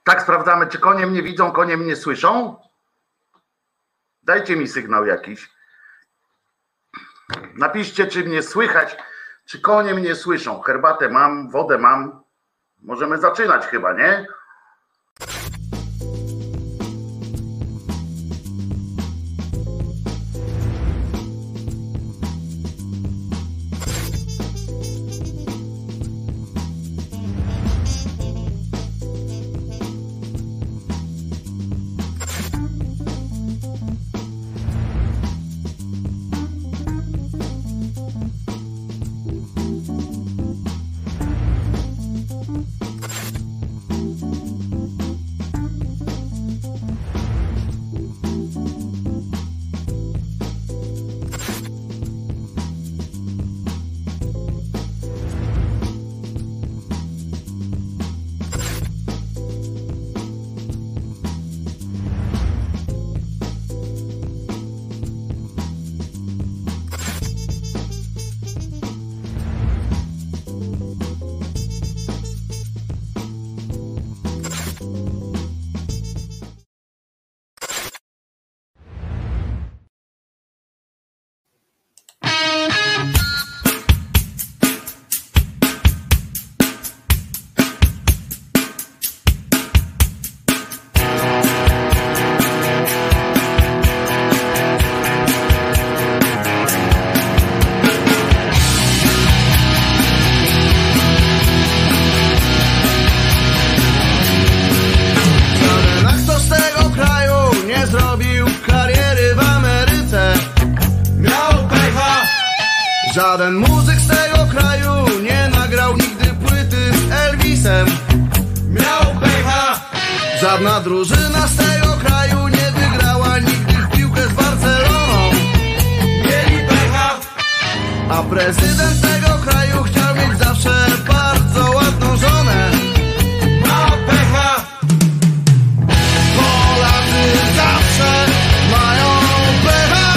Tak, sprawdzamy, czy konie mnie widzą, konie mnie słyszą. Dajcie mi sygnał jakiś. Napiszcie, czy mnie słychać, czy konie mnie słyszą. Herbatę mam, wodę mam. Możemy zaczynać chyba, nie? Żaden muzyk z tego kraju nie nagrał nigdy płyty z Elvisem. Miał pecha. Żadna drużyna z tego kraju nie wygrała nigdy w piłkę z Barceloną. Mieli pecha. A prezydent tego kraju chciał mieć zawsze bardzo ładną żonę. Ma pecha. Polacy zawsze mają pecha.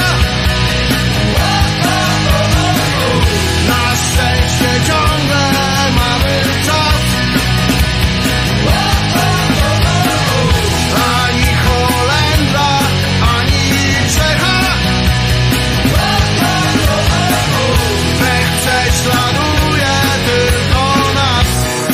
Na szczęście ciągle mamy czas. Ani Holendra, ani Czecha. Pech prześladuje tylko nas.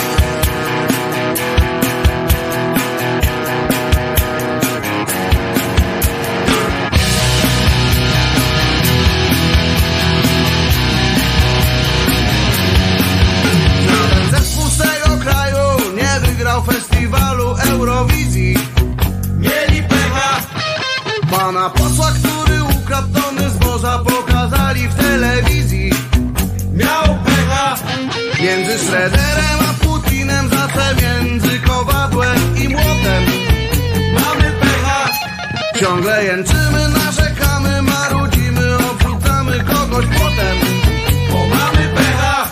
Żaden zespół z tego kraju nie wygrał festiwalu Eurowizji. Mieli pecha. Pana posła, który ukradł tony zboża, pokazali w telewizji. Miał pecha. Między Schroederem a Putinem, zawsze między kowadłem i młotem. Mamy pecha. Ciągle jęczymy, narzekamy, marudzimy, obrzucamy kogoś potem. Bo mamy pecha.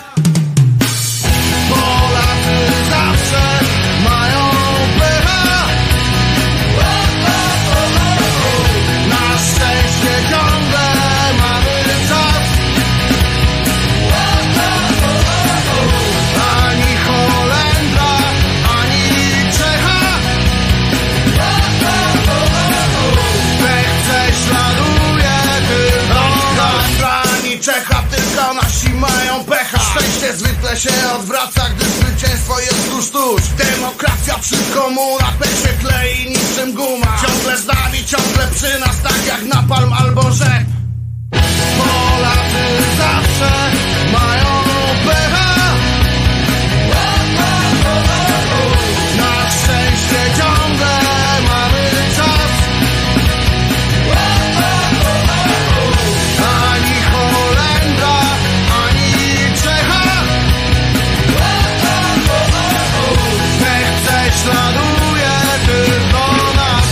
Polacy zawsze mają pecha. Na szczęście ciągle mamy czas. Ani Holendra, ani Czecha. Pech prześladuje tylko nas. Ani Czecha, tylko nasi mają pecha. Szczęście zwykle się odwraca, gdy zwycięstwo jest tuż. Demokracja przy komunach, pech się klei niczym guma. Ciągle z nami, ciągle przy nas, tak jak napalm albo rzek. Polacy zawsze mają pecha. Na szczęście ciągle mamy czas. Ani Holendra, ani Czecha. Pech prześladuje tylko nas.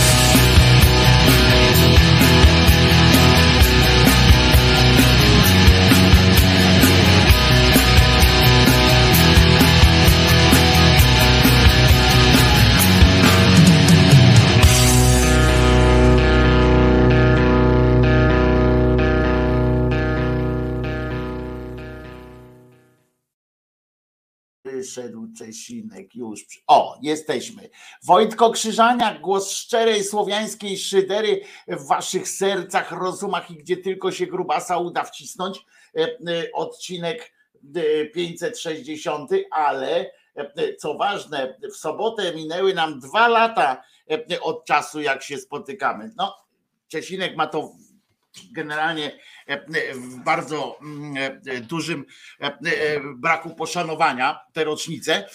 Przyszedł Czesinek już. O, jesteśmy. Wojtko Krzyżaniak, głos szczerej słowiańskiej szydery w waszych sercach, rozumach i gdzie tylko się grubasa uda wcisnąć. Odcinek 560, ale co ważne, w sobotę minęły nam 2 lata od czasu, jak się spotykamy. No, Czesinek ma to generalnie w bardzo dużym braku poszanowania te rocznice,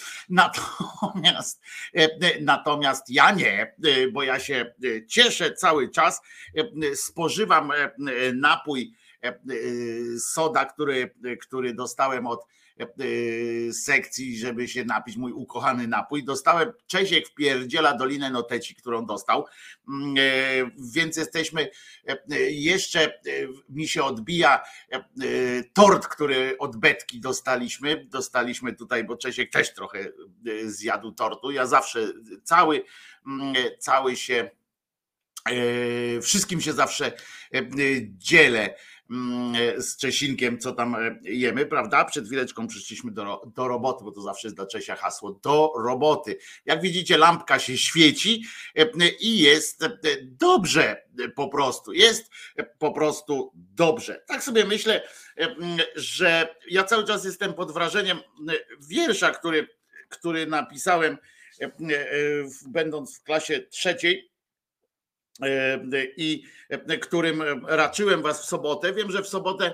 natomiast ja nie, bo ja się cieszę cały czas, spożywam napój soda, który dostałem od sekcji, żeby się napić, mój ukochany napój. Dostałem, Czesiek wpierdziela Dolinę Noteci, którą dostał, więc jesteśmy, jeszcze mi się odbija tort, który od Betki dostaliśmy tutaj, bo Czesiek też trochę zjadł tortu, ja zawsze cały się, wszystkim się zawsze dzielę z Czesinkiem, co tam jemy, prawda? Przed chwileczką przyszliśmy do roboty, bo to zawsze jest dla Czesia hasło, do roboty. Jak widzicie, lampka się świeci i jest dobrze jest po prostu dobrze. Tak sobie myślę, że ja cały czas jestem pod wrażeniem wiersza, który napisałem będąc w klasie 3. i którym raczyłem was w sobotę. Wiem, że w sobotę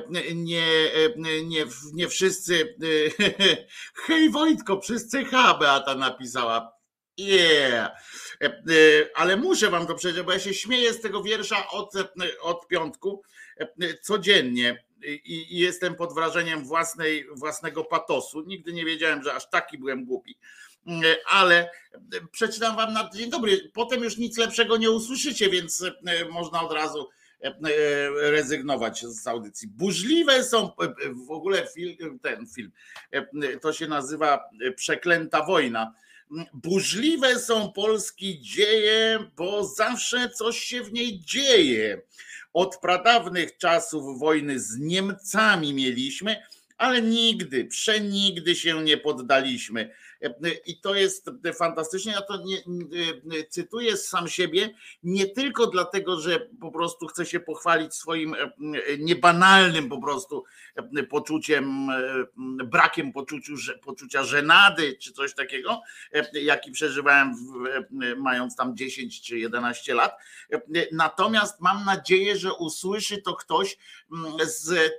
nie wszyscy. Hej Wojtko, przez CH Beata napisała. Yeah. Ale muszę wam to powiedzieć, bo ja się śmieję z tego wiersza od piątku codziennie i jestem pod wrażeniem własnego patosu. Nigdy nie wiedziałem, że aż taki byłem głupi. Ale przeczytam wam na dzień dobry. Potem już nic lepszego nie usłyszycie, więc można od razu rezygnować z audycji. Burzliwe są w ogóle ten film. To się nazywa Przeklęta wojna. Burzliwe są polskie dzieje, bo zawsze coś się w niej dzieje. Od pradawnych czasów wojny z Niemcami mieliśmy, ale przenigdy się nie poddaliśmy. I to jest fantastycznie. Ja to cytuję sam siebie nie tylko dlatego, że po prostu chcę się pochwalić swoim niebanalnym po prostu poczuciem, brakiem poczucia żenady czy coś takiego, jaki przeżywałem mając tam 10 czy 11 lat. Natomiast mam nadzieję, że usłyszy to ktoś z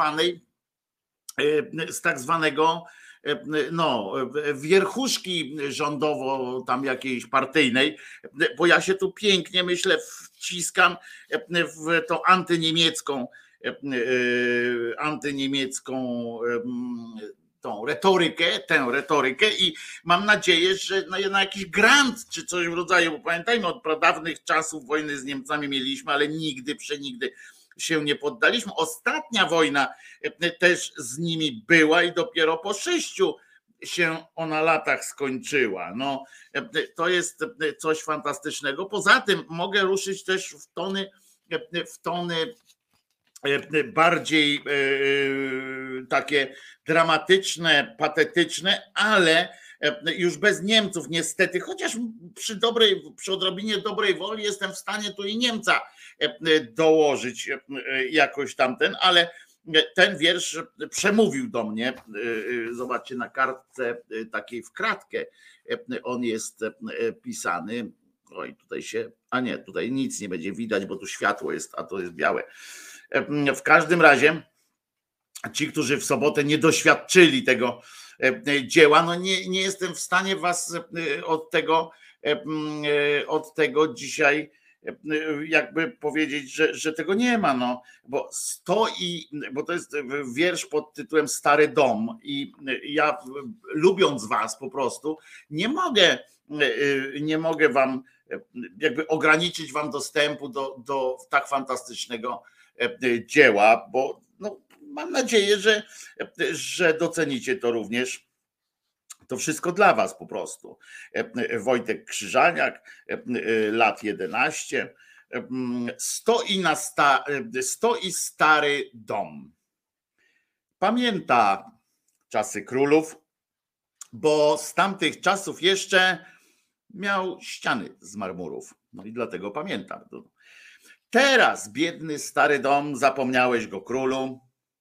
tak zwanego wierchuszki rządowo tam jakiejś partyjnej, bo ja się tu pięknie, myślę, wciskam w tą antyniemiecką tą retorykę i mam nadzieję, że na jakiś grant czy coś w rodzaju, bo pamiętajmy, od pradawnych czasów wojny z Niemcami mieliśmy, ale przenigdy się nie poddaliśmy. Ostatnia wojna też z nimi była i dopiero po 6 się ona latach skończyła. No, to jest coś fantastycznego. Poza tym mogę ruszyć też w tony bardziej takie dramatyczne, patetyczne, ale już bez Niemców niestety, chociaż przy odrobinie dobrej woli jestem w stanie tu i Niemca dołożyć jakoś tamten, ale ten wiersz przemówił do mnie. Zobaczcie, na kartce takiej w kratkę on jest pisany. Oj, tutaj nic nie będzie widać, bo tu światło jest, a to jest białe. W każdym razie ci, którzy w sobotę nie doświadczyli tego dzieła, no nie jestem w stanie was od tego dzisiaj jakby powiedzieć, że tego nie ma, no, bo to jest wiersz pod tytułem Stary Dom i ja, lubiąc was po prostu, nie mogę wam jakby ograniczyć wam dostępu do tak fantastycznego dzieła, bo no, mam nadzieję, że docenicie to również. To wszystko dla was po prostu. Wojtek Krzyżaniak, lat 11, stoi stary dom. Pamięta czasy królów, bo z tamtych czasów jeszcze miał ściany z marmurów. No i dlatego pamiętam. Teraz biedny stary dom, zapomniałeś go, królu,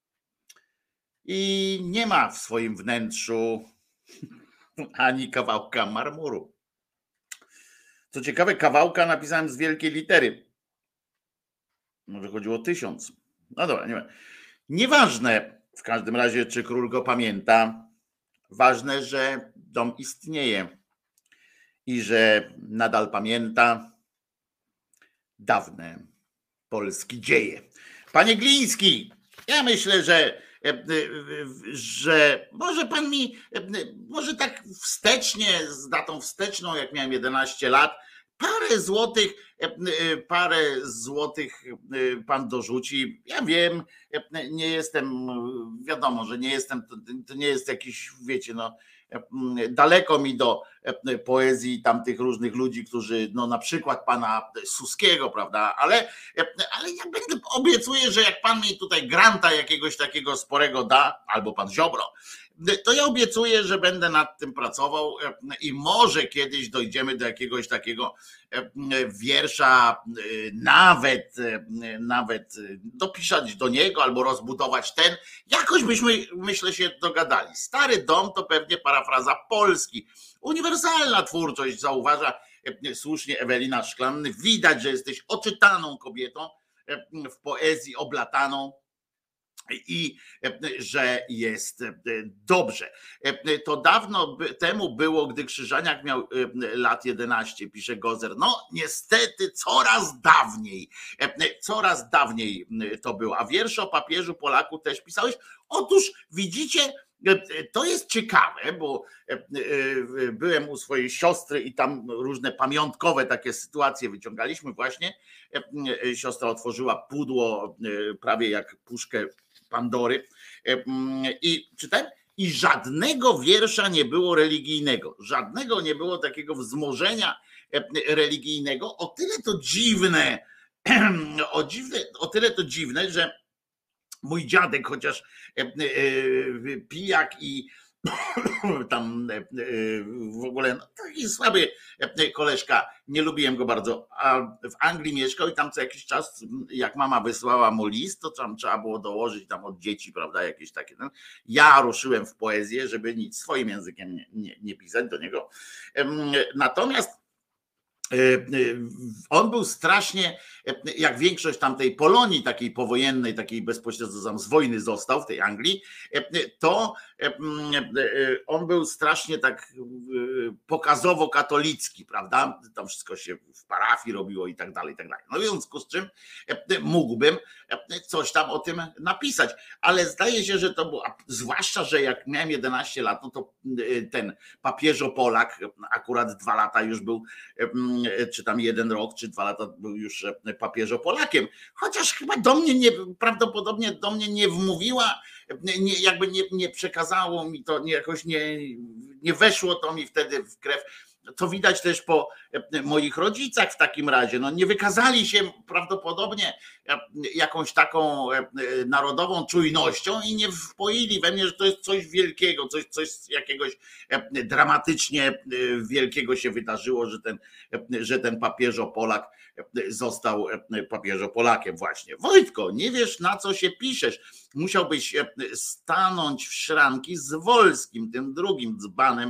i nie ma w swoim wnętrzu ani kawałka marmuru. Co ciekawe, kawałka napisałem z wielkiej litery. Może chodziło o 1000. No dobra, nie ma. Nieważne w każdym razie, czy król go pamięta. Ważne, że dom istnieje i że nadal pamięta dawne polskie dzieje. Panie Gliński, ja myślę, że może pan mi, może tak wstecznie, z datą wsteczną, jak miałem 11 lat, parę złotych pan dorzuci. Ja wiem, nie jestem, wiadomo, że nie jestem, to nie jest jakiś, wiecie, no daleko mi do poezji tamtych różnych ludzi, którzy, no na przykład pana Suskiego, prawda, ale ja obiecuję, że jak pan mi tutaj granta jakiegoś takiego sporego da, albo pan Ziobro, to ja obiecuję, że będę nad tym pracował i może kiedyś dojdziemy do jakiegoś takiego wiersza, nawet dopisać do niego albo rozbudować ten. Jakoś byśmy, myślę, się dogadali. Stary dom to pewnie parafraza Polski. Uniwersalna twórczość, zauważa słusznie Ewelina Szklanny. Widać, że jesteś oczytaną kobietą, w poezji oblataną, i że jest dobrze. To dawno temu było, gdy Krzyżaniak miał lat 11, pisze Gozer. No niestety coraz dawniej to było. A wiersze o papieżu Polaku też pisałeś? Otóż widzicie, to jest ciekawe, bo byłem u swojej siostry i tam różne pamiątkowe takie sytuacje wyciągaliśmy właśnie. Siostra otworzyła pudło prawie jak puszkę Pandory i czytałem, i żadnego wiersza nie było religijnego, żadnego nie było takiego wzmożenia religijnego. O tyle to dziwne, że mój dziadek, chociaż pijak i tam w ogóle no, taki słaby koleżka, nie lubiłem go bardzo, a w Anglii mieszkał i tam co jakiś czas, jak mama wysłała mu list, to tam trzeba było dołożyć tam od dzieci, prawda, jakieś takie. Ja ruszyłem w poezję, żeby nic swoim językiem nie pisać do niego. Natomiast on był strasznie, jak większość tamtej Polonii, takiej powojennej, takiej bezpośrednio tam z wojny został w tej Anglii, to on był strasznie tak pokazowo katolicki, prawda? Tam wszystko się w parafii robiło i tak dalej, i tak dalej. No w związku z czym mógłbym coś tam o tym napisać, ale zdaje się, że to było, zwłaszcza, że jak miałem 11 lat, no to ten papieżo-Polak akurat 2 lata już był, czy tam 1 rok, czy 2 lata był już papieżo-Polakiem, chociaż chyba prawdopodobnie do mnie nie wmówiła, jakby nie przekazało mi to, jakoś nie weszło to mi wtedy w krew. To widać też po moich rodzicach w takim razie. No nie wykazali się prawdopodobnie jakąś taką narodową czujnością i nie wpoili we mnie, że to jest coś wielkiego, coś jakiegoś dramatycznie wielkiego się wydarzyło, że ten papieżo-Polak został papieżo-Polakiem właśnie. Wojtko, nie wiesz, na co się piszesz. Musiałbyś stanąć w szranki z Wolskim, tym drugim dzbanem,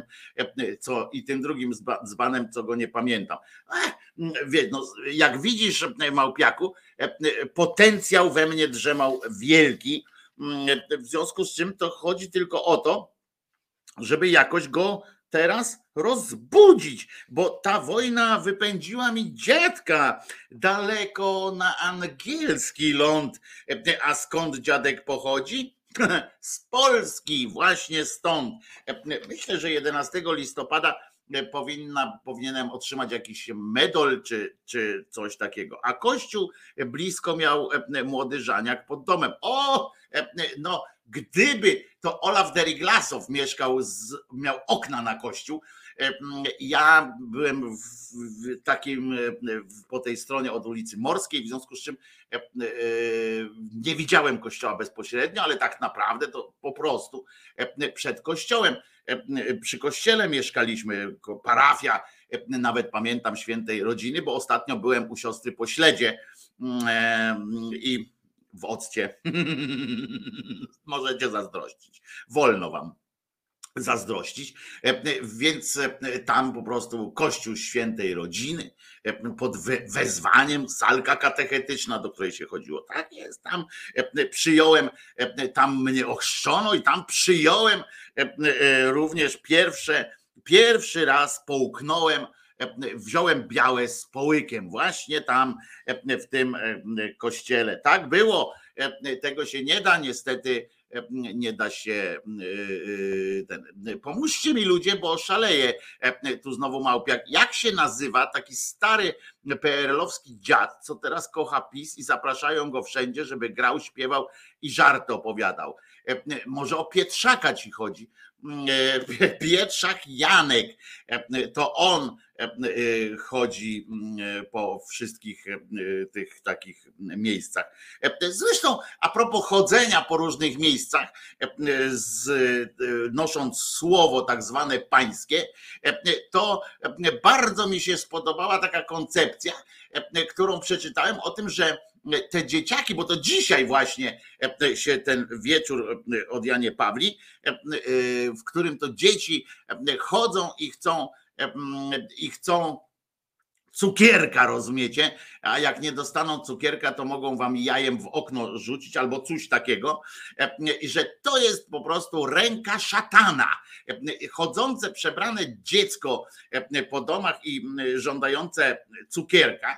dzbanem, co go nie pamiętam. No, jak widzisz, małpiaku, potencjał we mnie drzemał wielki, w związku z czym to chodzi tylko o to, żeby jakoś go teraz rozbudzić, bo ta wojna wypędziła mi dziadka daleko na angielski ląd. A skąd dziadek pochodzi? Z Polski, właśnie stąd. Myślę, że 11 listopada powinienem otrzymać jakiś medal czy coś takiego. A kościół blisko miał młody Żaniak pod domem. O, no gdyby to Olaf Deriglasow miał okna na kościół, ja byłem w takim, po tej stronie od ulicy Morskiej, w związku z czym nie widziałem kościoła bezpośrednio, ale tak naprawdę to po prostu przed kościołem, przy kościele mieszkaliśmy, parafia, nawet pamiętam świętej rodziny, bo ostatnio byłem u siostry po śledzie i w occie. Możecie zazdrościć. Wolno wam zazdrościć, więc tam po prostu kościół świętej rodziny pod wezwaniem, salka katechetyczna, do której się chodziło. Tak jest, tam przyjąłem, tam mnie ochrzczono i tam przyjąłem również pierwszy raz połknąłem, wziąłem białe z połykiem właśnie tam w tym kościele. Tak było, tego się nie da niestety, nie da się pomóżcie mi ludzie, bo szaleję tu znowu Małpiak. Jak się nazywa taki stary PRL-owski dziad, co teraz kocha PiS i zapraszają go wszędzie, żeby grał, śpiewał i żarty opowiadał? Może o Pietrzaka ci chodzi? Pietrzak Janek, to on chodzi po wszystkich tych takich miejscach. Zresztą a propos chodzenia po różnych miejscach, nosząc słowo tak zwane pańskie, to bardzo mi się spodobała taka koncepcja, którą przeczytałem o tym, że te dzieciaki, bo to dzisiaj właśnie się ten wieczór od Janie Pawli, w którym to dzieci chodzą i chcą cukierka, rozumiecie? A jak nie dostaną cukierka, to mogą wam jajem w okno rzucić albo coś takiego. I że to jest po prostu ręka szatana. Chodzące, przebrane dziecko po domach i żądające cukierka,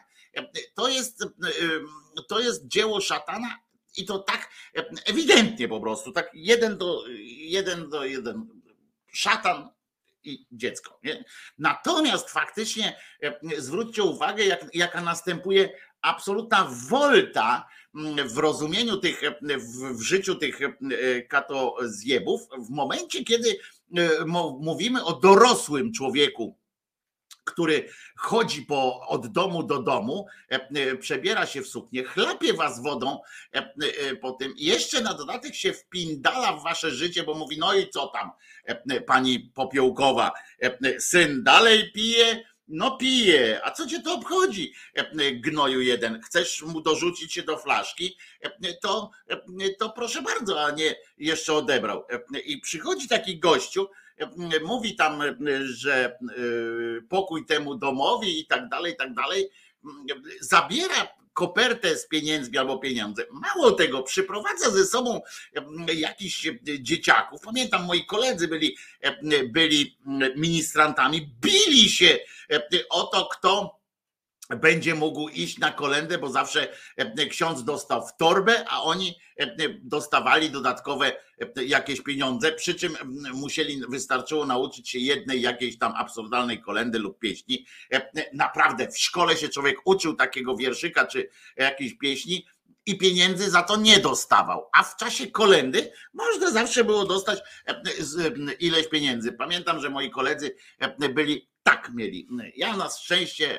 to jest dzieło szatana i to tak ewidentnie po prostu, tak jeden do jeden. Szatan i dziecko. Nie? Natomiast faktycznie zwróćcie uwagę, jaka następuje absolutna wolta w rozumieniu tych, w życiu tych katozjebów, w momencie, kiedy mówimy o dorosłym człowieku, który chodzi od domu do domu, przebiera się w suknię, chlapie was wodą po tym i jeszcze na dodatek się wpindala w wasze życie, bo mówi, no i co tam, pani Popiołkowa, syn dalej pije? No pije, a co cię to obchodzi, gnoju jeden? Chcesz mu dorzucić się do flaszki, to proszę bardzo, a nie jeszcze odebrał. I przychodzi taki gościu, mówi tam, że pokój temu domowi i tak dalej, zabiera kopertę z pieniędzmi albo pieniądze. Mało tego, przyprowadza ze sobą jakichś dzieciaków. Pamiętam, moi koledzy byli ministrantami, bili się o to, kto będzie mógł iść na kolędę, bo zawsze ksiądz dostał w torbę, a oni dostawali dodatkowe jakieś pieniądze, przy czym wystarczyło nauczyć się jednej jakiejś tam absurdalnej kolędy lub pieśni. Naprawdę w szkole się człowiek uczył takiego wierszyka czy jakiejś pieśni i pieniędzy za to nie dostawał, a w czasie kolędy można zawsze było dostać ileś pieniędzy. Pamiętam, że moi koledzy tak mieli. Ja na szczęście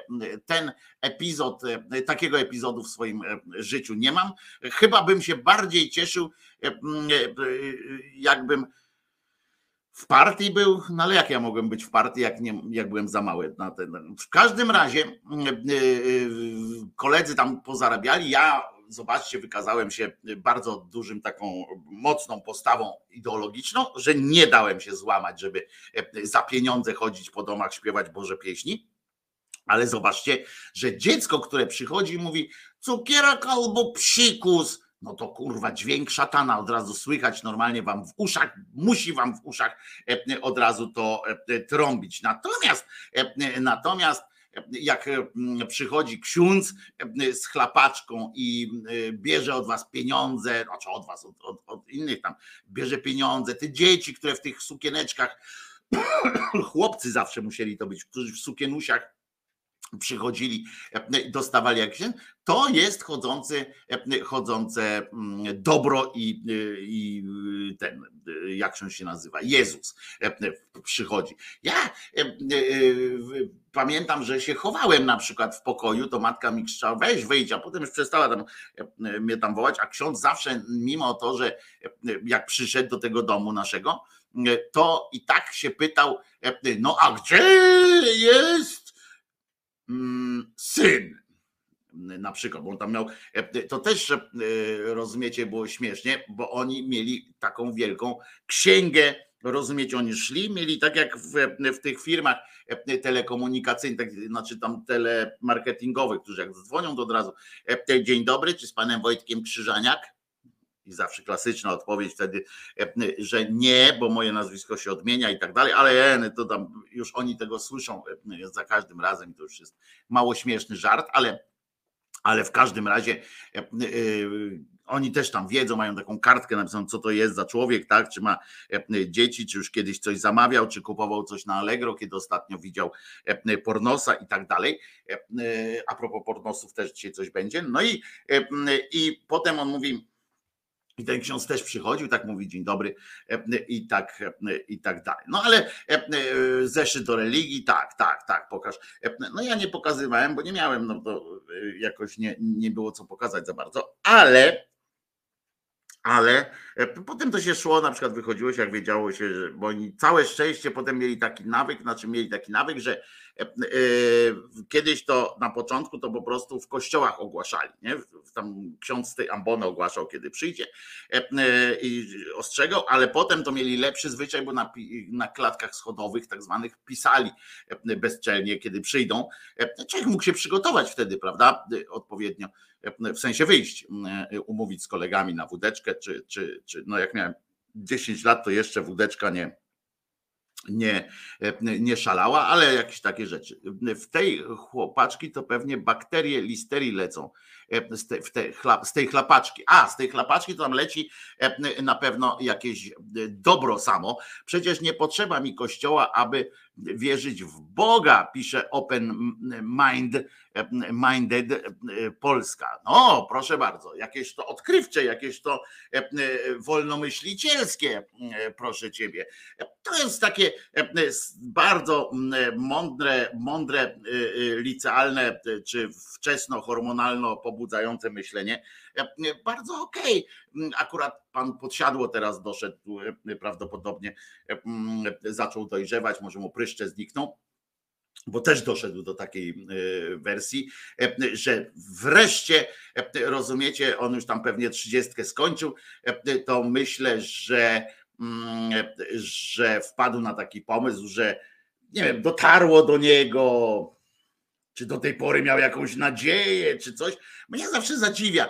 takiego epizodu w swoim życiu nie mam. Chyba bym się bardziej cieszył, jakbym w partii był, no ale jak ja mogłem być w partii, jak byłem za mały na ten. W każdym razie koledzy tam pozarabiali, zobaczcie, wykazałem się bardzo dużym, taką mocną postawą ideologiczną, że nie dałem się złamać, żeby za pieniądze chodzić po domach, śpiewać Boże pieśni. Ale zobaczcie, że dziecko, które przychodzi i mówi cukierek albo psikus, no to kurwa dźwięk szatana od razu słychać normalnie wam w uszach, musi wam w uszach od razu to trąbić. Natomiast jak przychodzi ksiądz z chlapaczką i bierze od was pieniądze, znaczy od was, od innych tam, bierze pieniądze, te dzieci, które w tych sukieneczkach, chłopcy zawsze musieli to być, którzy w sukienusiach przychodzili, dostawali jakieś, to jest chodzące dobro i ten, jak się nazywa, Jezus przychodzi. Ja pamiętam, że się chowałem na przykład w pokoju, to matka mi krzyczała, weź wyjdź, a potem już przestała mnie tam wołać, a ksiądz zawsze, mimo to, że jak przyszedł do tego domu naszego, to i tak się pytał, no a gdzie jest syn? Na przykład, bo on tam miał, to też, rozumiecie, było śmiesznie, bo oni mieli taką wielką księgę, rozumiecie, oni szli, mieli tak jak w tych firmach telekomunikacyjnych, tak, znaczy tam telemarketingowych, którzy jak dzwonią, to od razu dzień dobry, czy z panem Wojtkiem Krzyżaniak? I zawsze klasyczna odpowiedź wtedy, że nie, bo moje nazwisko się odmienia i tak dalej, ale to tam już oni tego słyszą za każdym razem i to już jest mało śmieszny żart, ale w każdym razie oni też tam wiedzą, mają taką kartkę napisaną, co to jest za człowiek, tak? Czy ma dzieci, czy już kiedyś coś zamawiał, czy kupował coś na Allegro, kiedy ostatnio widział pornosa i tak dalej. A propos pornosów też dzisiaj coś będzie. No i potem on mówi, i ten ksiądz też przychodził, tak mówi dzień dobry i tak dalej. No ale zeszyt do religii, tak, pokaż. No ja nie pokazywałem, bo nie miałem, no to jakoś nie było co pokazać za bardzo, ale potem to się szło, na przykład wychodziło się, jak wiedziało się, że, bo oni całe szczęście potem mieli taki nawyk, że kiedyś to na początku to po prostu w kościołach ogłaszali, nie? Tam ksiądz z tej ambony ogłaszał, kiedy przyjdzie i ostrzegał, ale potem to mieli lepszy zwyczaj, bo na klatkach schodowych tak zwanych pisali bezczelnie, kiedy przyjdą. Człowiek mógł się przygotować wtedy, prawda, odpowiednio, w sensie wyjść, umówić z kolegami na wódeczkę, czy no jak miałem 10 lat, to jeszcze wódeczka nie szalała, ale jakieś takie rzeczy. W tej chłopaczki to pewnie bakterie listerii lecą z tej chlapaczki. A, z tej chlapaczki to tam leci na pewno jakieś dobro samo. Przecież nie potrzeba mi kościoła, aby wierzyć w Boga, pisze Minded Polska. No, proszę bardzo, jakieś to odkrywcze, jakieś to wolnomyślicielskie, proszę ciebie. To jest takie bardzo mądre, licealne czy wczesno-hormonalno pobudzające myślenie. Bardzo okej. Akurat pan Podsiadło teraz doszedł, prawdopodobnie zaczął dojrzewać, może mu pryszcze znikną, bo też doszedł do takiej wersji, że wreszcie, rozumiecie, on już tam pewnie 30 skończył, to myślę, że wpadł na taki pomysł, że nie wiem, dotarło do niego, czy do tej pory miał jakąś nadzieję, czy coś. Mnie zawsze zadziwia,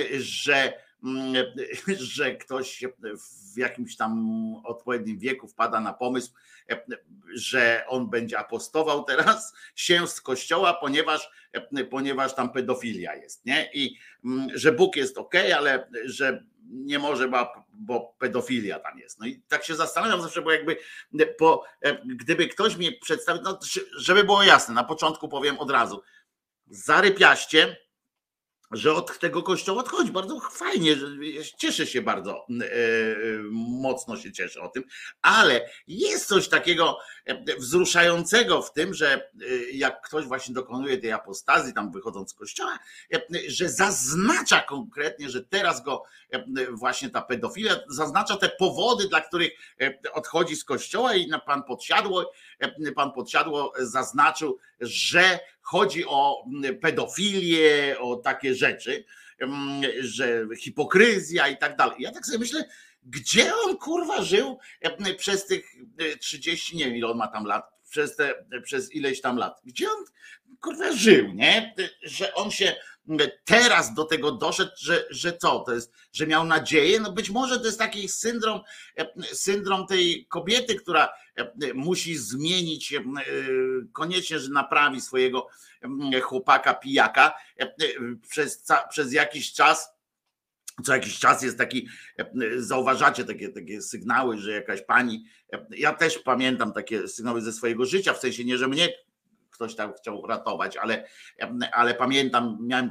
że ktoś w jakimś tam odpowiednim wieku wpada na pomysł, że on będzie apostował teraz się z kościoła, ponieważ tam pedofilia jest, nie? I że Bóg jest okej, ale że nie może, bo pedofilia tam jest. No i tak się zastanawiam zawsze, bo gdyby ktoś mi przedstawił, no, żeby było jasne, na początku powiem od razu, zarypiaście, że od tego kościoła odchodzi. Bardzo fajnie, cieszę się bardzo, mocno się cieszę o tym, ale jest coś takiego wzruszającego w tym, że jak ktoś właśnie dokonuje tej apostazji, tam wychodząc z kościoła, że zaznacza konkretnie, że teraz go właśnie ta pedofilia, zaznacza te powody, dla których odchodzi z kościoła i pan Podsiadło zaznaczył, że chodzi o pedofilię, o takie rzeczy, że hipokryzja i tak dalej. Ja tak sobie myślę, gdzie on kurwa żył przez tych 30, nie wiem ile on ma tam lat, przez ileś tam lat. Gdzie on kurwa żył, nie? Że on się teraz do tego doszedł, że co to jest, że miał nadzieję, no być może to jest taki syndrom tej kobiety, która musi zmienić koniecznie, że naprawi swojego chłopaka pijaka przez jakiś czas. Co jakiś czas jest taki, zauważacie takie sygnały, że jakaś pani, ja też pamiętam takie sygnały ze swojego życia, w sensie nie, że mnie ktoś tam chciał ratować, ale pamiętam, miałem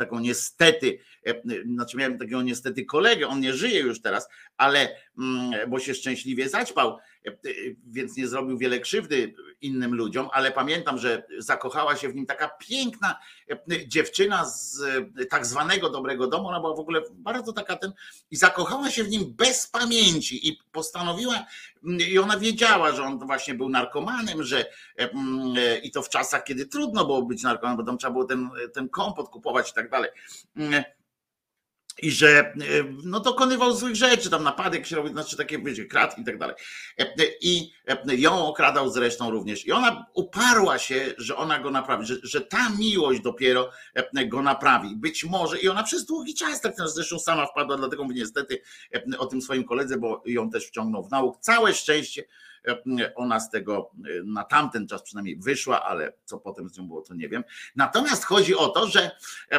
takiego niestety kolegę, on nie żyje już teraz, ale bo się szczęśliwie zaćpał, więc nie zrobił wiele krzywdy innym ludziom, ale pamiętam, że zakochała się w nim taka piękna dziewczyna z tak zwanego dobrego domu, ona była w ogóle bardzo taka i zakochała się w nim bez pamięci i postanowiła, i ona wiedziała, że on właśnie był narkomanem, i to w czasach, kiedy trudno było być narkomanem, bo tam trzeba było ten kompot kupować i tak dalej. I że dokonywał złych rzeczy, tam napadek się robił, znaczy takie, wiecie, kradł i tak dalej. I ją okradał zresztą również. I ona uparła się, że ona go naprawi, że ta miłość dopiero go naprawi. Być może, i ona przez długi czas, tak zresztą sama wpadła, dlatego mówię niestety o tym swoim koledze, bo ją też wciągnął w nauk. Całe szczęście ona z tego na tamten czas przynajmniej wyszła, ale co potem z nią było, to nie wiem. Natomiast chodzi o to, że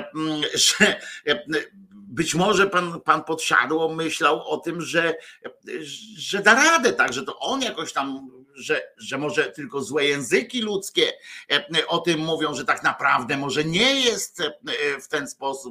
być może pan Podsiadło myślał o tym, że da radę, tak, że to on jakoś tam, że może tylko złe języki ludzkie o tym mówią, że tak naprawdę może nie jest w ten sposób,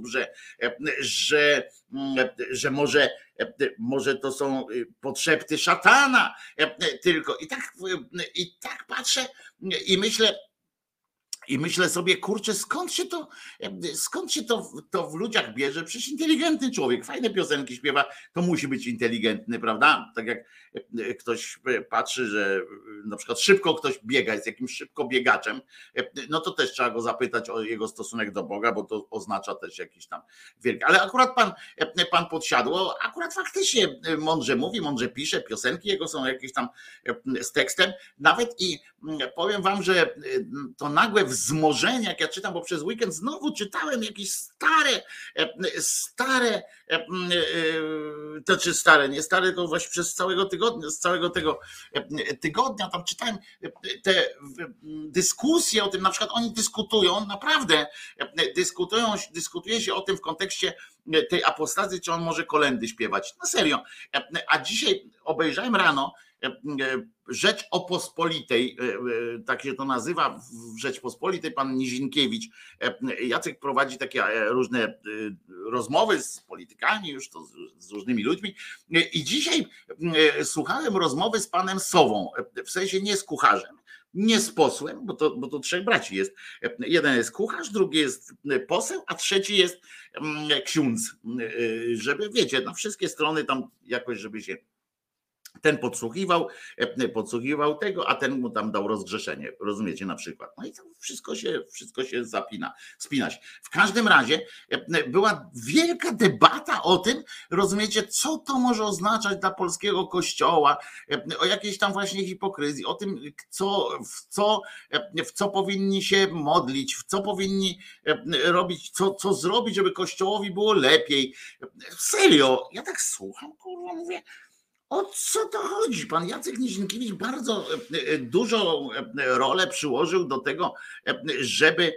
że może to są podszepty szatana tylko. I tak patrzę i myślę sobie, kurczę, skąd się to w ludziach bierze? Przecież inteligentny człowiek, fajne piosenki śpiewa, to musi być inteligentny, prawda? Tak jak ktoś patrzy, że na przykład szybko ktoś biega, jest jakimś szybkobiegaczem, no to też trzeba go zapytać o jego stosunek do Boga, bo to oznacza też jakiś tam wielki. Ale akurat pan Podsiadło, akurat faktycznie mądrze mówi, mądrze pisze, piosenki jego są jakieś tam z tekstem, nawet i powiem wam, że to nagłe wzmożenie, jak ja czytam, bo przez weekend znowu czytałem jakieś nie stare, tylko właśnie przez z całego tego tygodnia tam czytałem te dyskusje o tym, na przykład oni dyskutują, naprawdę dyskutuje się o tym w kontekście tej apostazji, czy on może kolędy śpiewać. No serio. A dzisiaj obejrzałem rano Rzecz o Pospolitej, tak się to nazywa, w Rzeczpospolitej, pan Nizinkiewicz. Jacek prowadzi takie różne rozmowy z politykami, już to z różnymi ludźmi. I dzisiaj słuchałem rozmowy z panem Sową, w sensie nie z kucharzem, nie z posłem, bo to trzech braci jest. Jeden jest kucharz, drugi jest poseł, a trzeci jest ksiądz. Żeby, wiecie, na wszystkie strony tam jakoś, żeby się ten podsłuchiwał tego, a ten mu tam dał rozgrzeszenie, rozumiecie, na przykład. No i to wszystko się spina się. W każdym razie była wielka debata o tym, rozumiecie, co to może oznaczać dla polskiego kościoła, o jakiejś tam właśnie hipokryzji, o tym, w co powinni się modlić, w co powinni robić, co zrobić, żeby kościołowi było lepiej. Serio, ja tak słucham, kurwa, mówię, o co to chodzi? Pan Jacek Nizinkiewicz bardzo dużą rolę przyłożył do tego, żeby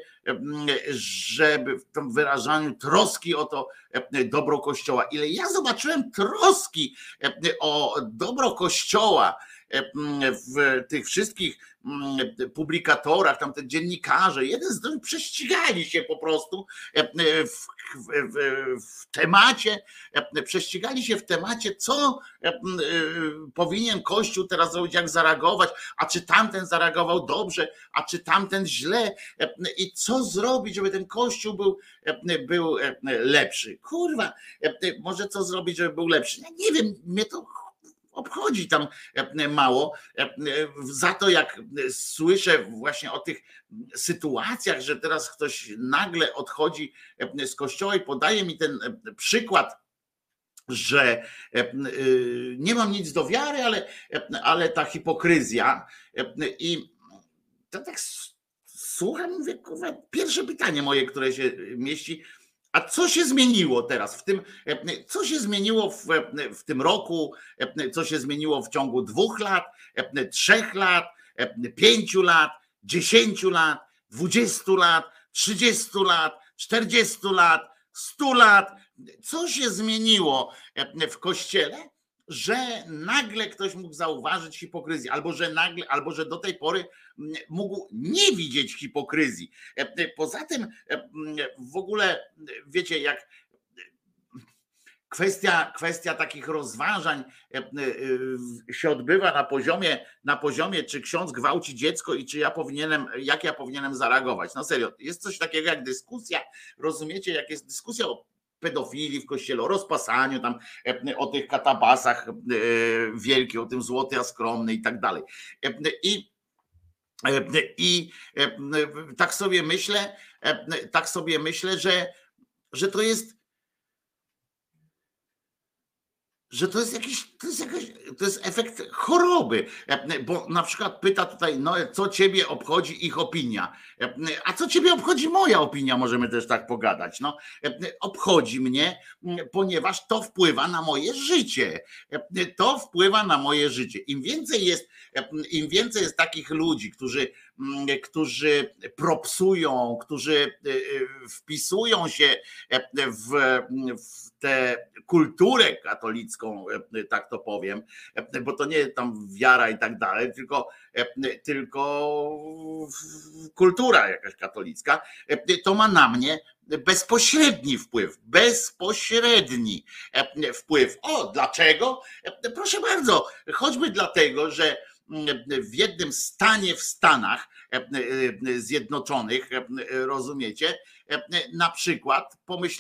w tym wyrażaniu troski o to dobro Kościoła. Ile ja zobaczyłem troski o dobro Kościoła w tych wszystkich publikatorach, tam te dziennikarze, jeden z drugim prześcigali się po prostu w temacie, co powinien Kościół teraz zrobić, jak zareagować, a czy tamten zareagował dobrze, a czy tamten źle i co zrobić, żeby ten Kościół był lepszy. Kurwa, może co zrobić, żeby był lepszy? Ja nie wiem, mnie to obchodzi tam mało. Za to, jak słyszę właśnie o tych sytuacjach, że teraz ktoś nagle odchodzi z kościoła i podaje mi ten przykład, że nie mam nic do wiary, ale ta hipokryzja. I to tak słucham, mówię, kurwa, pierwsze pytanie moje, które się mieści, a co się zmieniło teraz co się zmieniło w tym roku, co się zmieniło w ciągu 2 lat, 3 lat, 5 lat, 10 lat, 20 lat, 30 lat, 40 lat, 100 lat? Co się zmieniło w Kościele, że nagle ktoś mógł zauważyć hipokryzję, albo że do tej pory mógł nie widzieć hipokryzji. Poza tym w ogóle, wiecie, jak kwestia takich rozważań się odbywa na poziomie, czy ksiądz gwałci dziecko i jak ja powinienem zareagować. No serio, jest coś takiego jak dyskusja, rozumiecie, jak jest dyskusja o pedofilii w kościele, o rozpasaniu tam, o tych katabasach wielkich, o tym złoty a skromny i tak dalej. I tak sobie myślę, że to jest efekt choroby, bo na przykład pyta tutaj, no co ciebie obchodzi ich opinia, a co ciebie obchodzi moja opinia, możemy też tak pogadać, no obchodzi mnie, ponieważ to wpływa na moje życie, im więcej jest takich ludzi, którzy propsują, którzy wpisują się w tę kulturę katolicką, tak to powiem, bo to nie tam wiara i tak dalej, tylko kultura jakaś katolicka, to ma na mnie bezpośredni wpływ. O, dlaczego? Proszę bardzo, choćby dlatego, że w jednym stanie w Stanach Zjednoczonych, rozumiecie, na przykład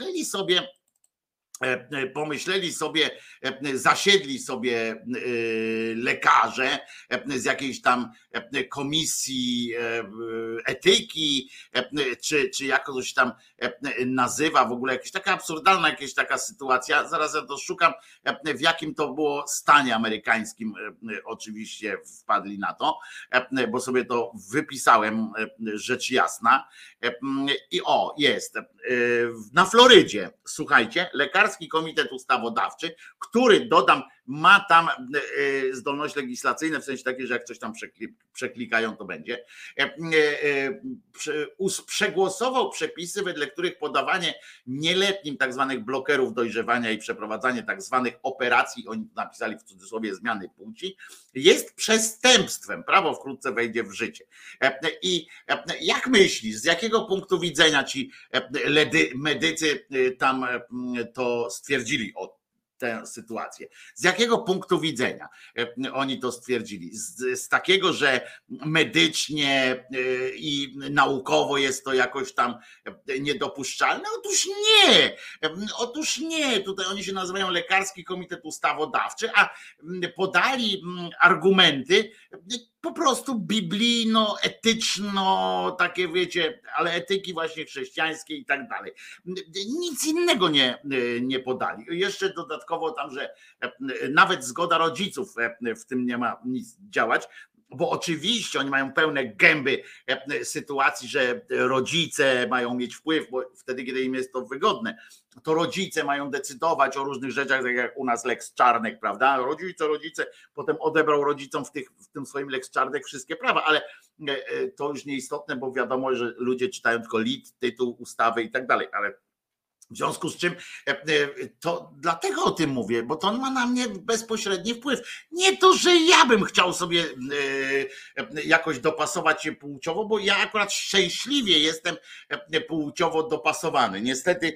zasiedli sobie lekarze z jakiejś tam komisji etyki, czy jak to się tam nazywa, w ogóle jakaś taka absurdalna taka sytuacja, zaraz ja to szukam, w jakim to było stanie amerykańskim, oczywiście wpadli na to, bo sobie to wypisałem, rzecz jasna. I jest na Florydzie, słuchajcie, Lekarski Komitet Ustawodawczy, który, dodam, ma tam zdolność legislacyjne, w sensie takiej, że jak coś tam przeklikają, to będzie, przegłosował przepisy, wedle których podawanie nieletnim tak zwanych blokerów dojrzewania i przeprowadzanie tak zwanych operacji, oni napisali w cudzysłowie zmiany płci, jest przestępstwem. Prawo wkrótce wejdzie w życie. I jak myślisz, z jakiego punktu widzenia ci medycy tam to stwierdzili tę sytuację? Z jakiego punktu widzenia oni to stwierdzili? Z takiego, że medycznie i naukowo jest to jakoś tam niedopuszczalne? Otóż nie. Tutaj oni się nazywają Lekarski Komitet Ustawodawczy, a podali argumenty po prostu biblijno-etyczno, takie wiecie, ale etyki właśnie chrześcijańskiej i tak dalej. Nic innego nie podali. Jeszcze dodatkowo tam, że nawet zgoda rodziców w tym nie ma nic działać, bo oczywiście oni mają pełne gęby sytuacji, że rodzice mają mieć wpływ, bo wtedy, kiedy im jest to wygodne, to rodzice mają decydować o różnych rzeczach, tak jak u nas Lex Czarnek, prawda? Rodzice, potem odebrał rodzicom w tym swoim Lex Czarnek wszystkie prawa, ale to już nieistotne, bo wiadomo, że ludzie czytają tylko tytuł ustawy i tak dalej, ale w związku z czym to dlatego o tym mówię, bo to ma na mnie bezpośredni wpływ. Nie to, że ja bym chciał sobie jakoś dopasować się płciowo, bo ja akurat szczęśliwie jestem płciowo dopasowany. Niestety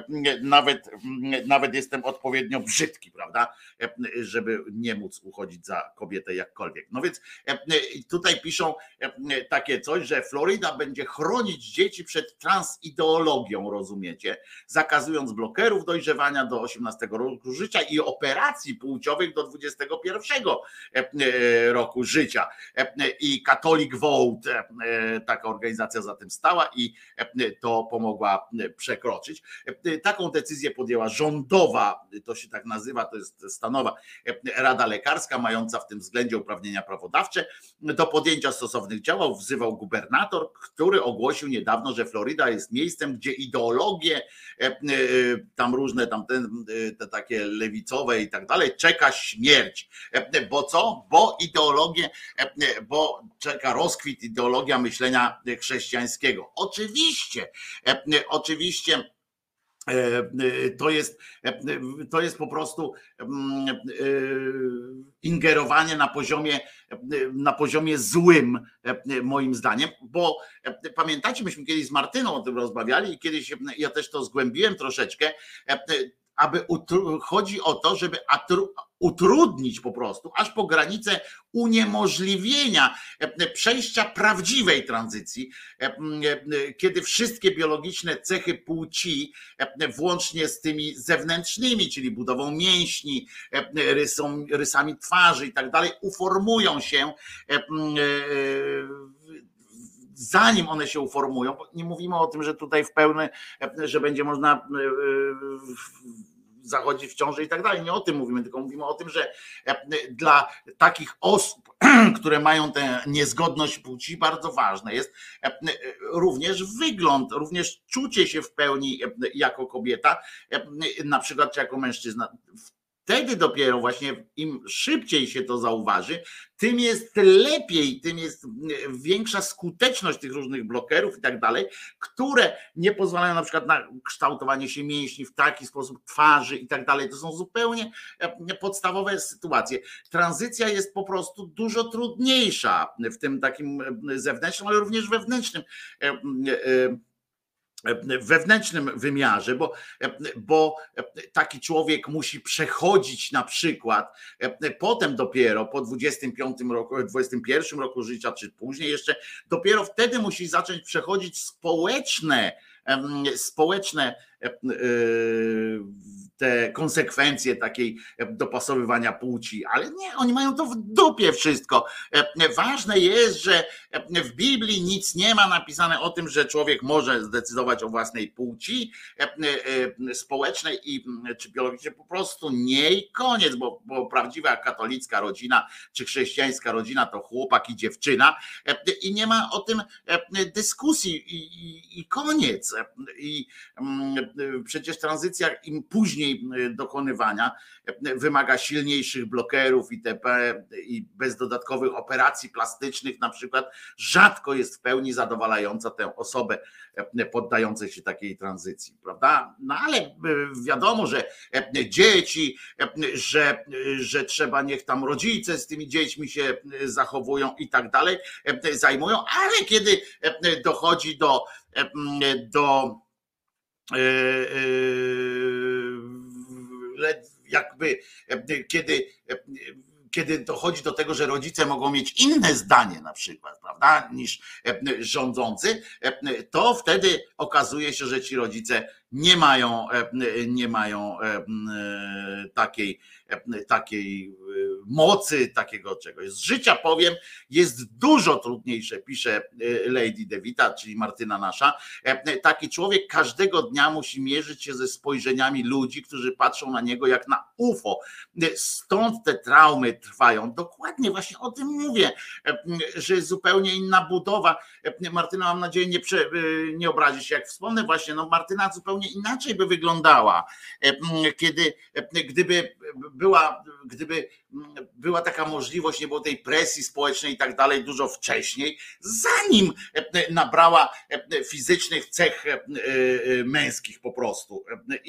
nawet jestem odpowiednio brzydki, prawda, żeby nie móc uchodzić za kobietę jakkolwiek. No więc tutaj piszą takie coś, że Floryda będzie chronić dzieci przed transideologią, rozumiecie? Zakazując blokerów dojrzewania do 18 roku życia i operacji płciowych do 21 roku życia. I Catholic Vote, taka organizacja za tym stała i to pomogła przekroczyć. Taką decyzję podjęła rządowa, to się tak nazywa, to jest stanowa Rada Lekarska, mająca w tym względzie uprawnienia prawodawcze. Do podjęcia stosownych działań wzywał gubernator, który ogłosił niedawno, że Floryda jest miejscem, gdzie ideologie tam różne te takie lewicowe i tak dalej, czeka śmierć. Bo co? Bo czeka rozkwit ideologia myślenia chrześcijańskiego. Oczywiście To jest po prostu ingerowanie na poziomie złym, moim zdaniem, bo pamiętacie, myśmy kiedyś z Martyną o tym rozmawiali i kiedyś ja też to zgłębiłem troszeczkę, chodzi o to, żeby utrudnić po prostu, aż po granicę uniemożliwienia przejścia prawdziwej tranzycji, kiedy wszystkie biologiczne cechy płci, włącznie z tymi zewnętrznymi, czyli budową mięśni, rysami twarzy i tak dalej, uformują się, zanim one się uformują, bo nie mówimy o tym, że tutaj że będzie można zachodzić w ciąży i tak dalej. Nie o tym mówimy, tylko mówimy o tym, że dla takich osób, które mają tę niezgodność płci, bardzo ważne jest również wygląd, również czucie się w pełni jako kobieta, na przykład czy jako mężczyzna. Wtedy dopiero właśnie im szybciej się to zauważy, tym jest lepiej, tym jest większa skuteczność tych różnych blokerów i tak dalej, które nie pozwalają na przykład na kształtowanie się mięśni w taki sposób, twarzy i tak dalej. To są zupełnie podstawowe sytuacje. Tranzycja jest po prostu dużo trudniejsza w tym takim zewnętrznym, ale również wewnętrznym wymiarze, bo taki człowiek musi przechodzić na przykład potem dopiero po 25 roku, 21 roku życia, czy później jeszcze, dopiero wtedy musi zacząć przechodzić społeczne te konsekwencje takiej dopasowywania płci, ale nie, oni mają to w dupie wszystko. Ważne jest, że w Biblii nic nie ma napisane o tym, że człowiek może zdecydować o własnej płci społecznej czy biologicznej, po prostu nie i koniec, bo prawdziwa katolicka rodzina czy chrześcijańska rodzina to chłopak i dziewczyna i nie ma o tym dyskusji i koniec. I przecież tranzycja im później dokonywania wymaga silniejszych blokerów itp. I bez dodatkowych operacji plastycznych na przykład rzadko jest w pełni zadowalająca tę osobę poddającej się takiej tranzycji, prawda? No ale wiadomo, że dzieci, że trzeba, niech tam rodzice z tymi dziećmi się zachowują i tak dalej, zajmują, ale kiedy dochodzi do jakby kiedy dochodzi do tego, że rodzice mogą mieć inne zdanie na przykład, prawda, niż rządzący, to wtedy okazuje się, że ci rodzice nie mają takiej mocy, takiego czegoś. Z życia powiem, jest dużo trudniejsze, pisze Lady Devita, czyli Martyna nasza. Taki człowiek każdego dnia musi mierzyć się ze spojrzeniami ludzi, którzy patrzą na niego jak na UFO. Stąd te traumy trwają. Dokładnie właśnie o tym mówię, że jest zupełnie inna budowa. Martyna, mam nadzieję, nie obrazi się, jak wspomnę właśnie, no Martyna zupełnie inaczej by wyglądała, gdyby była taka możliwość, nie było tej presji społecznej i tak dalej dużo wcześniej, zanim nabrała fizycznych cech męskich po prostu.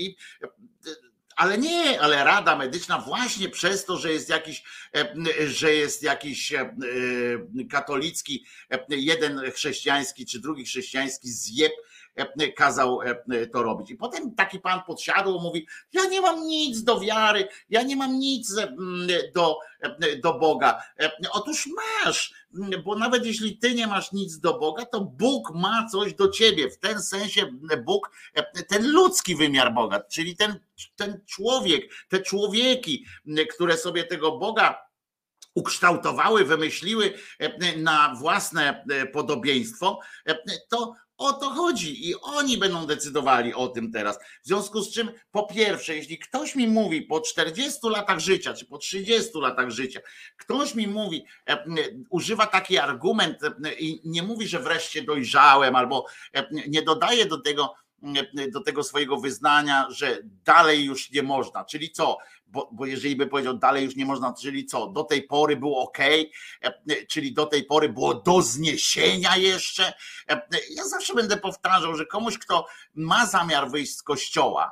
Ale Rada Medyczna właśnie przez to, że jest jakiś katolicki, jeden chrześcijański czy drugi chrześcijański zjeb kazał to robić. I potem taki pan podsiadł, mówi: ja nie mam nic do wiary, ja nie mam nic do Boga. Otóż masz, bo nawet jeśli ty nie masz nic do Boga, to Bóg ma coś do ciebie. W ten sensie Bóg, ten ludzki wymiar Boga, czyli ten człowiek, te człowieki, które sobie tego Boga ukształtowały, wymyśliły na własne podobieństwo, to o to chodzi i oni będą decydowali o tym teraz. W związku z czym, po pierwsze, jeśli ktoś mi mówi po 40 latach życia, czy po 30 latach życia, ktoś mi mówi, używa taki argument i nie mówi, że wreszcie dojrzałem, albo nie dodaje do tego do tego swojego wyznania, że dalej już nie można, czyli co? Bo jeżeli by powiedział dalej już nie można, czyli co? Do tej pory było ok, czyli do tej pory było do zniesienia jeszcze. Ja zawsze będę powtarzał, że komuś, kto ma zamiar wyjść z kościoła,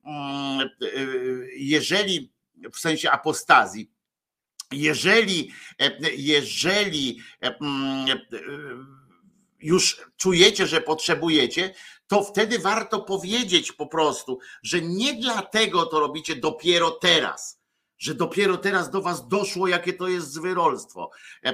jeżeli w sensie apostazji, jeżeli już czujecie, że potrzebujecie, to wtedy warto powiedzieć po prostu, że nie dlatego to robicie dopiero teraz, że dopiero teraz do was doszło, jakie to jest zwyrolstwo.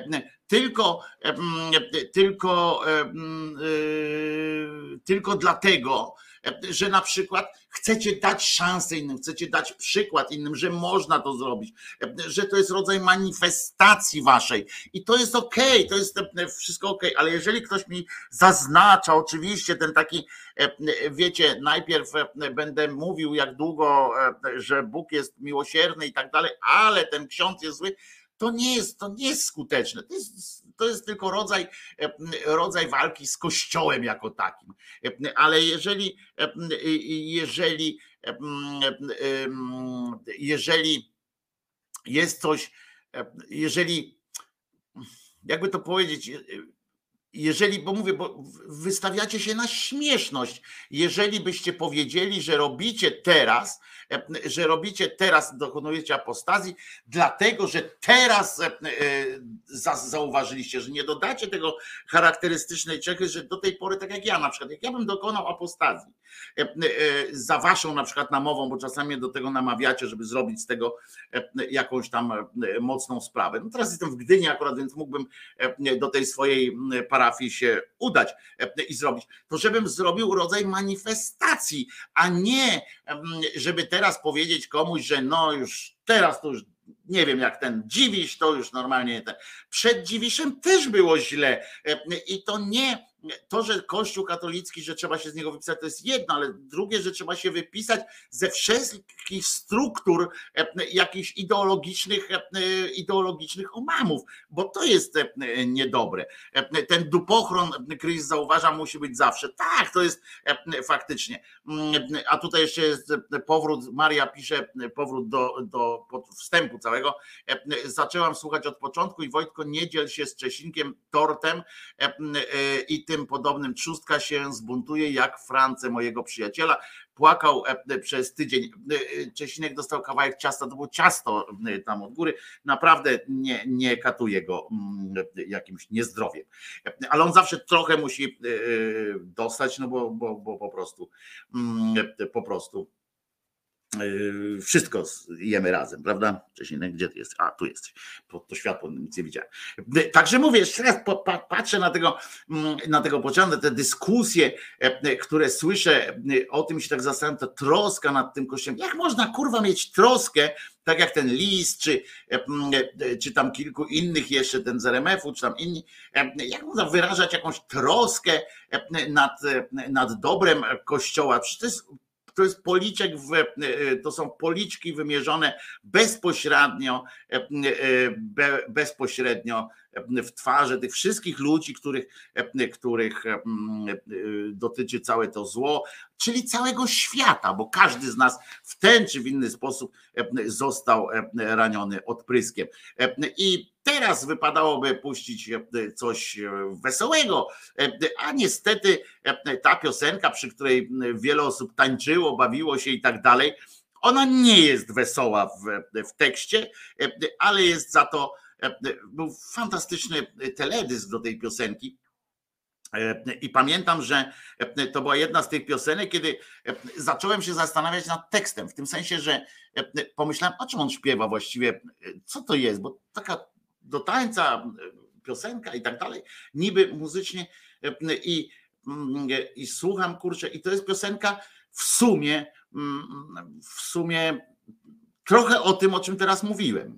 Tylko dlatego, że na przykład chcecie dać szansę innym, chcecie dać przykład innym, że można to zrobić, że to jest rodzaj manifestacji waszej i to jest okej, to jest wszystko okej, ale jeżeli ktoś mi zaznacza, oczywiście ten taki, wiecie, najpierw będę mówił jak długo, że Bóg jest miłosierny i tak dalej, ale ten ksiądz jest zły, to nie jest skuteczne. To jest tylko rodzaj walki z Kościołem jako takim. Ale jeżeli jest coś, jakby to powiedzieć, bo mówię, bo wystawiacie się na śmieszność, jeżeli byście powiedzieli, że robicie teraz, dokonujecie apostazji, dlatego, że teraz zauważyliście, że nie dodacie tego charakterystycznej cechy, że do tej pory, tak jak ja na przykład, jak ja bym dokonał apostazji za waszą na przykład namową, bo czasami do tego namawiacie, żeby zrobić z tego jakąś tam mocną sprawę. No teraz jestem w Gdyni akurat, więc mógłbym do tej swojej parafii się udać i zrobić. To żebym zrobił rodzaj manifestacji, a nie żeby teraz powiedzieć komuś, że no już teraz to już nie wiem, jak ten Dziwisz, to już normalnie przed Dziwiszem też było źle i to nie to, że Kościół katolicki, że trzeba się z niego wypisać, to jest jedno, ale drugie, że trzeba się wypisać ze wszystkich struktur jakichś ideologicznych omamów, bo to jest niedobre. Ten dupochron, Chris zauważa, musi być zawsze. Tak, to jest faktycznie. A tutaj jeszcze jest powrót, Maria pisze, powrót do wstępu całego. Zaczęłam słuchać od początku i Wojtko, nie dziel się z Czesinkiem tortem i tym podobnym, trzustka się zbuntuje jak France mojego przyjaciela. Płakał przez tydzień. Czesinek dostał kawałek ciasta, to było ciasto tam od góry. Naprawdę nie katuje go jakimś niezdrowiem. Ale on zawsze trochę musi dostać, no bo po prostu wszystko jemy razem, prawda? Czesinek, gdzie ty jesteś? A, tu jesteś. To światło, nic nie widziałem. Także mówię, jeszcze raz patrzę na tego początku, te dyskusje, które słyszę, o tym się tak zastanawiam, ta troska nad tym kościołem. Jak można, kurwa, mieć troskę, tak jak ten Lis, czy tam kilku innych jeszcze, ten z RMF-u, czy tam inni, jak można wyrażać jakąś troskę nad dobrem kościoła? Przecież to jest policzek, to są policzki wymierzone bezpośrednio w twarze tych wszystkich ludzi, których dotyczy całe to zło, czyli całego świata, bo każdy z nas w ten czy w inny sposób został raniony odpryskiem. I teraz wypadałoby puścić coś wesołego, a niestety ta piosenka, przy której wiele osób tańczyło, bawiło się i tak dalej, ona nie jest wesoła w tekście, ale jest za to, był fantastyczny teledysk do tej piosenki. I pamiętam, że to była jedna z tych piosenek, kiedy zacząłem się zastanawiać nad tekstem, w tym sensie, że pomyślałem, o czym on śpiewa właściwie, co to jest, bo taka do tańca piosenka i tak dalej, niby muzycznie i słucham, kurczę, i to jest piosenka w sumie trochę o tym, o czym teraz mówiłem.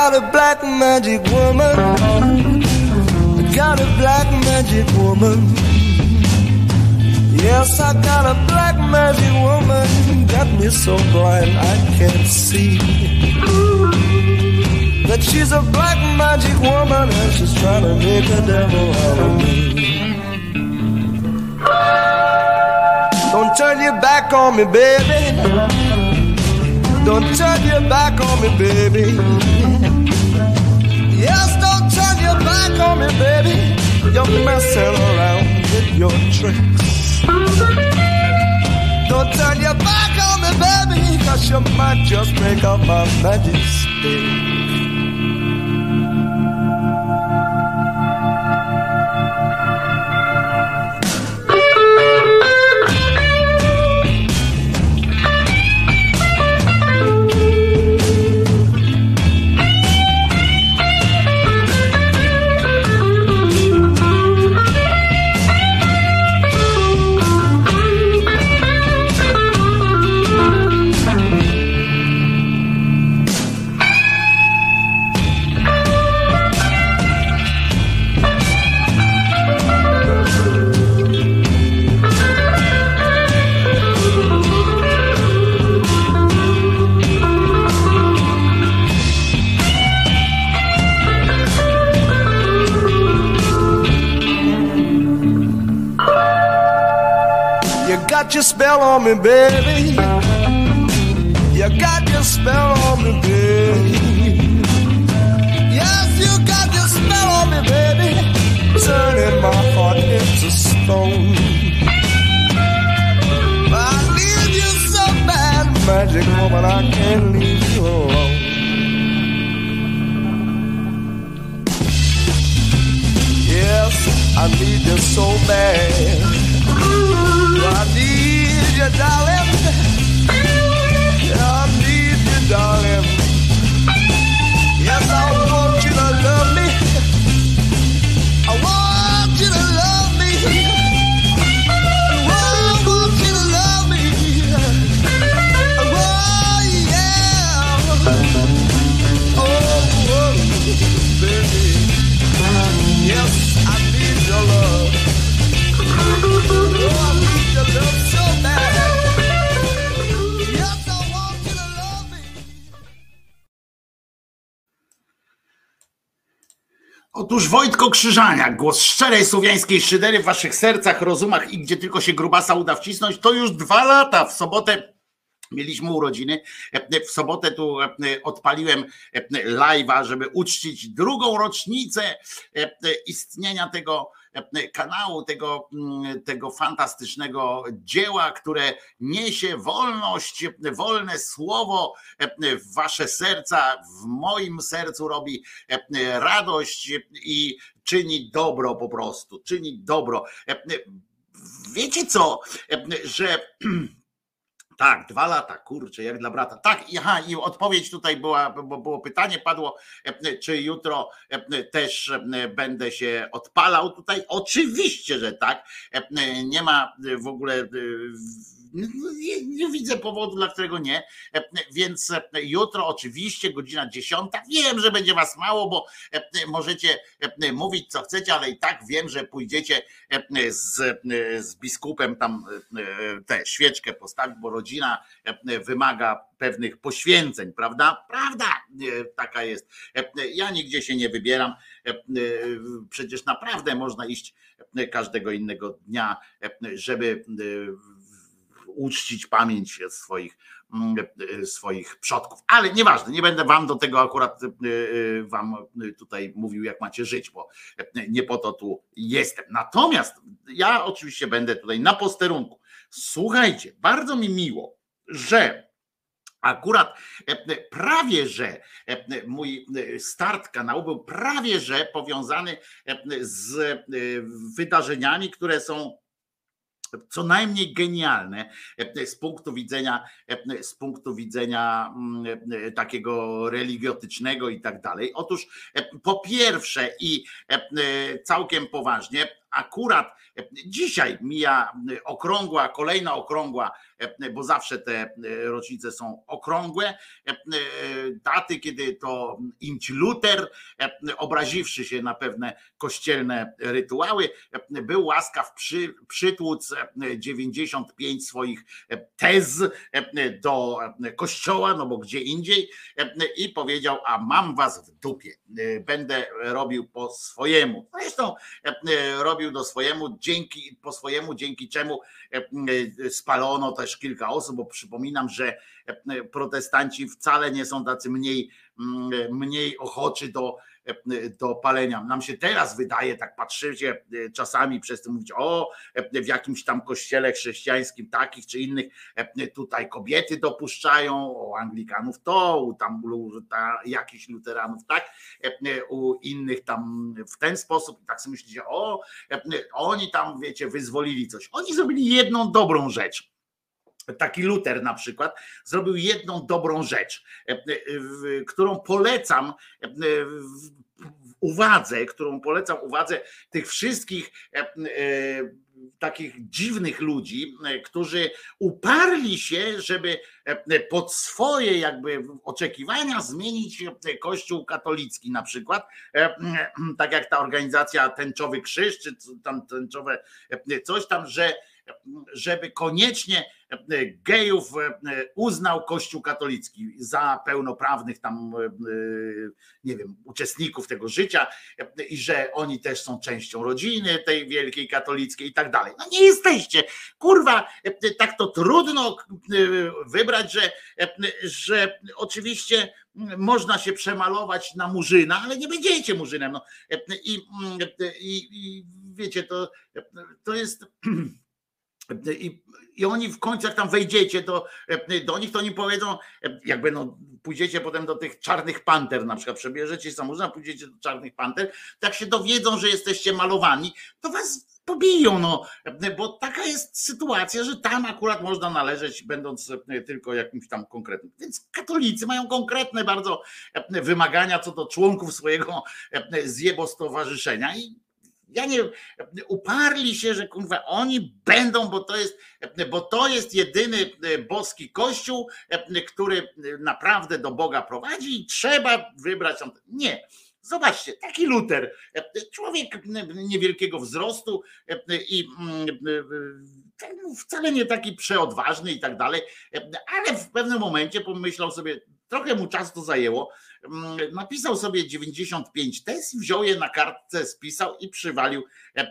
got a black magic woman. Got a black magic woman. Yes, I got a black magic woman. Got me so blind I can't see that she's a black magic woman and she's trying to make a devil out of me. Don't turn your back on me, baby. Don't turn your back on me, baby. Yes, don't turn your back on me, baby. You're messing around with your tricks. Don't turn your back on me, baby, 'cause you might just break up my magic stick. Got your spell on me, baby. You got your spell on me, baby. Yes, you got your spell on me, baby. Turning my heart into stone. I need you so bad, magic woman, I can't leave you alone. Yes, I need you so bad. I need you, darling. I need you, darling. Yes, I want you to love me. I want you to love me. I want you to love me. Oh, yeah. Oh, baby. Yes, I need your love. Oh, I need your love so bad. Yes, I want you to love me. Otóż Wojtko Krzyżaniak, głos szczerej słowiańskiej szydery w waszych sercach, rozumach i gdzie tylko się grubasa uda wcisnąć. To już 2 lata. W sobotę mieliśmy urodziny. W sobotę tu odpaliłem live'a, żeby uczcić 2. rocznicę istnienia tego kanału, tego fantastycznego dzieła, które niesie wolność, wolne słowo w wasze serca, w moim sercu robi radość i czyni dobro po prostu, czyni dobro. Wiecie co, że tak, 2 lata, kurczę, jak dla brata. Tak, aha, i odpowiedź tutaj była, bo było pytanie, padło, czy jutro też będę się odpalał tutaj. Oczywiście, że tak. Nie ma w ogóle, nie widzę powodu, dla którego nie. Więc jutro oczywiście godzina 10. Wiem, że będzie was mało, bo możecie mówić co chcecie, ale i tak wiem, że pójdziecie z biskupem tam tę świeczkę postawić, bo rodzina wymaga pewnych poświęceń, prawda? Prawda, taka jest. Ja nigdzie się nie wybieram. Przecież naprawdę można iść każdego innego dnia, żeby uczcić pamięć swoich przodków. Ale nieważne, nie będę wam do tego akurat wam tutaj mówił, jak macie żyć, bo nie po to tu jestem. Natomiast ja oczywiście będę tutaj na posterunku. Słuchajcie, bardzo mi miło, że akurat prawie, że mój start kanału był prawie, że powiązany z wydarzeniami, które są co najmniej genialne z punktu widzenia takiego religiotycznego i tak dalej. Otóż po pierwsze i całkiem poważnie, akurat dzisiaj mija kolejna okrągła, bo zawsze te rocznice są okrągłe, daty, kiedy to imć Luter, obraziwszy się na pewne kościelne rytuały, był łaskaw przytłuc 95 swoich tez do kościoła, no bo gdzie indziej, i powiedział: a mam was w dupie, będę robił po swojemu. Zresztą robił po swojemu, dzięki czemu spalono też kilka osób, bo przypominam, że protestanci wcale nie są tacy mniej ochoczy do palenia. Nam się teraz wydaje, tak patrzycie czasami przez to, mówić: o, w jakimś tam kościele chrześcijańskim takich czy innych tutaj kobiety dopuszczają, u Anglikanów to, u tam jakichś luteranów tak, u innych tam w ten sposób. I tak sobie myślicie: o, oni tam, wiecie, wyzwolili coś. Oni zrobili jedną dobrą rzecz. Taki Luter na przykład zrobił jedną dobrą rzecz, którą polecam uwadze tych wszystkich takich dziwnych ludzi, którzy uparli się, żeby pod swoje jakby oczekiwania zmienić Kościół katolicki na przykład, tak jak ta organizacja Tęczowy Krzyż, czy tam tęczowe coś tam, żeby koniecznie gejów uznał Kościół katolicki za pełnoprawnych tam, nie wiem, uczestników tego życia i że oni też są częścią rodziny tej wielkiej katolickiej i tak dalej. No nie jesteście, kurwa, tak to trudno wybrać, że oczywiście można się przemalować na murzyna, ale nie będziecie murzynem. No. I wiecie, to jest... I oni w końcu, jak tam wejdziecie do nich, to oni powiedzą, jakby pójdziecie potem do tych czarnych panter, na przykład przebierzecie samochód, pójdziecie do czarnych panter, tak się dowiedzą, że jesteście malowani, to was pobiją, bo taka jest sytuacja, że tam akurat można należeć, będąc tylko jakimś tam konkretnym. Więc katolicy mają konkretne bardzo wymagania co do członków swojego zjebostowarzyszenia i uparli się, że kurwa oni będą, bo to jest jedyny boski kościół, który naprawdę do Boga prowadzi i trzeba wybrać. Nie. Zobaczcie, taki Luter, człowiek niewielkiego wzrostu i wcale nie taki przeodważny i tak dalej, ale w pewnym momencie pomyślał sobie, trochę mu czasu to zajęło, napisał sobie 95 tez, wziął je na kartce, spisał i przywalił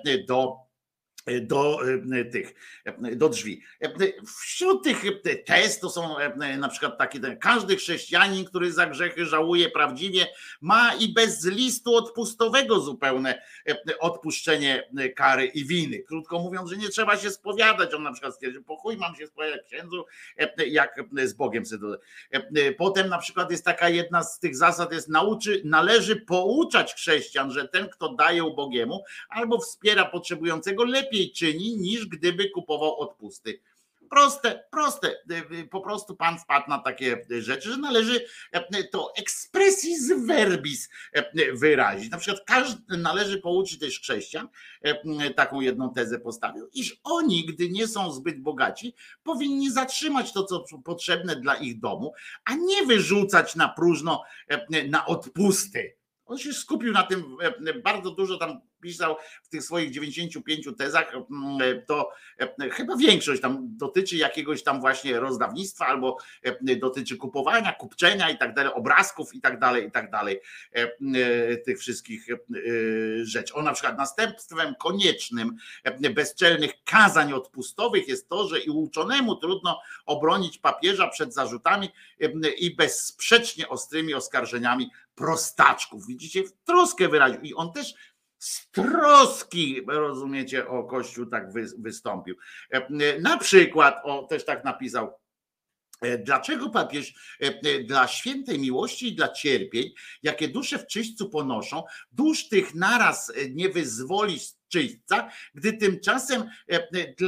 do drzwi. Wśród tych tez to są na przykład takie: każdy chrześcijanin, który za grzechy żałuje prawdziwie, ma i bez listu odpustowego zupełne odpuszczenie kary i winy. Krótko mówiąc, że nie trzeba się spowiadać. On na przykład stwierdził: po chuj mam się spowiadać księdzu, jak z Bogiem sobie. Potem na przykład jest taka jedna z tych zasad, należy pouczać chrześcijan, że ten, kto daje ubogiemu albo wspiera potrzebującego, lepiej czyni, niż gdyby kupował odpusty. Proste, po prostu pan wpadł na takie rzeczy, że należy to expressis verbis wyrazić. Na przykład należy pouczyć też chrześcijan, taką jedną tezę postawił, iż oni, gdy nie są zbyt bogaci, powinni zatrzymać to, co potrzebne dla ich domu, a nie wyrzucać na próżno na odpusty. On się skupił na tym, bardzo dużo tam pisał w tych swoich 95 tezach, to chyba większość tam dotyczy jakiegoś tam właśnie rozdawnictwa albo dotyczy kupowania, kupczenia i tak dalej, obrazków i tak dalej, tych wszystkich rzeczy. On na przykład następstwem koniecznym bezczelnych kazań odpustowych jest to, że i uczonemu trudno obronić papieża przed zarzutami i bezsprzecznie ostrymi oskarżeniami prostaczków. Widzicie, w troskę wyraził i on też z troski, rozumiecie, o Kościół tak wystąpił. Na przykład, też tak napisał: dlaczego papież dla świętej miłości i dla cierpień, jakie dusze w czyśćcu ponoszą, dusz tych naraz nie wyzwoli z czyśćca, gdy tymczasem dla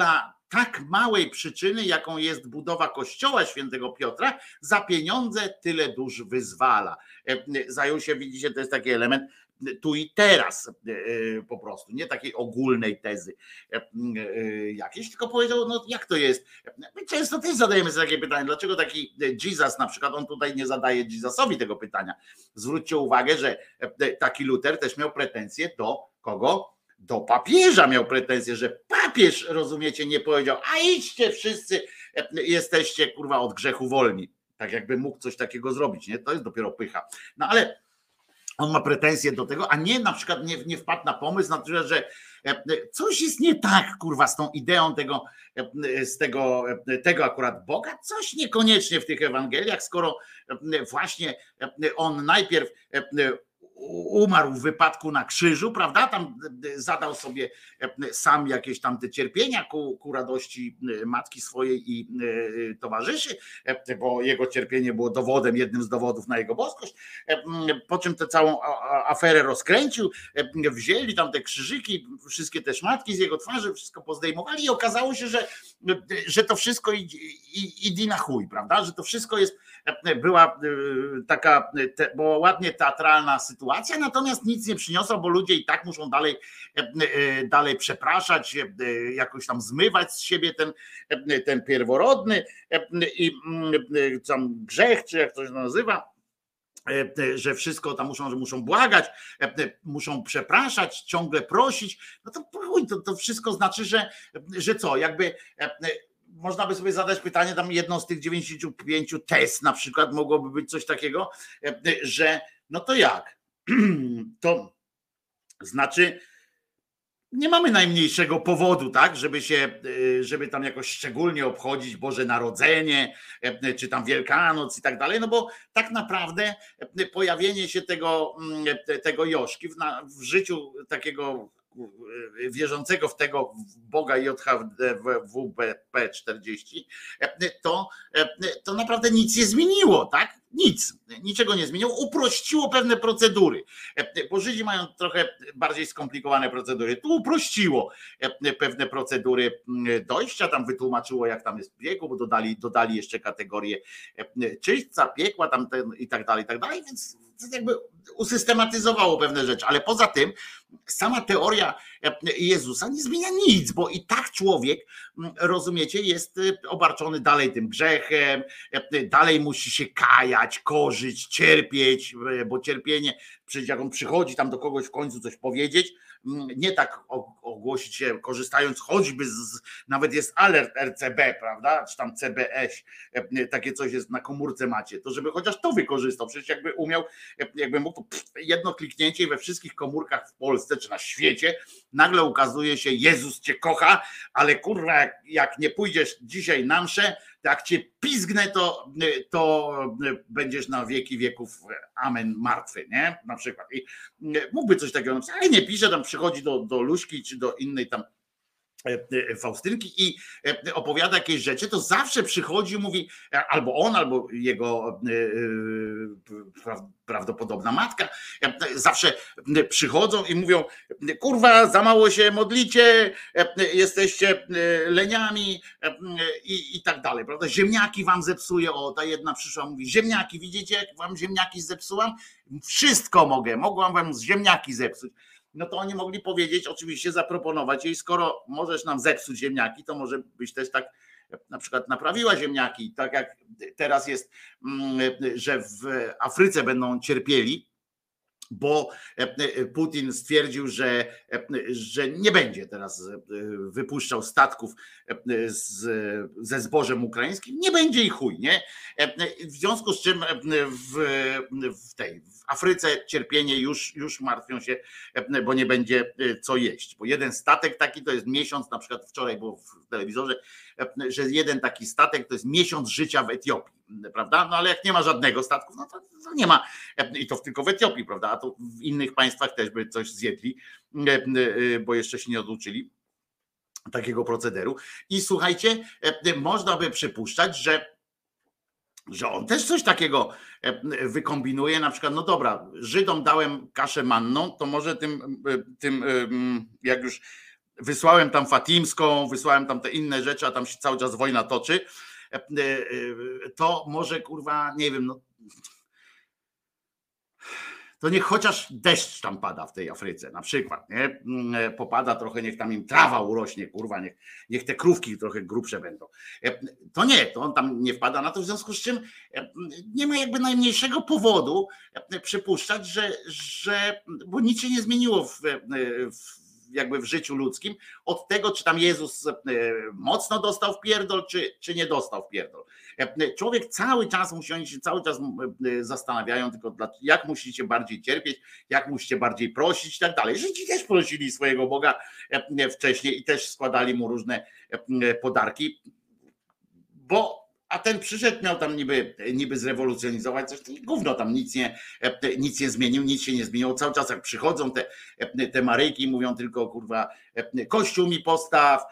tak małej przyczyny, jaką jest budowa kościoła świętego Piotra, za pieniądze tyle dusz wyzwala. Zajął się, widzicie, to jest taki element tu i teraz po prostu, nie takiej ogólnej tezy jakiejś, tylko powiedział, no jak to jest. My często też zadajemy sobie takie pytanie, dlaczego taki Jesus na przykład, on tutaj nie zadaje Jezusowi tego pytania. Zwróćcie uwagę, że taki Luter też miał pretensje do kogo? Do papieża miał pretensje, że papież, rozumiecie, nie powiedział, a idźcie wszyscy, jesteście kurwa od grzechu wolni. Tak jakby mógł coś takiego zrobić, nie? To jest dopiero pycha. No ale on ma pretensje do tego, a nie na przykład nie wpadł na pomysł, na przykład, że coś jest nie tak, kurwa, z tą ideą tego akurat Boga, coś niekoniecznie w tych Ewangeliach, skoro właśnie on najpierw umarł w wypadku na krzyżu, prawda? Tam zadał sobie sam jakieś tam te cierpienia ku radości matki swojej i towarzyszy, bo jego cierpienie było dowodem, jednym z dowodów na jego boskość. Po czym tę całą aferę rozkręcił, wzięli tam te krzyżyki, wszystkie te szmatki z jego twarzy, wszystko pozdejmowali i okazało się, że to wszystko idzie na chuj, prawda? Że to wszystko była taka, była ładnie teatralna sytuacja, natomiast nic nie przyniosła, bo ludzie i tak muszą dalej przepraszać, jakoś tam zmywać z siebie ten pierworodny i tam grzech, czy jak to się nazywa, że wszystko tam muszą błagać, muszą przepraszać, ciągle prosić, no to wszystko znaczy, że co, jakby można by sobie zadać pytanie, tam jedną z tych 95 tez na przykład mogłoby być coś takiego, że no to jak? To znaczy nie mamy najmniejszego powodu, tak, żeby tam jakoś szczególnie obchodzić Boże Narodzenie, czy tam Wielkanoc i tak dalej, no bo tak naprawdę pojawienie się tego Joszki w życiu takiego wierzącego w tego Boga JHWP 40, to naprawdę nic nie zmieniło, tak? Niczego nie zmieniło, uprościło pewne procedury, bo Żydzi mają trochę bardziej skomplikowane procedury, tu uprościło pewne procedury dojścia, tam wytłumaczyło, jak tam jest piekło, bo dodali jeszcze kategorię czyśćca, piekła tam i tak dalej, więc jakby usystematyzowało pewne rzeczy, ale poza tym sama teoria Jezusa nie zmienia nic, bo i tak człowiek, rozumiecie, jest obarczony dalej tym grzechem, dalej musi się kajać, korzyć, cierpieć, bo cierpienie, przecież jak on przychodzi tam do kogoś w końcu coś powiedzieć, nie tak ogłosić się, korzystając choćby nawet jest alert RCB, prawda, czy tam CBS, takie coś jest na komórce macie, to żeby chociaż to wykorzystał, przecież jakby mógł, jedno kliknięcie i we wszystkich komórkach w Polsce czy na świecie nagle ukazuje się, Jezus cię kocha, ale kurwa, jak nie pójdziesz dzisiaj na mszę, jak cię pizgnę, to będziesz na wieki wieków, amen, martwy, nie? Na przykład. I mógłby coś takiego napisać, ale nie pisze, tam przychodzi do Luśki czy do innej tam Faustynki i opowiada jakieś rzeczy, to zawsze przychodzi, mówi, albo on, albo jego prawdopodobna matka, zawsze przychodzą i mówią, kurwa, za mało się modlicie, jesteście leniami i tak dalej, prawda? Ziemniaki wam zepsuję, ta jedna przyszła, mówi, ziemniaki, widzicie, jak wam ziemniaki zepsułam? Wszystko mogłam wam ziemniaki zepsuć. No to oni mogli powiedzieć, oczywiście zaproponować jej, skoro możesz nam zepsuć ziemniaki, to może byś też tak na przykład naprawiła ziemniaki, tak jak teraz jest, że w Afryce będą cierpieli, bo Putin stwierdził, że nie będzie teraz wypuszczał statków ze zbożem ukraińskim, nie będzie i chuj, nie? W związku z czym w Afryce cierpienie już martwią się, bo nie będzie co jeść, bo jeden statek taki to jest miesiąc, na przykład wczoraj było w telewizorze, że jeden taki statek to jest miesiąc życia w Etiopii, prawda? No ale jak nie ma żadnego statku, no to nie ma, i to tylko w Etiopii, prawda? A to w innych państwach też by coś zjedli, bo jeszcze się nie oduczyli takiego procederu. I słuchajcie, można by przypuszczać, że on też coś takiego wykombinuje, na przykład, no dobra, Żydom dałem kaszę manną, to może tym jak już wysłałem tam Fatimską, wysłałem tam te inne rzeczy, a tam się cały czas wojna toczy, to może kurwa, nie wiem, no to niech chociaż deszcz tam pada w tej Afryce, na przykład, nie? Popada trochę, niech tam im trawa urośnie, kurwa, niech te krówki trochę grubsze będą. To nie, to on tam nie wpada na to, w związku z czym nie ma jakby najmniejszego powodu przypuszczać, bo nic się nie zmieniło jakby w życiu ludzkim od tego, czy tam Jezus mocno dostał w pierdol, czy nie dostał w pierdol. Człowiek cały czas musi, oni się cały czas zastanawiają tylko jak musicie bardziej cierpieć, jak musicie bardziej prosić i tak dalej. Żydzi też prosili swojego Boga wcześniej i też składali mu różne podarki, a ten przyszedł, miał tam niby zrewolucjonizować coś, to gówno tam nic nie zmienił, nic się nie zmieniło. Cały czas jak przychodzą te Maryjki, mówią tylko kurwa, kościół mi postaw,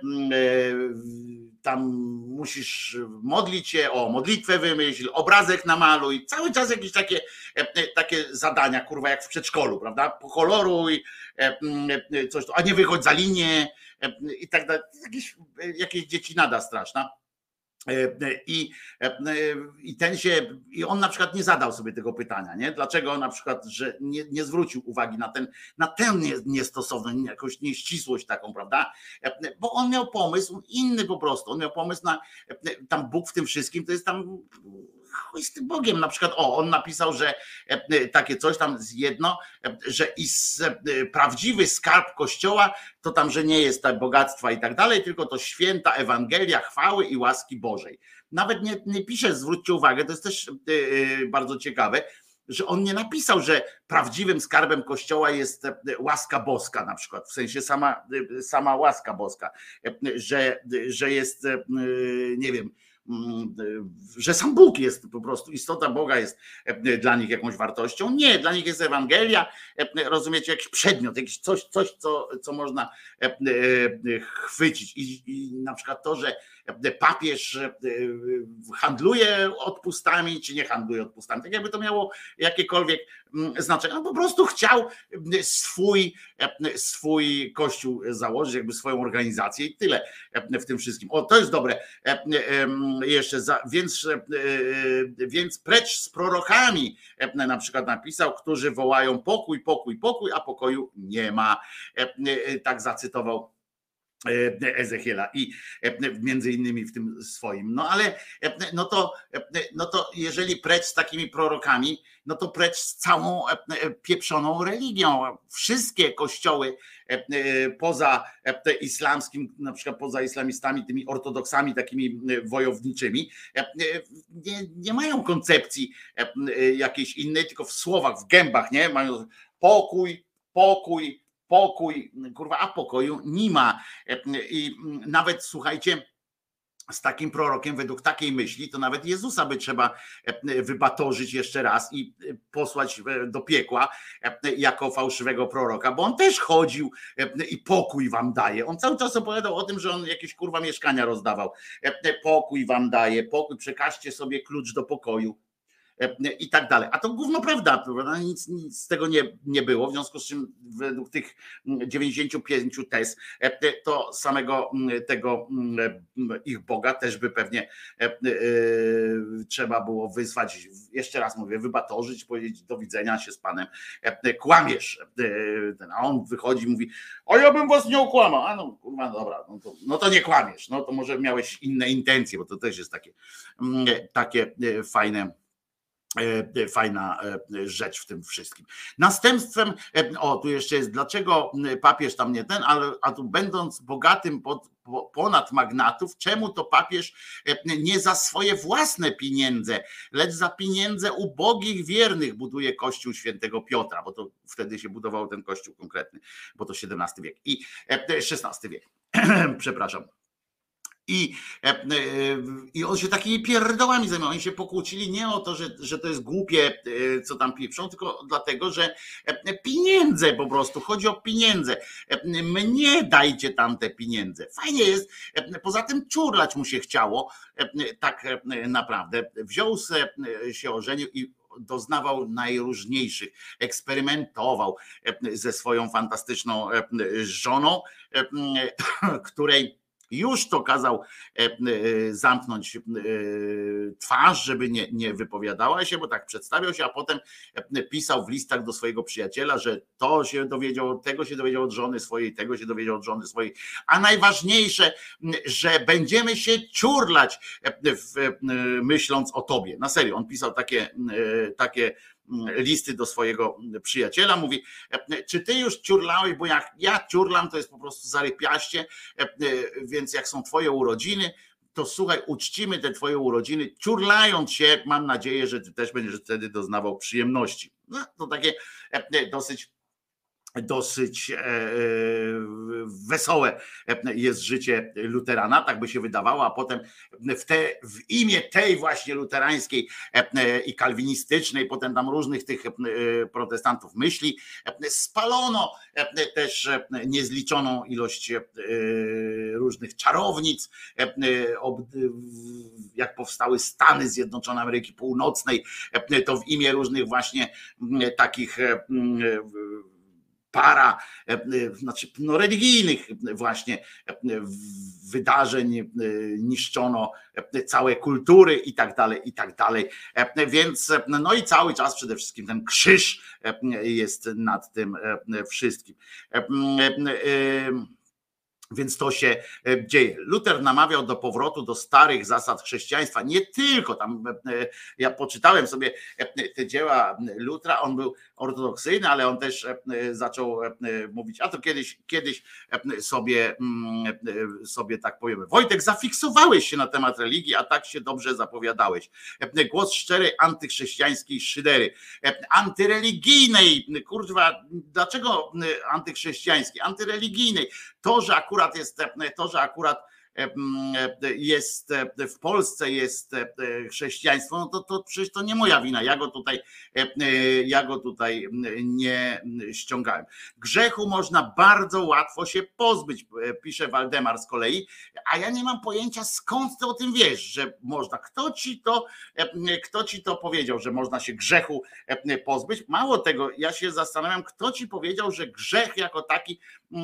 tam musisz modlić się, modlitwę wymyśl, obrazek namaluj, cały czas jakieś takie zadania, kurwa, jak w przedszkolu, prawda? Pokoloruj, coś, a nie wychodź za linię i tak dalej. Jakieś dziecinada straszna. I on na przykład nie zadał sobie tego pytania, nie? Dlaczego na przykład, że nie zwrócił uwagi na tę niestosowność, jakąś nieścisłość taką, prawda? Bo on miał pomysł inny po prostu, on miał pomysł na tam Bóg w tym wszystkim, to jest tam chuj z tym Bogiem, na przykład on napisał, że takie coś tam jedno, że prawdziwy skarb Kościoła to tam, że nie jest tak bogactwa i tak dalej, tylko to święta Ewangelia, chwały i łaski Bożej. Nawet nie pisze, zwróćcie uwagę, to jest też bardzo ciekawe, że on nie napisał, że prawdziwym skarbem Kościoła jest łaska boska na przykład, w sensie sama łaska boska, że jest, nie wiem, że sam Bóg jest po prostu, istota Boga jest dla nich jakąś wartością. Nie, dla nich jest Ewangelia, rozumiecie, jakiś przedmiot, jakiś coś, co można chwycić. I na przykład to, że papież handluje odpustami, czy nie handluje odpustami, tak jakby to miało jakiekolwiek znaczenie. On po prostu chciał swój kościół założyć, jakby swoją organizację i tyle w tym wszystkim. To jest dobre. Jeszcze więc precz z prorokami, na przykład napisał, którzy wołają pokój, pokój, pokój, a pokoju nie ma. Tak zacytował Ezechiela i między innymi w tym swoim. No ale no to jeżeli precz z takimi prorokami, no to precz z całą pieprzoną religią. Wszystkie kościoły poza islamskim, na przykład poza islamistami, tymi ortodoksami takimi wojowniczymi, nie mają koncepcji jakiejś innej, tylko w słowach, w gębach, nie? Mają pokój, pokój, pokój, kurwa, a pokoju nie ma. I nawet słuchajcie, z takim prorokiem, według takiej myśli, to nawet Jezusa by trzeba wybatorzyć jeszcze raz i posłać do piekła jako fałszywego proroka, bo on też chodził i pokój wam daje. On cały czas opowiadał o tym, że on jakieś kurwa mieszkania rozdawał. Pokój wam daje, pokój, przekażcie sobie klucz do pokoju. I tak dalej. A to gówno prawda, nic z tego nie było, w związku z czym według tych 95 tez to samego tego ich Boga też by pewnie trzeba było wysłać, jeszcze raz mówię, wybatorzyć, powiedzieć do widzenia się z Panem, kłamiesz. A on wychodzi i mówi, a ja bym was nie okłamał. A no kurwa, dobra, no to nie kłamiesz, no to może miałeś inne intencje, bo to też jest takie fajna rzecz w tym wszystkim. Następstwem, tu jeszcze jest, dlaczego papież tam nie a tu będąc bogatym ponad magnatów, czemu to papież nie za swoje własne pieniądze, lecz za pieniądze ubogich wiernych buduje kościół świętego Piotra, bo to wtedy się budował ten kościół konkretny, bo to XVII wiek i XVI wiek, przepraszam. I on się takimi pierdołami zajmował. Oni się pokłócili nie o to, że to jest głupie, co tam pieprzą, tylko dlatego, że pieniądze po prostu, chodzi o pieniądze. Mnie dajcie tam te pieniądze. Fajnie jest, poza tym czurlać mu się chciało, tak naprawdę. Wziął się, ożenił i doznawał najróżniejszych, eksperymentował ze swoją fantastyczną żoną, której już to kazał zamknąć twarz, żeby nie wypowiadała się, bo tak przedstawiał się, a potem pisał w listach do swojego przyjaciela, że to się dowiedział, tego się dowiedział od żony swojej, tego się dowiedział od żony swojej, a najważniejsze, że będziemy się ciurlać, myśląc o tobie. Na serio, on pisał takie listy do swojego przyjaciela, mówi, czy ty już ciurlałeś, bo jak ja ciurlam, to jest po prostu zarypiaście, więc jak są twoje urodziny, to słuchaj, uczcimy te twoje urodziny, ciurlając się, mam nadzieję, że ty też będziesz wtedy doznawał przyjemności. No, to takie dosyć wesołe jest życie luterana, tak by się wydawało, a potem w imię tej właśnie luterańskiej i kalwinistycznej, potem tam różnych tych protestantów myśli, spalono też niezliczoną ilość różnych czarownic, jak powstały Stany Zjednoczone Ameryki Północnej, to w imię różnych właśnie takich znaczy religijnych właśnie wydarzeń niszczono całe kultury i tak dalej. Więc no i cały czas przede wszystkim ten krzyż jest nad tym wszystkim. Więc to się dzieje. Luter namawiał do powrotu do starych zasad chrześcijaństwa. Nie tylko tam, ja poczytałem sobie te dzieła Lutra, on był ortodoksyjny, ale on też zaczął mówić, a to kiedyś sobie tak powiemy. Wojtek, zafiksowałeś się na temat religii, a tak się dobrze zapowiadałeś. Głos szczerej antychrześcijańskiej szydery. Antyreligijnej, kurwa, dlaczego antychrześcijańskiej? Antyreligijnej. To, że akurat jest w Polsce jest chrześcijaństwo, no to przecież to nie moja wina. Ja go tutaj nie ściągałem. Grzechu można bardzo łatwo się pozbyć, pisze Waldemar z kolei, a ja nie mam pojęcia, skąd ty o tym wiesz, że można. Kto ci to powiedział, że można się grzechu pozbyć? Mało tego, ja się zastanawiam, kto ci powiedział, że grzech jako taki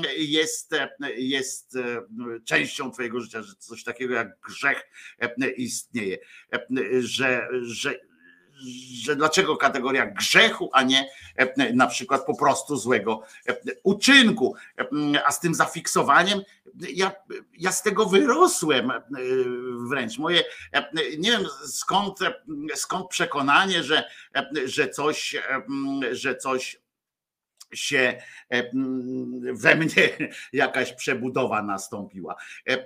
jest częścią twojego życia, że coś takiego jak grzech istnieje, że dlaczego kategoria grzechu, a nie na przykład po prostu złego uczynku, a z tym zafiksowaniem ja z tego wyrosłem wręcz. Nie wiem skąd przekonanie, że coś się we mnie jakaś przebudowa nastąpiła.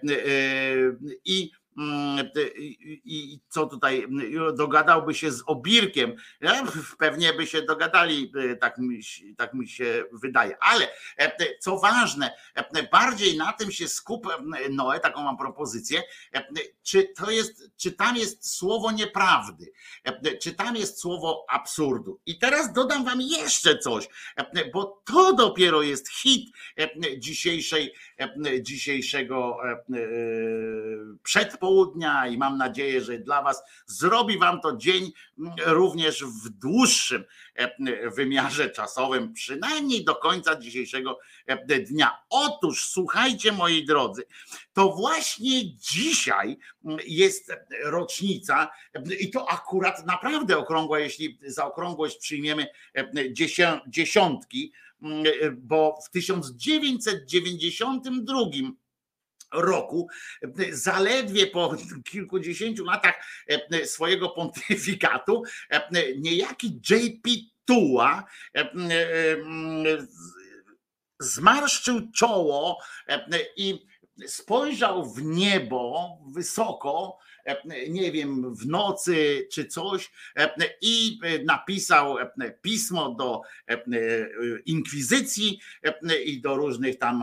I co tutaj, dogadałby się z Obirkiem, pewnie by się dogadali, tak mi się wydaje, ale co ważne, bardziej na tym się skup Noe, taką mam propozycję, czy tam jest słowo nieprawdy, czy tam jest słowo absurdu. I teraz dodam wam jeszcze coś, bo to dopiero jest hit dzisiejszego przedpołudnia i mam nadzieję, że dla was zrobi wam to dzień również w dłuższym wymiarze czasowym, przynajmniej do końca dzisiejszego dnia. Otóż słuchajcie, moi drodzy, to właśnie dzisiaj jest rocznica i to akurat naprawdę okrągła, jeśli za okrągłość przyjmiemy dziesiątki, bo w 1992 roku, zaledwie po kilkudziesięciu latach swojego pontyfikatu, niejaki J.P. Tuła zmarszczył czoło i spojrzał w niebo wysoko, nie wiem, w nocy czy coś, i napisał pismo do inkwizycji i do różnych tam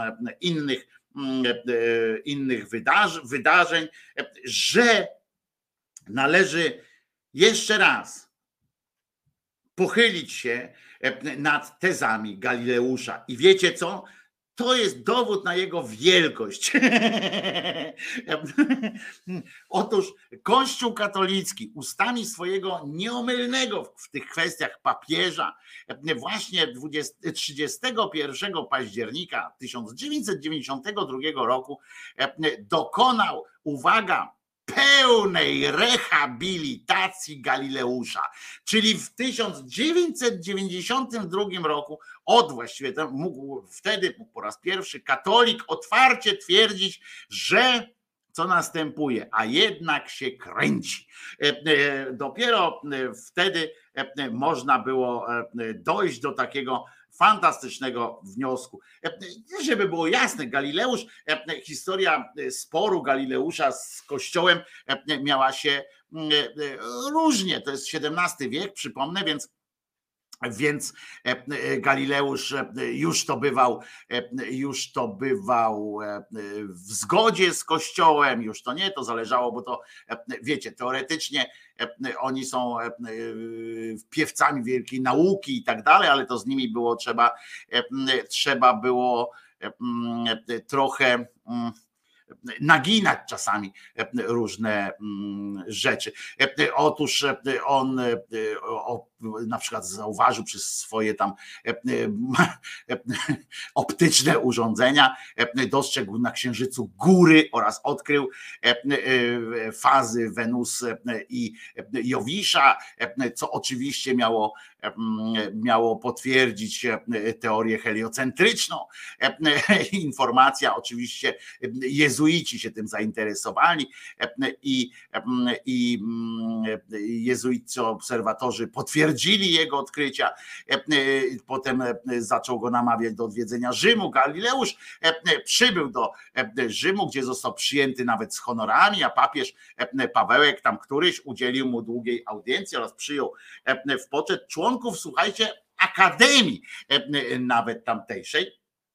innych wydarzeń, że należy jeszcze raz pochylić się nad tezami Galileusza. I wiecie co? To jest dowód na jego wielkość. Otóż Kościół katolicki ustami swojego nieomylnego w tych kwestiach papieża właśnie 31 października 1992 roku dokonał, uwaga, pełnej rehabilitacji Galileusza, czyli w 1992 roku właściwie mógł wtedy po raz pierwszy katolik otwarcie twierdzić, że co następuje, a jednak się kręci. Dopiero wtedy można było dojść do takiego fantastycznego wniosku. Żeby było jasne, Galileusz, historia sporu Galileusza z Kościołem miała się różnie. To jest XVII wiek, przypomnę, więc Galileusz już to bywał w zgodzie z Kościołem, już to nie, to zależało, bo to wiecie, teoretycznie oni są piewcami wielkiej nauki i tak dalej, ale to z nimi było trzeba było trochę naginać czasami różne rzeczy. Otóż on na przykład zauważył przez swoje tam optyczne urządzenia, dostrzegł na Księżycu góry oraz odkrył fazy Wenus i Jowisza, co oczywiście miało potwierdzić teorię heliocentryczną. Informacja oczywiście, jezuici się tym zainteresowali i jezuiccy obserwatorzy potwierdzili jego odkrycia. Potem zaczął go namawiać do odwiedzenia Rzymu. Galileusz przybył do Rzymu, gdzie został przyjęty nawet z honorami, a papież Pawełek tam któryś udzielił mu długiej audiencji oraz przyjął w poczet członków, słuchajcie, akademii nawet tamtejszej.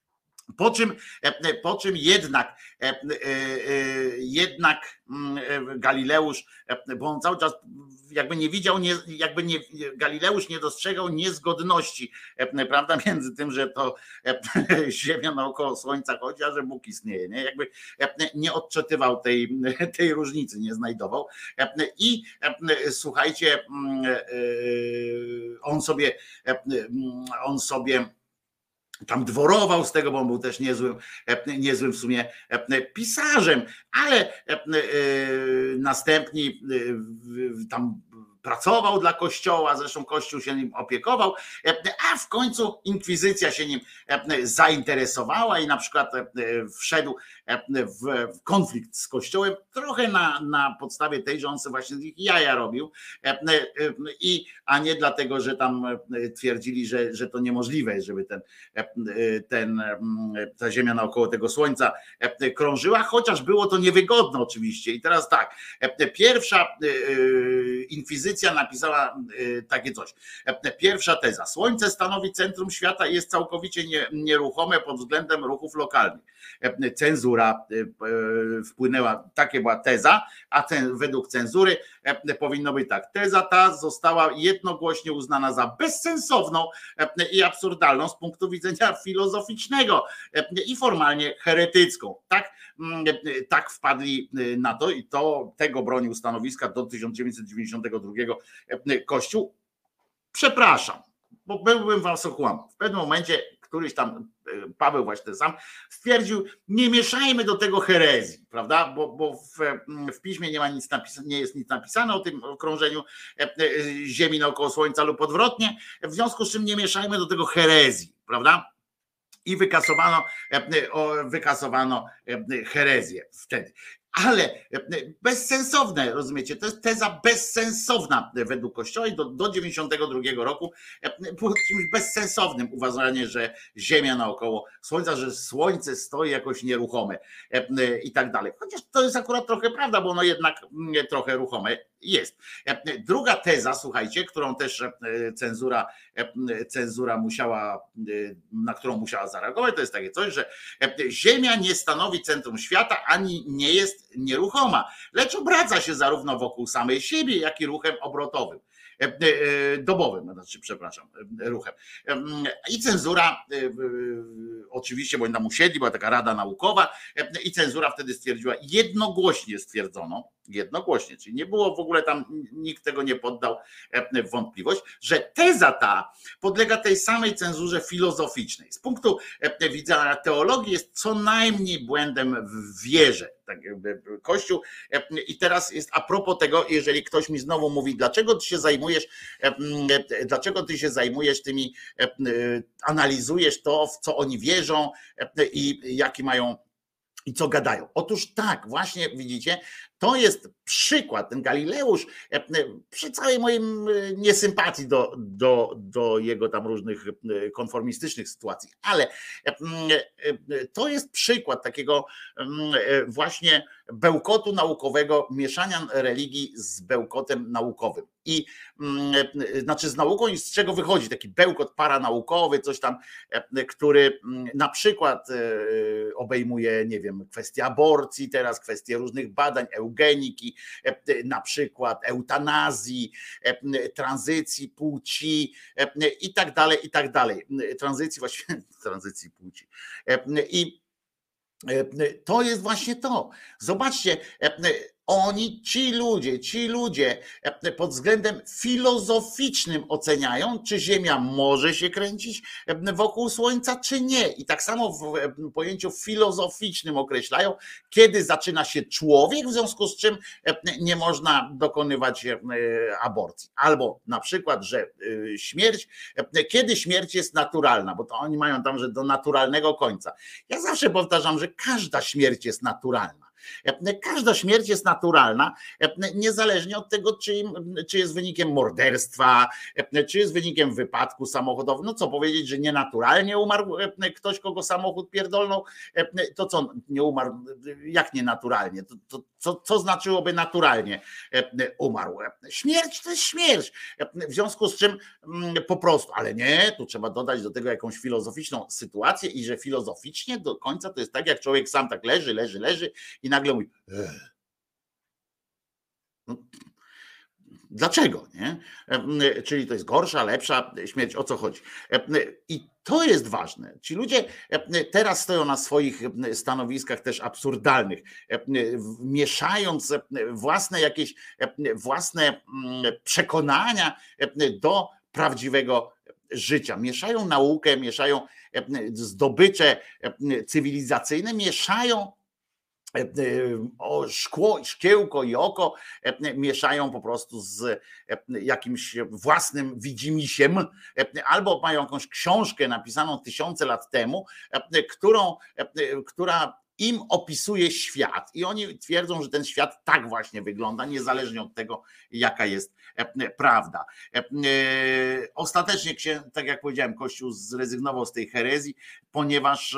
Po czym jednak Galileusz, bo on cały czas jakby nie widział, Galileusz nie dostrzegał niezgodności, prawda, między tym, że to Ziemia naokoło Słońca chodzi, a że Bóg istnieje, nie? Jakby nie odczytywał tej różnicy, nie znajdował. I słuchajcie, on sobie tam dworował z tego, bo on był też niezłym w sumie pisarzem, ale następnie tam pracował dla Kościoła, zresztą Kościół się nim opiekował, a w końcu inkwizycja się nim zainteresowała i na przykład wszedł w konflikt z Kościołem, trochę na podstawie tej, że on sobie właśnie z nich jaja robił, a nie dlatego, że tam twierdzili, że to niemożliwe jest, żeby ta Ziemia naokoło tego Słońca krążyła, chociaż było to niewygodne oczywiście. I teraz tak, pierwsza inkwizycja napisała takie coś. Pierwsza teza. Słońce stanowi centrum świata i jest całkowicie nieruchome pod względem ruchów lokalnych. Cenzura wpłynęła, takie była teza, a według cenzury powinno być tak. Teza ta została jednogłośnie uznana za bezsensowną i absurdalną z punktu widzenia filozoficznego i formalnie heretycką. Tak wpadli na to i tego bronił stanowiska do 1992 Kościół. Przepraszam, bo byłbym was okłamał. W pewnym momencie któryś tam Paweł właśnie ten sam stwierdził, nie mieszajmy do tego herezji, prawda? Bo w piśmie nie jest nic napisane o tym krążeniu Ziemi naokoło Słońca lub odwrotnie, w związku z czym nie mieszajmy do tego herezji, prawda? I wykasowano herezję wtedy. Ale bezsensowne, rozumiecie, to jest teza bezsensowna według Kościoła i do 92 roku było czymś bezsensownym uważanie, że Ziemia naokoło Słońca, że Słońce stoi jakoś nieruchome i tak dalej. Chociaż to jest akurat trochę prawda, bo ono jednak trochę ruchome jest. Druga teza, słuchajcie, którą też cenzura na którą musiała zareagować, to jest takie coś, że Ziemia nie stanowi centrum świata, ani nie jest nieruchoma, lecz obraca się zarówno wokół samej siebie, jak i ruchem obrotowym. dobowym, znaczy, przepraszam, ruchem. I cenzura, oczywiście, bo oni tam usiedli, była taka rada naukowa i cenzura wtedy stwierdziła, jednogłośnie stwierdzono, czyli nie było w ogóle tam, nikt tego nie poddał w wątpliwość, że teza ta podlega tej samej cenzurze filozoficznej. Z punktu widzenia teologii jest co najmniej błędem w wierze. Tak jakby Kościół. I teraz jest a propos tego, jeżeli ktoś mi znowu mówi, dlaczego ty się zajmujesz tymi, analizujesz to, w co oni wierzą i jaki mają i co gadają. Otóż tak, właśnie widzicie, to jest przykład, ten Galileusz, przy całej moim niesympatii do jego tam różnych konformistycznych sytuacji, ale to jest przykład takiego właśnie bełkotu naukowego, mieszania religii z bełkotem naukowym. I znaczy z nauką i z czego wychodzi taki bełkot paranaukowy, coś tam, który na przykład obejmuje, nie wiem, kwestię aborcji, teraz kwestie różnych badań, eugeniki, na przykład eutanazji, tranzycji płci i tak dalej, tranzycji właściwie, tranzycji płci. I to jest właśnie to. Zobaczcie, ci ludzie pod względem filozoficznym oceniają, czy Ziemia może się kręcić wokół Słońca, czy nie. I tak samo w pojęciu filozoficznym określają, kiedy zaczyna się człowiek, w związku z czym nie można dokonywać aborcji. Albo na przykład, że kiedy śmierć jest naturalna, bo to oni mają tam, że do naturalnego końca. Ja zawsze powtarzam, że każda śmierć jest naturalna. Każda śmierć jest naturalna, niezależnie od tego, czy jest wynikiem morderstwa, czy jest wynikiem wypadku samochodowego. No co powiedzieć, że nienaturalnie umarł ktoś, kogo samochód pierdolnął, to co nie umarł, jak nienaturalnie? Co znaczyłoby naturalnie umarł? Śmierć to jest śmierć. W związku z czym po prostu, ale nie, tu trzeba dodać do tego jakąś filozoficzną sytuację i że filozoficznie do końca to jest tak, jak człowiek sam tak leży i nagle mówi no, dlaczego, nie? Czyli to jest gorsza, lepsza śmierć, o co chodzi? I to jest ważne. Ci ludzie teraz stoją na swoich stanowiskach też absurdalnych, mieszając własne przekonania do prawdziwego życia. Mieszają naukę, mieszają zdobycze cywilizacyjne, mieszają szkiełko i oko, mieszają po prostu z jakimś własnym widzimisiem, albo mają jakąś książkę napisaną tysiące lat temu, która im opisuje świat i oni twierdzą, że ten świat tak właśnie wygląda, niezależnie od tego, jaka jest prawda. Ostatecznie, tak jak powiedziałem, Kościół zrezygnował z tej herezji, ponieważ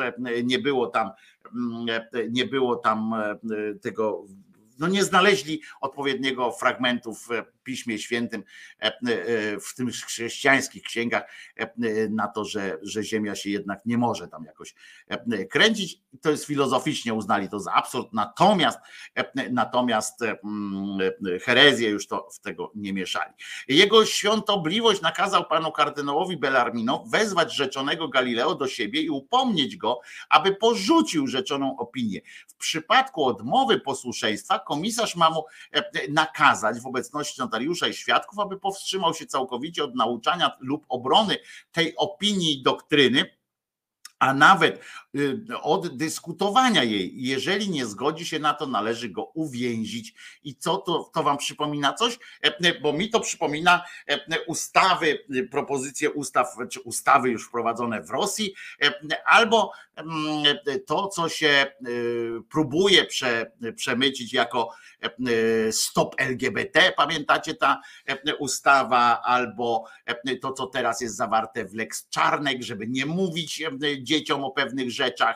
nie było tam tego, no nie znaleźli odpowiedniego fragmentu w Piśmie Świętym, w tych chrześcijańskich księgach na to, że Ziemia się jednak nie może tam jakoś kręcić. To jest filozoficznie uznali to za absurd, natomiast herezję już to w tego nie mieszali. Jego świątobliwość nakazał panu kardynałowi Bellarmino wezwać rzeczonego Galileo do siebie i upomnieć go, aby porzucił rzeczoną opinię. W przypadku odmowy posłuszeństwa komisarz ma mu nakazać w obecności notariusza i świadków, aby powstrzymał się całkowicie od nauczania lub obrony tej opinii i doktryny, a nawet od dyskutowania jej. Jeżeli nie zgodzi się na to, należy go uwięzić. I co to wam przypomina coś? Bo mi to przypomina ustawy, propozycje ustaw, czy ustawy już wprowadzone w Rosji, albo to, co się próbuje przemycić jako stop LGBT, pamiętacie ta ustawa, albo to, co teraz jest zawarte w Lex Czarnek, żeby nie mówić dzieciom o pewnych rzeczach,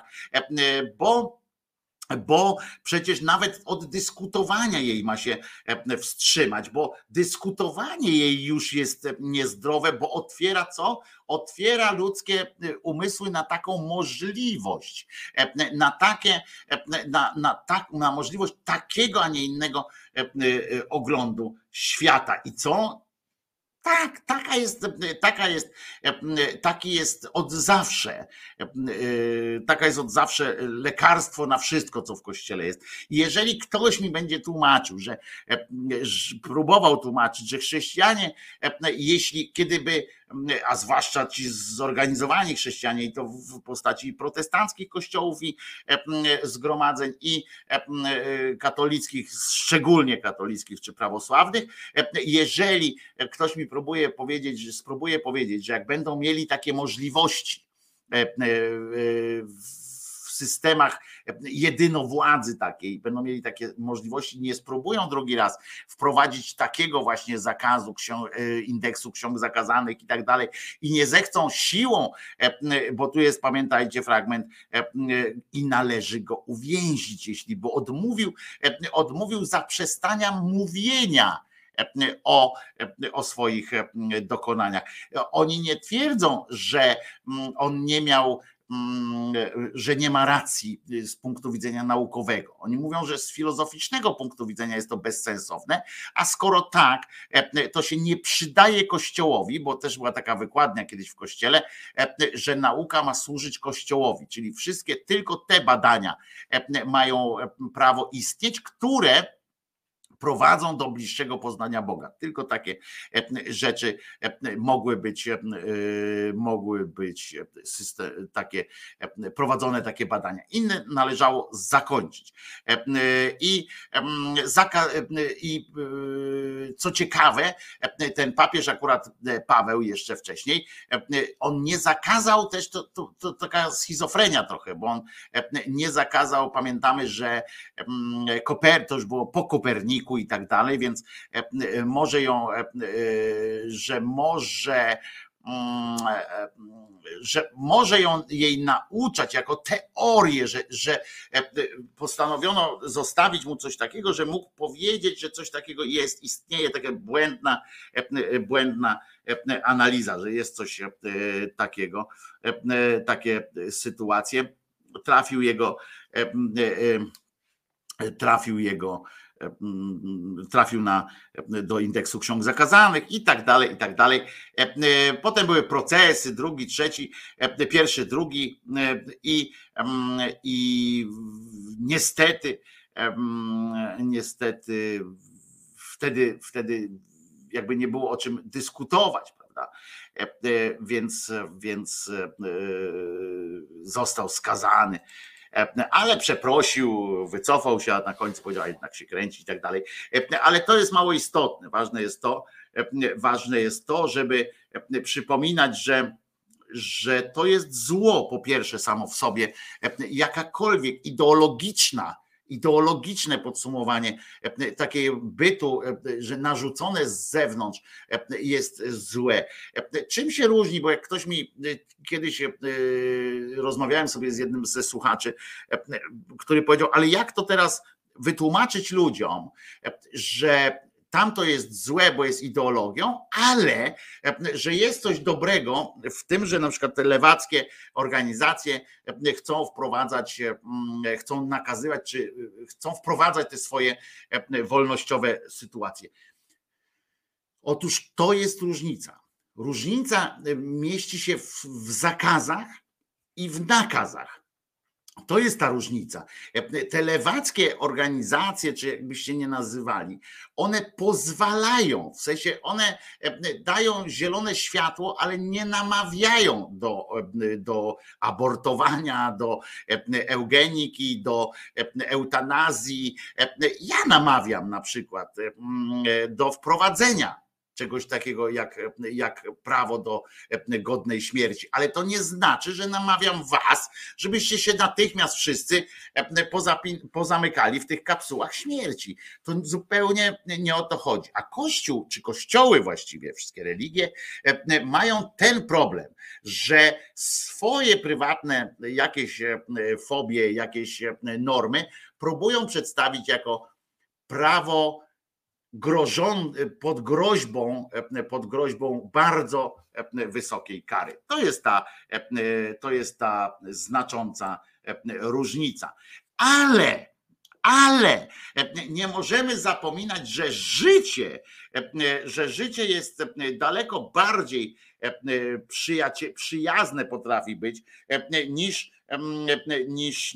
bo przecież nawet od dyskutowania jej ma się wstrzymać, bo dyskutowanie jej już jest niezdrowe, bo otwiera co? Otwiera ludzkie umysły na taką możliwość, na możliwość takiego, a nie innego oglądu świata. I co? Tak, taki jest od zawsze. Taka jest od zawsze lekarstwo na wszystko, co w Kościele jest. Jeżeli ktoś mi będzie tłumaczył, że próbował tłumaczyć, że chrześcijanie, kiedyby, a zwłaszcza ci zorganizowani chrześcijanie, i to w postaci protestanckich kościołów i zgromadzeń i katolickich, szczególnie katolickich czy prawosławnych, jeżeli ktoś mi spróbuje powiedzieć, że jak będą mieli takie możliwości w systemach jedynowładzy takiej, będą mieli takie możliwości, nie spróbują drugi raz wprowadzić takiego właśnie zakazu indeksu ksiąg zakazanych i tak dalej i nie zechcą siłą, bo tu jest, pamiętajcie, fragment, i należy go uwięzić, bo odmówił zaprzestania mówienia o swoich dokonaniach. Oni nie twierdzą, że on nie miał, że nie ma racji z punktu widzenia naukowego. Oni mówią, że z filozoficznego punktu widzenia jest to bezsensowne, a skoro tak, to się nie przydaje Kościołowi, bo też była taka wykładnia kiedyś w Kościele, że nauka ma służyć Kościołowi, czyli tylko te badania mają prawo istnieć, które prowadzą do bliższego poznania Boga. Tylko takie rzeczy mogły być takie prowadzone, takie badania. Inne należało zakończyć. I co ciekawe, ten papież, akurat Paweł jeszcze wcześniej, on nie zakazał też, to taka schizofrenia trochę, bo on nie zakazał, pamiętamy, że to już było po Koperniku i tak dalej, więc może jej nauczać jako teorię, że postanowiono zostawić mu coś takiego, że mógł powiedzieć, że coś takiego istnieje, taka błędna analiza, że jest coś takiego, takie sytuacje. Trafił do indeksu ksiąg zakazanych i tak dalej, i tak dalej. Potem były procesy, drugi, trzeci, pierwszy, drugi i niestety wtedy jakby nie było o czym dyskutować, prawda? Więc został skazany. Ale przeprosił, wycofał się, a na końcu powiedział, a jednak się kręci i tak dalej. Ale to jest mało istotne. Ważne jest to, żeby przypominać, że to jest zło, po pierwsze, samo w sobie, jakakolwiek ideologiczne podsumowanie takiego bytu, że narzucone z zewnątrz jest złe. Czym się różni, bo jak ktoś mi kiedyś rozmawiałem sobie z jednym ze słuchaczy, który powiedział, ale jak to teraz wytłumaczyć ludziom, że tamto jest złe, bo jest ideologią, ale że jest coś dobrego w tym, że na przykład te lewackie organizacje chcą nakazywać, czy chcą wprowadzać te swoje wolnościowe sytuacje. Otóż to jest różnica. Różnica mieści się w zakazach i w nakazach. To jest ta różnica. Te lewackie organizacje, czy jakbyście nie nazywali, one pozwalają, w sensie one dają zielone światło, ale nie namawiają do abortowania, do eugeniki, do eutanazji. Ja namawiam na przykład do wprowadzenia czegoś takiego jak prawo do godnej śmierci. Ale to nie znaczy, że namawiam was, żebyście się natychmiast wszyscy pozamykali w tych kapsułach śmierci. To zupełnie nie o to chodzi. A Kościół, czy kościoły właściwie, wszystkie religie mają ten problem, że swoje prywatne jakieś fobie, jakieś normy próbują przedstawić jako prawo pod groźbą bardzo wysokiej kary. To jest ta znacząca różnica. Ale nie możemy zapominać, że życie jest daleko bardziej przyjazne potrafi być niż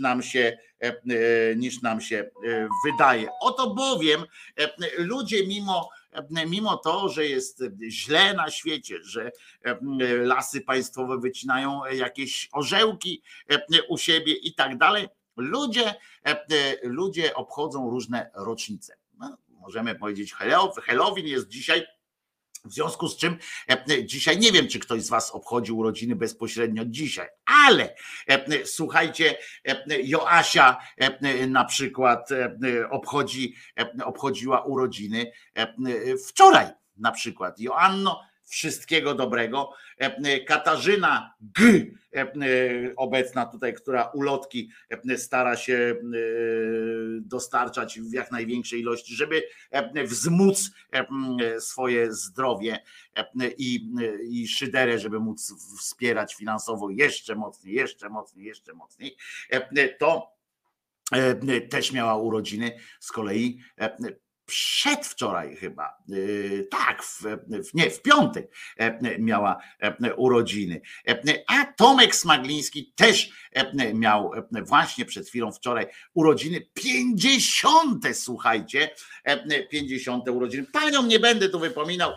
nam się wydaje. Oto bowiem ludzie mimo to, że jest źle na świecie, że lasy państwowe wycinają jakieś orzełki u siebie i tak dalej, ludzie obchodzą różne rocznice. No, możemy powiedzieć, Halloween jest dzisiaj, w związku z czym dzisiaj nie wiem, czy ktoś z was obchodził urodziny bezpośrednio dzisiaj, ale słuchajcie, Joasia na przykład obchodziła urodziny wczoraj na przykład. Joanno, wszystkiego dobrego. Katarzyna G, obecna tutaj, która ulotki stara się dostarczać w jak największej ilości, żeby wzmóc swoje zdrowie i szyderę, żeby móc wspierać finansowo jeszcze mocniej, to też miała urodziny z kolei przedwczoraj chyba, tak, w piątek miała urodziny. A Tomek Smagliński też miał właśnie przed chwilą wczoraj urodziny 50, słuchajcie, 50 urodziny. Paniom nie będę tu wypominał,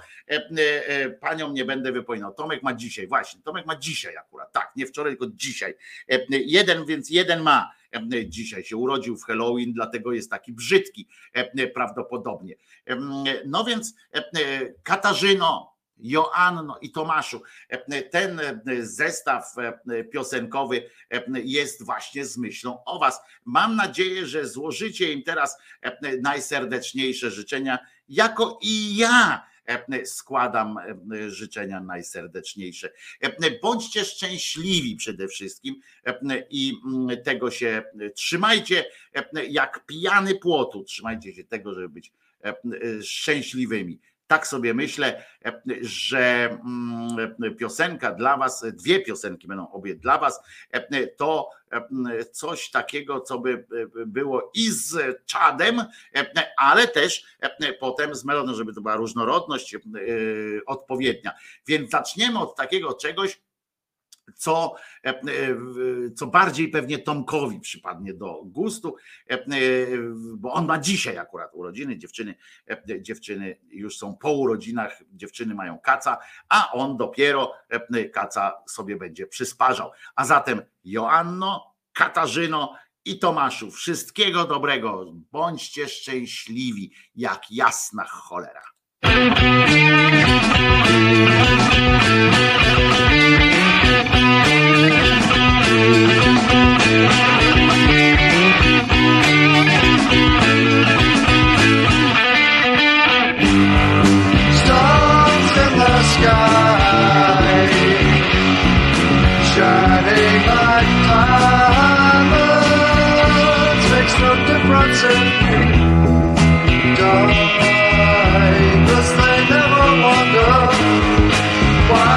Tomek ma dzisiaj, właśnie, Tomek ma dzisiaj akurat, tak, nie wczoraj, tylko dzisiaj. Jeden ma. Dzisiaj się urodził w Halloween, dlatego jest taki brzydki prawdopodobnie. No więc Katarzyno, Joanno i Tomaszu, ten zestaw piosenkowy jest właśnie z myślą o was. Mam nadzieję, że złożycie im teraz najserdeczniejsze życzenia, jako i ja składam życzenia najserdeczniejsze. Bądźcie szczęśliwi przede wszystkim i tego się trzymajcie jak pijany płotu. Trzymajcie się tego, żeby być szczęśliwymi. Tak sobie myślę, że piosenka dla was, 2 piosenki będą obie dla was, to coś takiego, co by było i z czadem, ale też potem z melodią, żeby to była różnorodność odpowiednia. Więc zaczniemy od takiego czegoś, co bardziej pewnie Tomkowi przypadnie do gustu, bo on ma dzisiaj akurat urodziny, dziewczyny już są po urodzinach, dziewczyny mają kaca, a on dopiero kaca sobie będzie przysparzał. A zatem Joanno, Katarzyno i Tomaszu, wszystkiego dobrego, bądźcie szczęśliwi jak jasna cholera. Stars in the sky, shining like diamonds, makes no difference in me. Cause they never wonder why.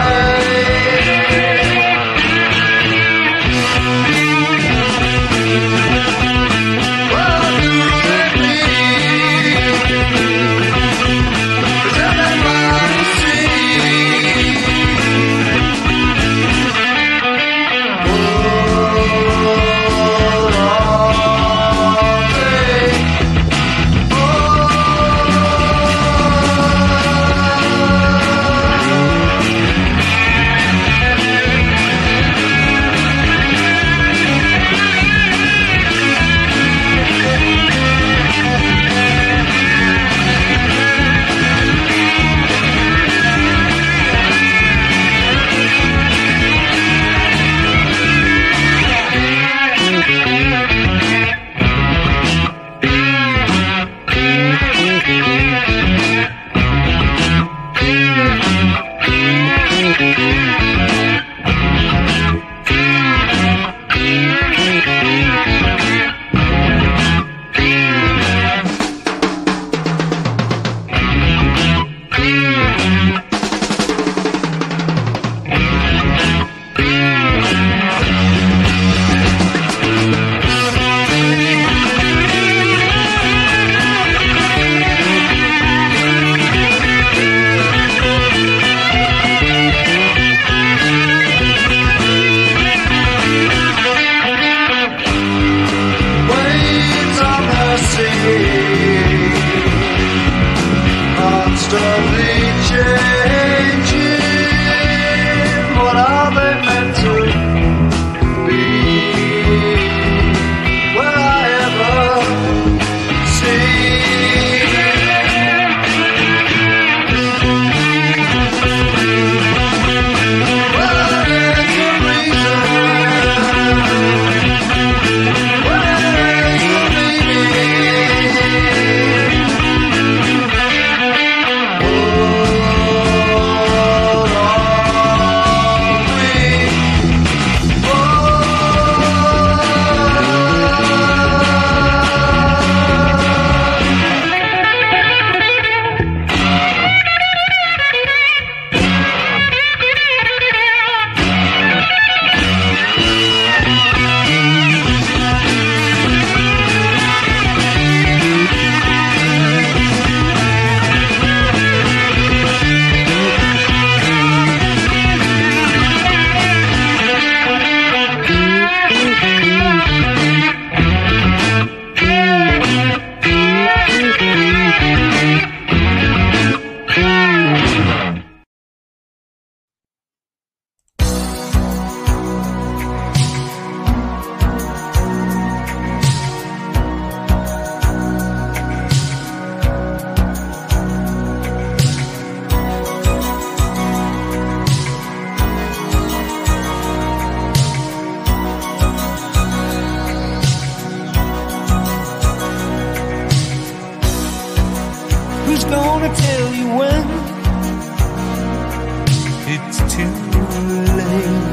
late.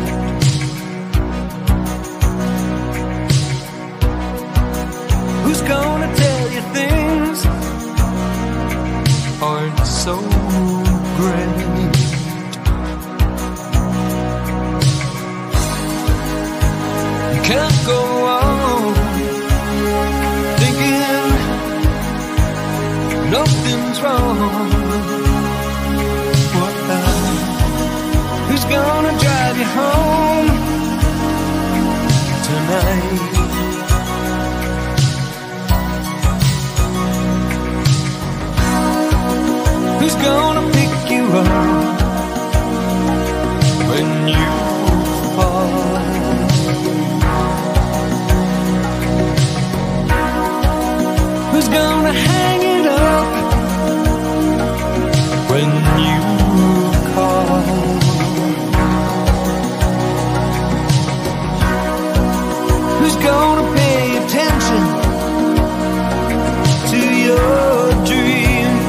Who's gonna tell you things aren't so great? You can't go on thinking nothing's wrong. Who's gonna drive you home tonight? Who's gonna pick you up when you fall? Who's gonna hang it up when you call? Who's gonna pay attention to your dreams?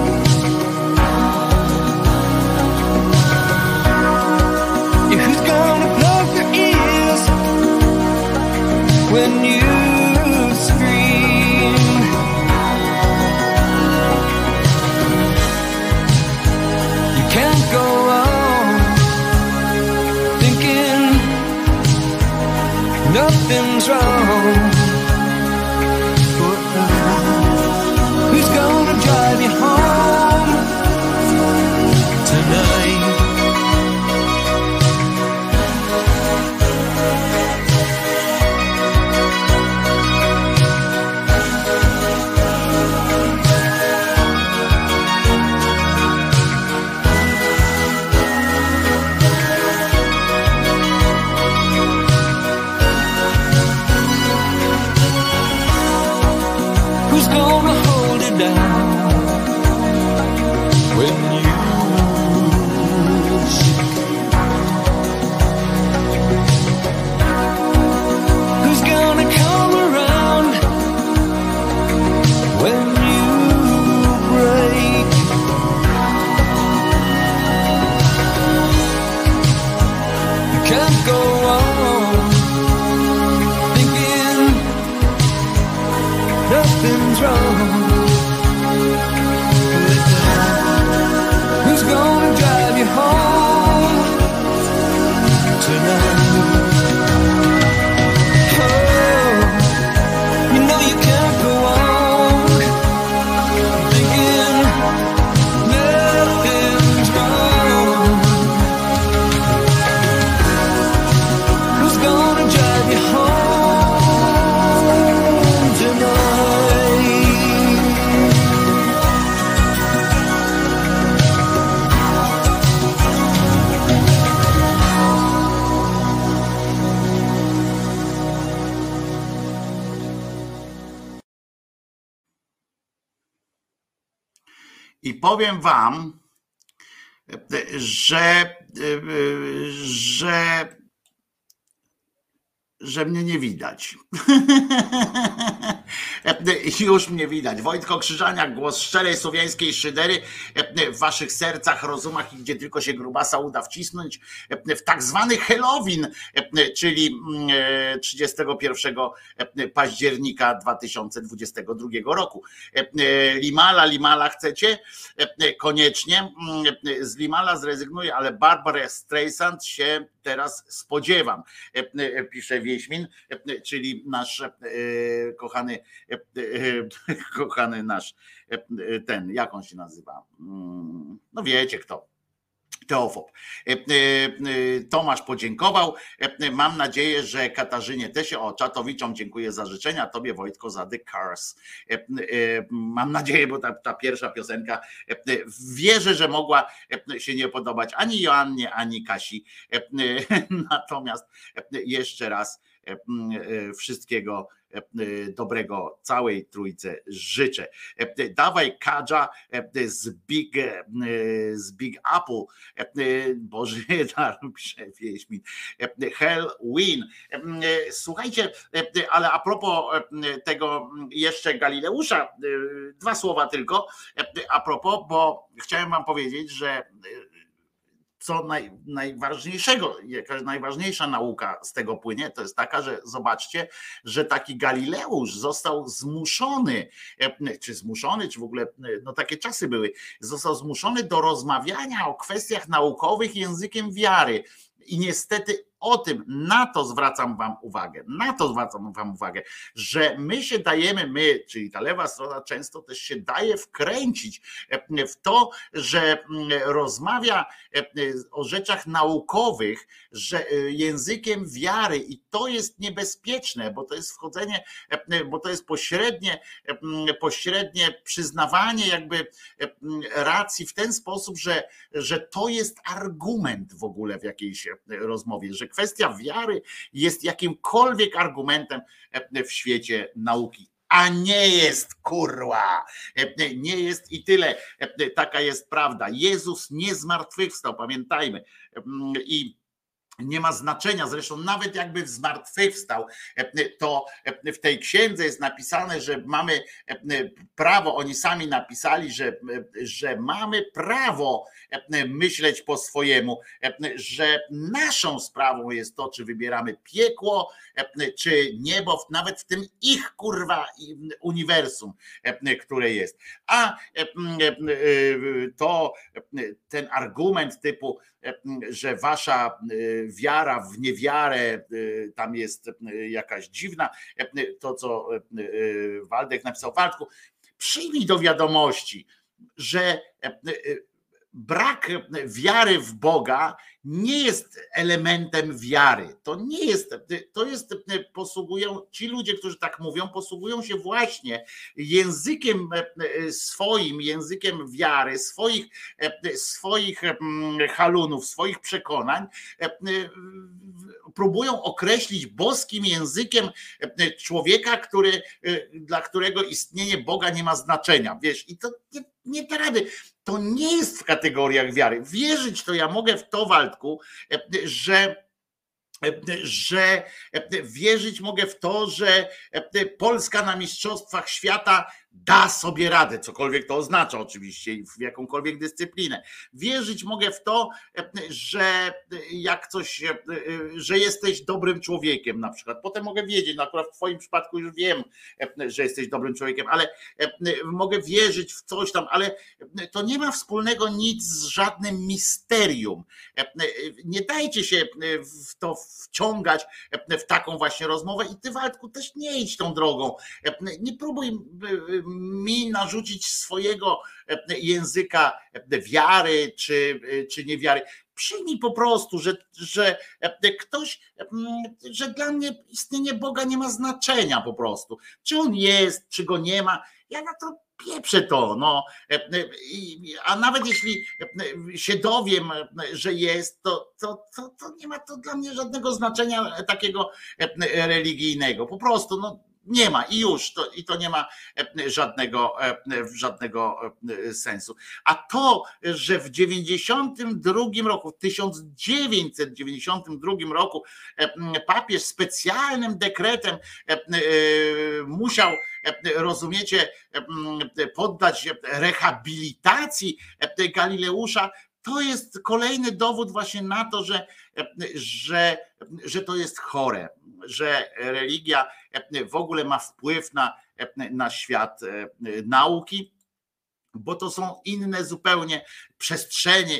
Yeah, who's gonna plug their ears when you scream? You can't go on thinking nothing's wrong. Who's gonna drive you home tonight? Who's gonna hold it down when you shake? Who's gonna come around when you break? You can't go on thinking nothing's wrong. Who's gonna drive you home tonight? Oh, you know you can't go on thinking nothing's wrong. Who's gonna drive you home tonight? I powiem wam, że mnie nie widać. Już mnie widać. Wojtko Krzyżaniak, głos szczerej słowiańskiej szydery w waszych sercach, rozumach i gdzie tylko się grubasa uda wcisnąć w tak zwany Halloween, czyli 31 października 2022 roku. Limala chcecie? Koniecznie. Z Limala zrezygnuję, ale Barbara Streisand się teraz spodziewam, pisze Wieśmin, czyli nasz kochany nasz ten, jak on się nazywa? No wiecie kto. Teofob. Tomasz podziękował. Mam nadzieję, że Katarzynie też, Czatowiczom dziękuję za życzenia, tobie Wojtko za The Cars. Mam nadzieję, bo ta pierwsza piosenka, wierzę, że mogła się nie podobać ani Joannie, ani Kasi. Natomiast jeszcze raz wszystkiego dobrego całej trójce życzę. Dawaj Kadża z Big Apple. Boże, pisze Wieśmin. Halloween. Słuchajcie, ale a propos tego jeszcze Galileusza, dwa słowa tylko a propos, bo chciałem wam powiedzieć, że co najważniejszego, jaka najważniejsza nauka z tego płynie, to jest taka, że zobaczcie, że taki Galileusz został zmuszony, czy w ogóle, no takie czasy były, został zmuszony do rozmawiania o kwestiach naukowych językiem wiary. I niestety na to zwracam wam uwagę, że my się dajemy, czyli ta lewa strona często też się daje wkręcić w to, że rozmawia o rzeczach naukowych, że językiem wiary i to jest niebezpieczne, bo to jest wchodzenie, bo to jest pośrednie przyznawanie jakby racji w ten sposób, że to jest argument w ogóle w jakiejś rozmowie, że kwestia wiary jest jakimkolwiek argumentem w świecie nauki. A nie jest, kurwa, nie jest i tyle. Taka jest prawda. Jezus nie zmartwychwstał, pamiętajmy. I nie ma znaczenia, zresztą nawet jakby zmartwychwstał, to w tej księdze jest napisane, że mamy prawo, oni sami napisali, że mamy prawo myśleć po swojemu, że naszą sprawą jest to, czy wybieramy piekło, czy niebo, nawet w tym ich kurwa uniwersum, które jest. A to ten argument typu, że wasza wiara w niewiarę tam jest jakaś dziwna, to co Waldek napisał, Waldku, przyjmij do wiadomości, że brak wiary w Boga nie jest elementem wiary. To jest, ci ludzie, którzy tak mówią, posługują się właśnie językiem swoim, językiem wiary, swoich halunów, swoich przekonań, próbują określić boskim językiem człowieka, dla którego istnienie Boga nie ma znaczenia. Wiesz, i to nie da rady. To nie jest w kategoriach wiary. Wierzyć to ja mogę w to, Waldku, że wierzyć mogę w to, że Polska na mistrzostwach świata da sobie radę, cokolwiek to oznacza oczywiście, w jakąkolwiek dyscyplinę. Wierzyć mogę w to, że jak coś, że jesteś dobrym człowiekiem na przykład. Potem mogę wiedzieć, no akurat w twoim przypadku już wiem, że jesteś dobrym człowiekiem, ale mogę wierzyć w coś tam, ale to nie ma wspólnego nic z żadnym misterium. Nie dajcie się w to wciągać, w taką właśnie rozmowę i ty, Waldku, też nie idź tą drogą. Nie próbuj mi narzucić swojego języka wiary czy niewiary. Przyjmij po prostu, że dla mnie istnienie Boga nie ma znaczenia po prostu. Czy on jest, czy go nie ma. Ja na to pieprzę to. No. A nawet jeśli się dowiem, że jest, to nie ma to dla mnie żadnego znaczenia takiego religijnego. Po prostu nie ma i już, i to nie ma żadnego sensu. A to, że w 1992 roku papież specjalnym dekretem musiał, rozumiecie, poddać rehabilitacji Galileusza, to jest kolejny dowód właśnie na to, że to jest chore, że religia w ogóle ma wpływ na świat nauki, bo to są inne zupełnie przestrzenie,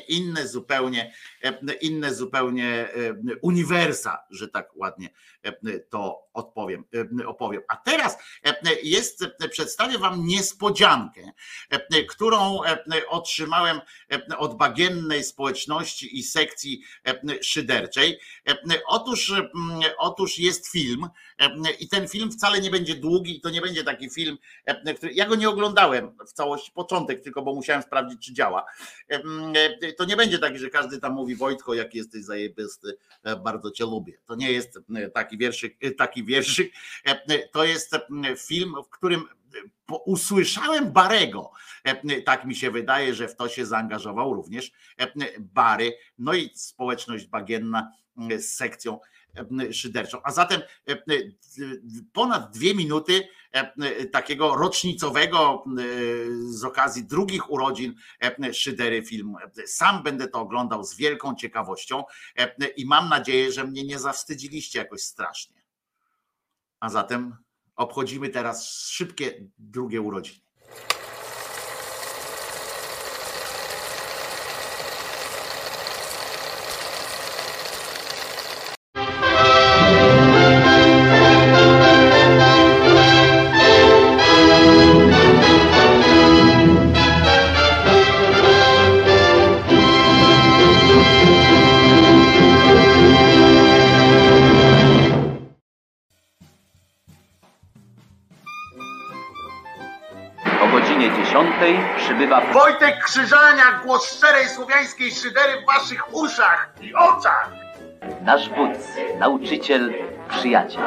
inne zupełnie uniwersa, że tak ładnie to opowiem. A teraz przedstawię wam niespodziankę, którą otrzymałem od bagiennej społeczności i sekcji szyderczej. Otóż jest film i ten film wcale nie będzie długi i to nie będzie taki film, ja go nie oglądałem w całości, początek tylko, bo musiałem sprawdzić, czy działa. To nie będzie taki, że każdy tam mówi: Wojtko, jak jesteś zajebisty, bardzo cię lubię. To nie jest taki wierszyk. To jest film, w którym usłyszałem Barego. Tak mi się wydaje, że w to się zaangażował również Bary, no i społeczność bagienna z sekcją szyderczą. A zatem ponad 2 minuty takiego rocznicowego z okazji drugich urodzin Szydery filmu. Sam będę to oglądał z wielką ciekawością i mam nadzieję, że mnie nie zawstydziliście jakoś strasznie. A zatem obchodzimy teraz szybkie drugie urodziny. Przybywa Wojtek Krzyżaniak, głos szczerej słowiańskiej szydery w waszych uszach i oczach. nasz wódz, nauczyciel, przyjaciel.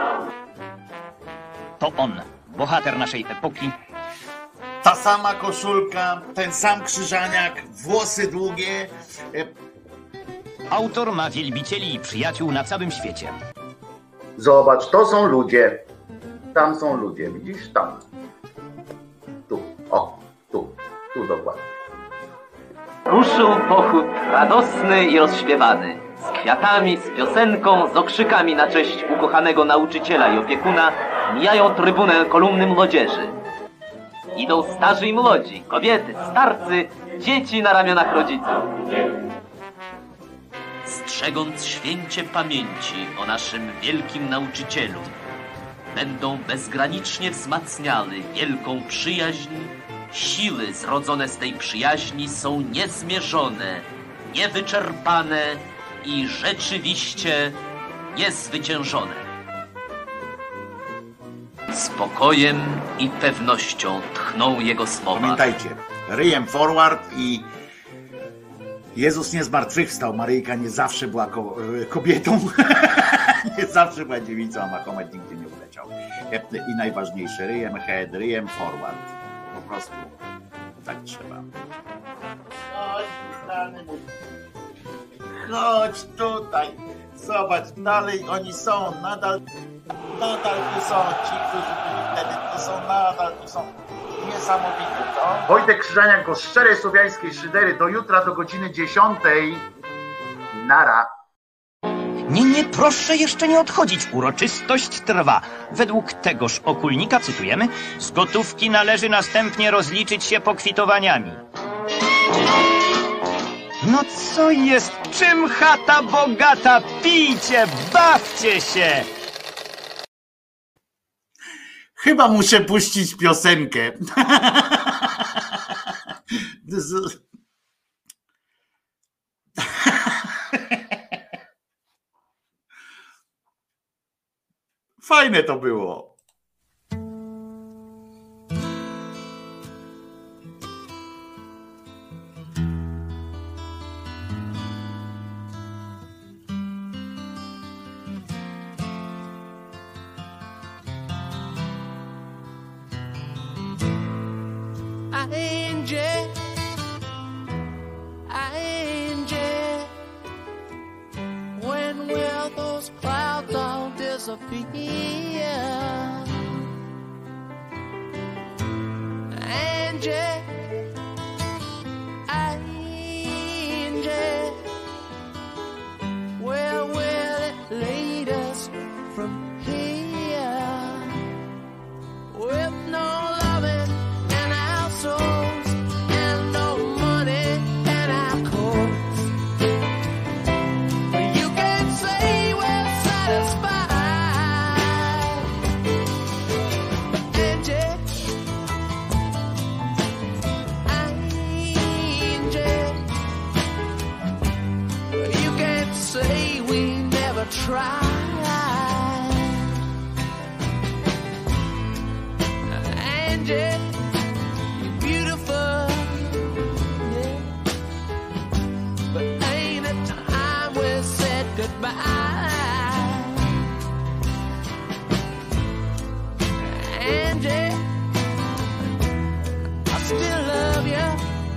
To on, bohater naszej epoki. Ta sama koszulka, ten sam Krzyżaniak, włosy długie. Autor ma wielbicieli i przyjaciół na całym świecie. Zobacz, to są ludzie. Tam są ludzie, widzisz? Tam. Tu, o, tu dokładnie. Ruszył pochód radosny i rozśpiewany. Z kwiatami, z piosenką, z okrzykami na cześć ukochanego nauczyciela i opiekuna mijają trybunę kolumny młodzieży. Idą starzy i młodzi, kobiety, starcy, dzieci na ramionach rodziców. Strzegąc święcie pamięci o naszym wielkim nauczycielu, będą bezgranicznie wzmacniały wielką przyjaźń. Siły zrodzone z tej przyjaźni są niezmierzone, niewyczerpane i rzeczywiście niezwyciężone. Spokojem i pewnością tchną jego słowa. Pamiętajcie, ryjem forward i Jezus nie zmartwychwstał. Maryjka nie zawsze była kobietą, nie zawsze była dziewicą, a Mahomet nigdy nie uleciał. I najważniejsze, ryjem head, ryjem forward. Po prostu tak trzeba. Chodź tutaj, zobacz, dalej oni są, nadal tu są ci, którzy byli wtedy, to są nadal tu są. Niesamowite, co? Wojtek Krzyżaniak, głos szczerej słowiańskiej szydery. Do jutra, do godziny 10. Nara. Nie, proszę jeszcze nie odchodzić. Uroczystość trwa. Według tegoż okulnika, cytujemy, z gotówki należy następnie rozliczyć się pokwitowaniami. No co jest? Czym chata bogata? Pijcie, bawcie się! Chyba muszę puścić piosenkę. Fajne to było. When will those clouds all disappear? Angie, Angie, where will it lead us from here? With no loving in our souls and no money in our coats, you can say we're satisfied. Angie, Angie, you can't say we never tried. Angie, you're beautiful, yeah, but ain't it time we said goodbye? Angie, I still love you.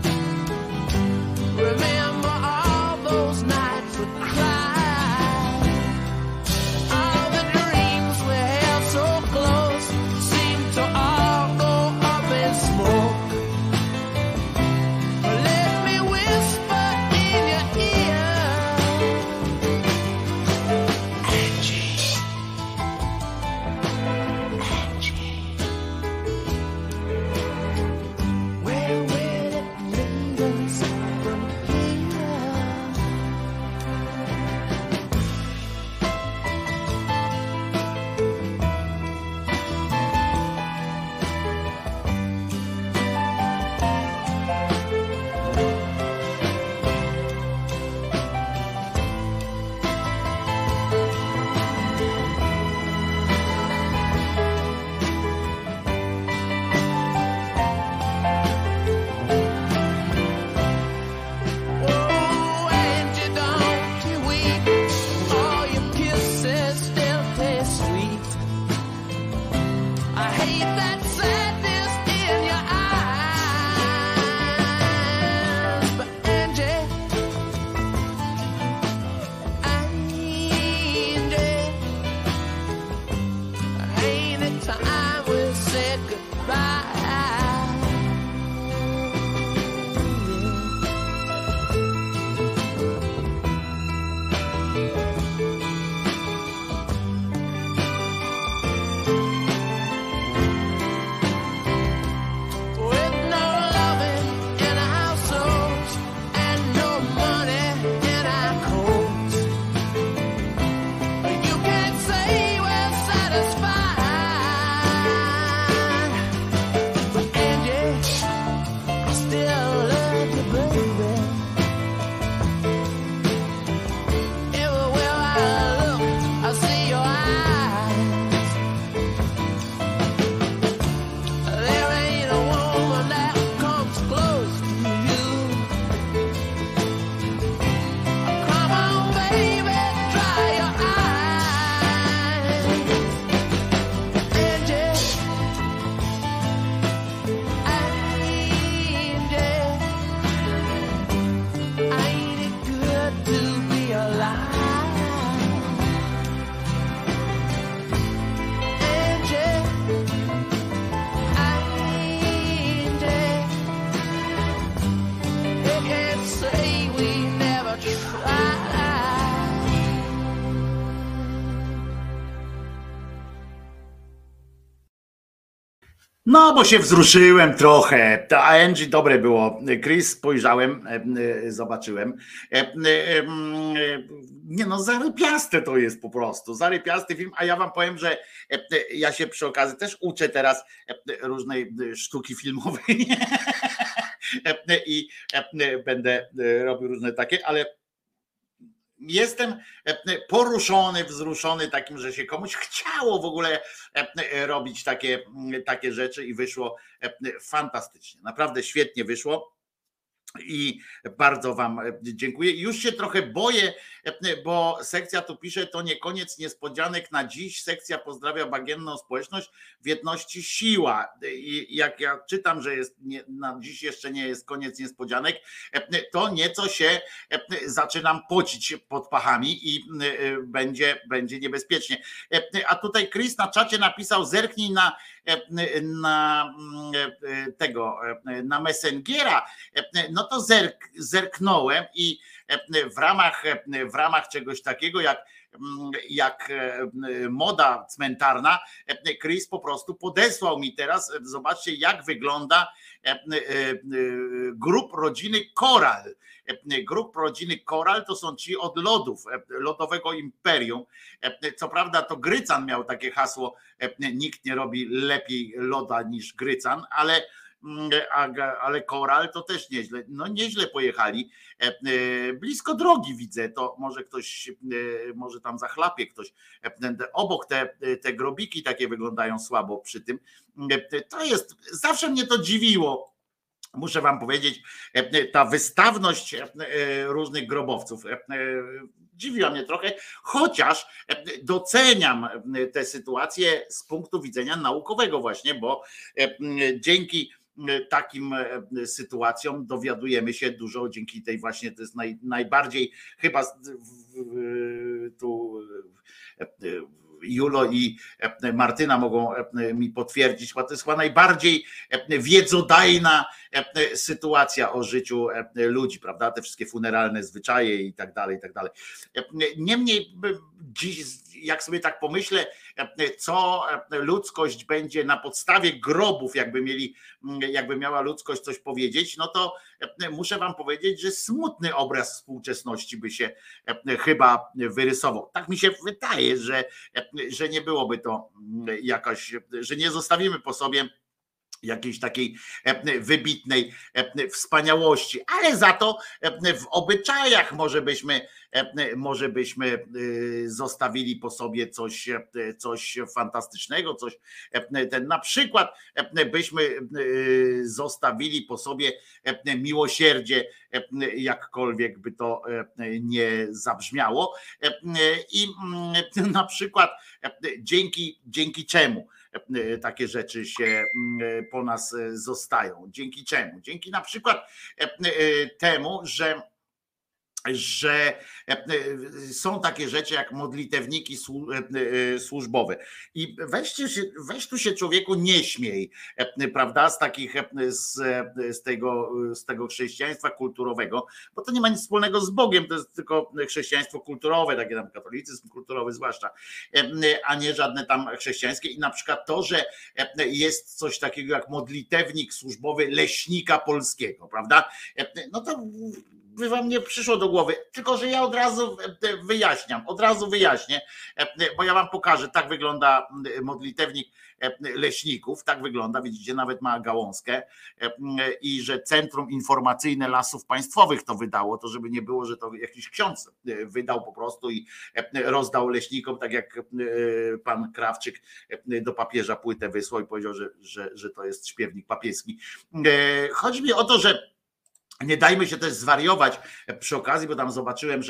Remember all those nights we cried. All the dreams we held so close seem to all go up in smoke. Let me whisper in your ear, Angie, Angie, where will it lead us from here? Oh, Angie, don't you weep. All your kisses still taste sweet. I hate that sadness in your eyes. But Angie, ain't it time we said goodbye? With no loving in our households and no money in our coats, you can't say we're satisfied. But Angie, I still love you, baby. Everywhere I look, I see your eyes. There ain't a woman that comes close to you. Come on, baby, dry your eyes. Angie, ain't it good to be alive? Angie, they can't say we never tried. No, bo się wzruszyłem trochę. To Angie dobre było. Chris, spojrzałem, zobaczyłem. Nie no, zarypiaste to jest po prostu. Zarypiasty film, a ja wam powiem, że ja się przy okazji też uczę teraz różnej sztuki filmowej i będę robił różne takie, ale jestem poruszony, wzruszony takim, że się komuś chciało w ogóle robić takie rzeczy i wyszło fantastycznie. Naprawdę świetnie wyszło. I bardzo wam dziękuję. Już się trochę boję, bo sekcja tu pisze, to nie koniec niespodzianek na dziś. Sekcja pozdrawia bagienną społeczność, w jedności siła. I jak ja czytam, że jest na dziś jeszcze nie jest koniec niespodzianek, to nieco się zaczynam pocić pod pachami i będzie niebezpiecznie. A tutaj Chris na czacie napisał, zerknij na Messengera. No to zerknąłem i w ramach czegoś takiego jak moda cmentarna, Chris po prostu podesłał mi teraz, zobaczcie jak wygląda grup rodziny Koral. Grup rodziny Koral to są ci od lodowego imperium. Co prawda to Grycan miał takie hasło, nikt nie robi lepiej loda niż Grycan, ale Koral to też nieźle, no nieźle pojechali, blisko drogi widzę, to może ktoś, może tam zachlapie ktoś, obok te grobiki takie wyglądają słabo przy tym, to jest, zawsze mnie to dziwiło, muszę wam powiedzieć, ta wystawność różnych grobowców dziwiła mnie trochę, chociaż doceniam tę sytuację z punktu widzenia naukowego właśnie, bo dzięki takim sytuacjom dowiadujemy się dużo, dzięki tej właśnie, to jest najbardziej chyba tu Julo i Martyna mogą mi potwierdzić, bo to jest chyba najbardziej wiedzodajna sytuacja o życiu ludzi, prawda? Te wszystkie funeralne zwyczaje i tak dalej, i tak dalej. Niemniej dziś, jak sobie tak pomyślę, co ludzkość będzie na podstawie grobów, jakby miała ludzkość coś powiedzieć, no to muszę wam powiedzieć, że smutny obraz współczesności by się chyba wyrysował. Tak mi się wydaje, że nie byłoby to jakaś, że nie zostawimy po sobie jakiejś takiej wybitnej wspaniałości, ale za to w obyczajach może byśmy zostawili po sobie coś fantastycznego, na przykład byśmy zostawili po sobie miłosierdzie, jakkolwiek by to nie zabrzmiało, i na przykład dzięki czemu takie rzeczy się po nas zostają. Dzięki czemu? Dzięki na przykład temu, że są takie rzeczy jak modlitewniki służbowe. I weź tu się człowieku nie śmiej, prawda, z tego chrześcijaństwa kulturowego, bo to nie ma nic wspólnego z Bogiem, to jest tylko chrześcijaństwo kulturowe, takie tam katolicyzm kulturowy zwłaszcza, a nie żadne tam chrześcijańskie. I na przykład to, że jest coś takiego jak modlitewnik służbowy leśnika polskiego, prawda, no to by wam nie przyszło do głowy, tylko że ja od razu wyjaśnię, bo ja wam pokażę, tak wygląda modlitewnik leśników, tak wygląda, widzicie, nawet ma gałązkę, i że Centrum Informacyjne Lasów Państwowych to wydało, to żeby nie było, że to jakiś ksiądz wydał po prostu i rozdał leśnikom, tak jak pan Krawczyk do papieża płytę wysłał i powiedział, że to jest śpiewnik papieski. Chodzi mi o to, że nie dajmy się też zwariować przy okazji, bo tam zobaczyłem,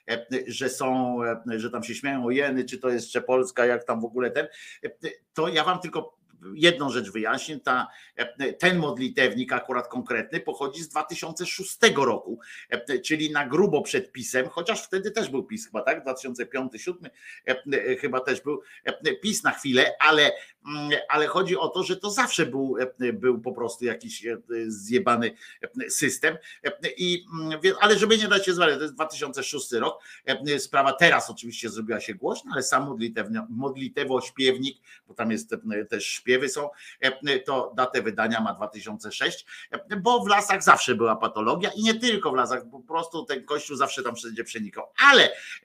że tam się śmieją o jeny, czy to jest jeszcze Polska, jak tam w ogóle to ja wam tylko jedną rzecz wyjaśnię. Ten modlitewnik akurat konkretny pochodzi z 2006 roku, czyli na grubo przed PiS-em, chociaż wtedy też był PiS chyba, tak? 2005-2007 chyba też był PiS na chwilę, ale chodzi o to, że to zawsze był po prostu jakiś zjebany system. Ale żeby nie dać się zwalić, to jest 2006 rok. Sprawa teraz oczywiście zrobiła się głośna, ale sam modlitewo-śpiewnik, bo tam jest też śpiewy są, to datę wydania ma 2006, bo w lasach zawsze była patologia i nie tylko w lasach, po prostu ten kościół zawsze tam wszędzie przenikał. Ale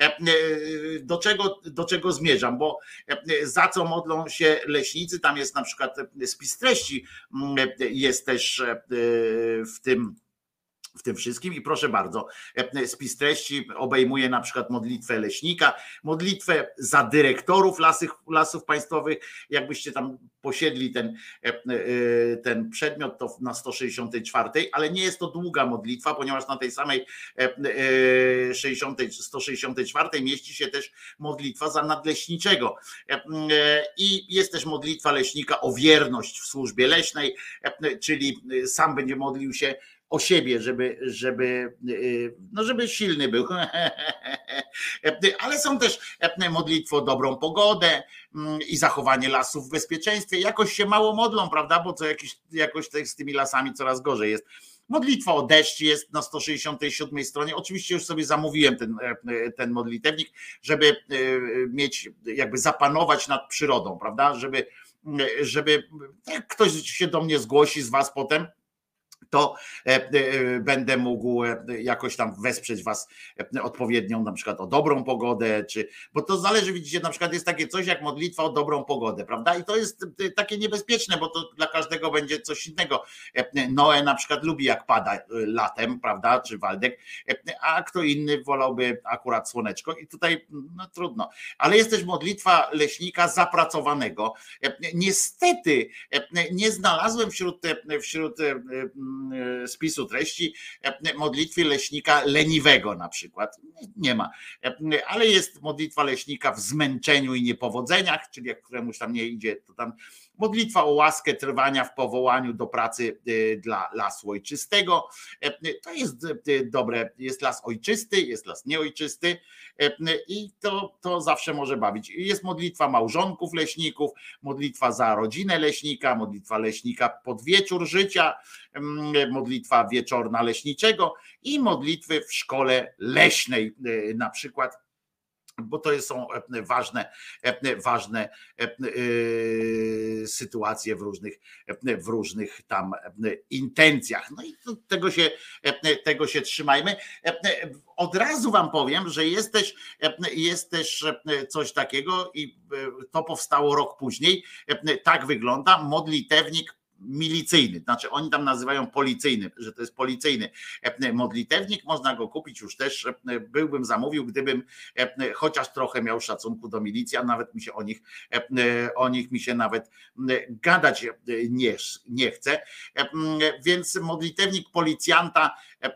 do czego zmierzam, bo za co modlą się leśnicy, tam jest na przykład spis treści, jest też w tym wszystkim i proszę bardzo, spis treści obejmuje na przykład modlitwę leśnika, modlitwę za dyrektorów lasów państwowych, jakbyście tam posiedli ten przedmiot, to na 164, ale nie jest to długa modlitwa, ponieważ na tej samej 164 mieści się też modlitwa za nadleśniczego i jest też modlitwa leśnika o wierność w służbie leśnej, czyli sam będzie modlił się o siebie, żeby silny był. Ale są też modlitwy o dobrą pogodę i zachowanie lasów w bezpieczeństwie. Jakoś się mało modlą, prawda? Bo jakoś z tymi lasami coraz gorzej jest. Modlitwa o deszcz jest na 167 stronie. Oczywiście już sobie zamówiłem ten modlitewnik, żeby mieć, jakby zapanować nad przyrodą, prawda? Żeby jak ktoś się do mnie zgłosi z was potem, to będę mógł jakoś tam wesprzeć was odpowiednią, na przykład o dobrą pogodę, bo to zależy, widzicie, na przykład jest takie coś jak modlitwa o dobrą pogodę, prawda? I to jest takie niebezpieczne, bo to dla każdego będzie coś innego. Noe na przykład lubi jak pada latem, prawda, czy Waldek, a kto inny wolałby akurat słoneczko i tutaj no trudno. Ale jest też modlitwa leśnika zapracowanego. Niestety nie znalazłem wśród spisu treści modlitwy leśnika leniwego na przykład. Nie ma. Ale jest modlitwa leśnika w zmęczeniu i niepowodzeniach, czyli jak któremuś tam nie idzie, to tam modlitwa o łaskę trwania w powołaniu do pracy dla lasu ojczystego. To jest dobre, jest las ojczysty, jest las nieojczysty i to zawsze może bawić. Jest modlitwa małżonków leśników, modlitwa za rodzinę leśnika, modlitwa leśnika pod wieczór życia, modlitwa wieczorna leśniczego i modlitwy w szkole leśnej na przykład, bo to są ważne sytuacje w różnych tam intencjach. No i tego się trzymajmy. Od razu wam powiem, że jest też coś takiego i to powstało rok później. Tak wygląda modlitewnik milicyjny, znaczy oni tam nazywają policyjny, że to jest policyjny modlitewnik, można go kupić już też, byłbym zamówił, gdybym chociaż trochę miał szacunku do milicji, a nawet mi się o nich mi się nawet gadać nie chce, więc modlitewnik policjanta,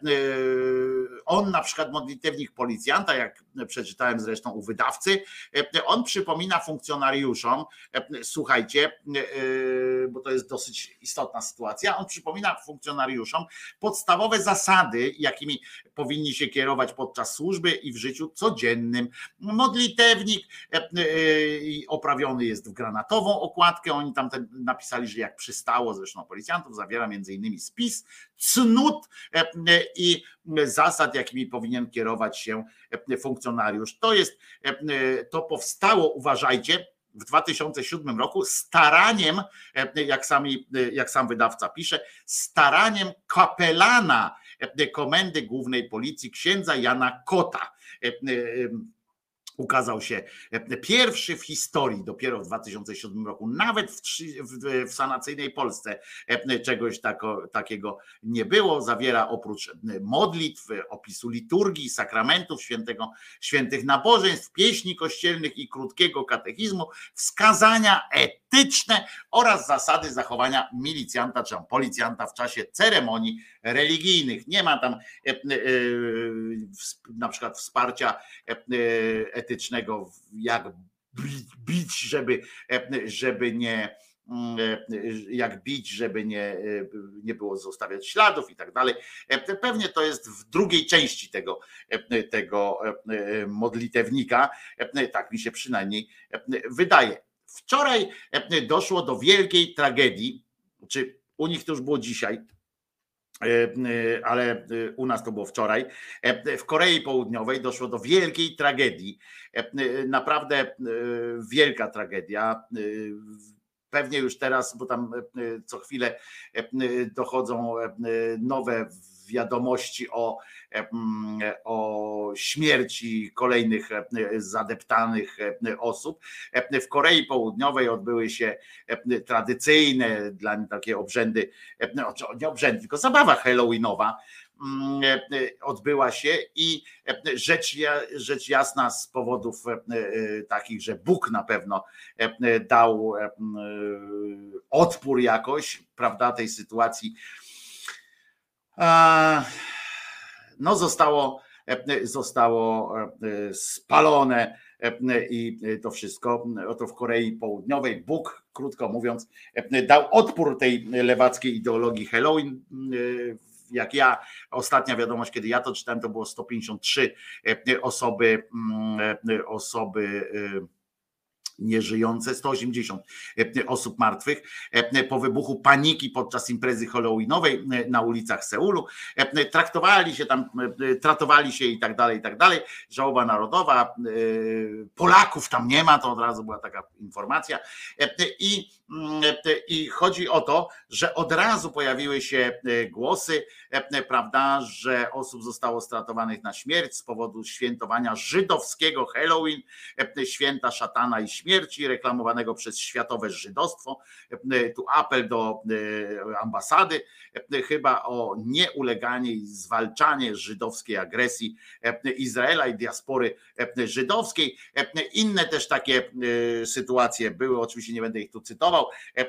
on na przykład modlitewnik policjanta, jak przeczytałem zresztą u wydawcy, on przypomina funkcjonariuszom, słuchajcie, bo to jest dosyć istotna sytuacja, on przypomina funkcjonariuszom podstawowe zasady, jakimi powinni się kierować podczas służby i w życiu codziennym. Modlitewnik oprawiony jest w granatową okładkę, oni tam napisali, że jak przystało zresztą policjantów, zawiera między innymi spis cnót i zasad, jakimi powinien kierować się funkcjonariusz. To powstało, uważajcie, w 2007 roku staraniem, jak sam wydawca pisze, staraniem kapelana Komendy Głównej Policji księdza Jana Kota. Ukazał się pierwszy w historii dopiero w 2007 roku, nawet w sanacyjnej Polsce czegoś takiego nie było. Zawiera oprócz modlitw, opisu liturgii, sakramentów, świętych nabożeństw, pieśni kościelnych i krótkiego katechizmu, wskazania etyczne oraz zasady zachowania milicjanta czy policjanta w czasie ceremonii religijnych. Nie ma tam na przykład wsparcia etycznego, jak bić, żeby nie było zostawiać śladów i tak dalej. Pewnie to jest w drugiej części tego modlitewnika, tak mi się przynajmniej wydaje. Wczoraj doszło do wielkiej tragedii, czy u nich to już było dzisiaj, ale u nas to było wczoraj. W Korei Południowej doszło do wielkiej tragedii. Naprawdę wielka tragedia. Pewnie już teraz, bo tam co chwilę dochodzą nowe wiadomości o śmierci kolejnych zadeptanych osób. W Korei Południowej odbyły się tradycyjne dla nich takie obrzędy, nie obrzędy, tylko zabawa halloweenowa odbyła się i rzecz jasna z powodów takich, że Bóg na pewno dał odpór jakoś, prawda, tej sytuacji. No zostało spalone i to wszystko. Oto w Korei Południowej Bóg, krótko mówiąc, dał odpór tej lewackiej ideologii Halloween. Jak ostatnia wiadomość, kiedy ja to czytałem, to było 153 osoby nieżyjące, 180 osób martwych po wybuchu paniki podczas imprezy halloweenowej na ulicach Seulu. Tratowali się i tak dalej. Żałoba narodowa, Polaków tam nie ma, to od razu była taka informacja. I chodzi o to, że od razu pojawiły się głosy, prawda, że osób zostało stratowanych na śmierć z powodu świętowania żydowskiego Halloween, święta szatana i śmierci. śmierci reklamowanego przez światowe żydostwo. Tu apel do ambasady chyba o nieuleganie i zwalczanie żydowskiej agresji Izraela i diaspory żydowskiej. Inne też takie sytuacje były, oczywiście nie będę ich tu cytował,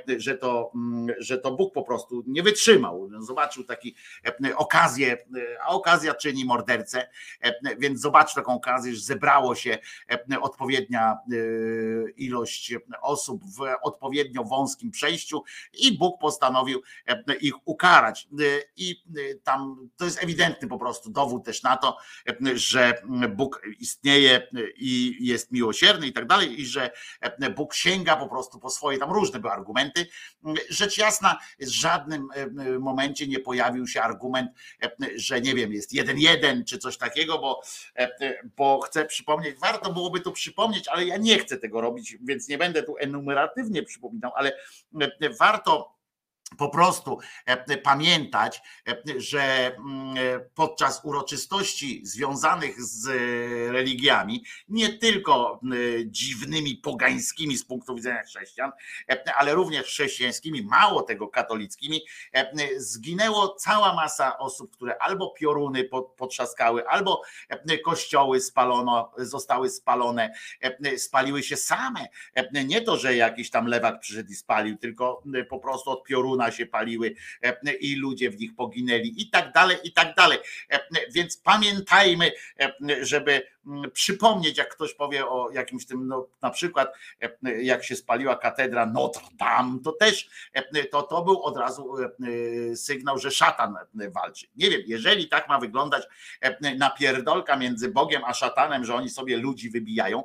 że to Bóg po prostu nie wytrzymał. Zobaczył taki okazję, a okazja czyni mordercę, więc zobaczył taką okazję, że zebrało się odpowiednia ilość osób w odpowiednio wąskim przejściu i Bóg postanowił ich ukarać. I tam to jest ewidentny po prostu dowód też na to, że Bóg istnieje i jest miłosierny i tak dalej, i że Bóg sięga po prostu po swoje, tam różne były argumenty. Rzecz jasna, w żadnym momencie nie pojawił się argument, że nie wiem, jest 1-1 czy coś takiego, bo chcę przypomnieć, warto byłoby to przypomnieć, ale ja nie chcę tego robić, więc nie będę tu enumeratywnie przypominał, ale warto po prostu pamiętać, że podczas uroczystości związanych z religiami, nie tylko dziwnymi, pogańskimi z punktu widzenia chrześcijan, ale również chrześcijańskimi, mało tego katolickimi, zginęło cała masa osób, które albo pioruny potrzaskały, albo kościoły zostały spalone, spaliły się same. Nie to, że jakiś tam lewak przyszedł i spalił, tylko po prostu od pioruna się paliły i ludzie w nich poginęli i tak dalej, i tak dalej. Więc pamiętajmy, żeby przypomnieć, jak ktoś powie o jakimś tym, no, na przykład jak się spaliła katedra Notre Dame, to też to był od razu sygnał, że szatan walczy. Nie wiem, jeżeli tak ma wyglądać napierdolka między Bogiem a szatanem, że oni sobie ludzi wybijają,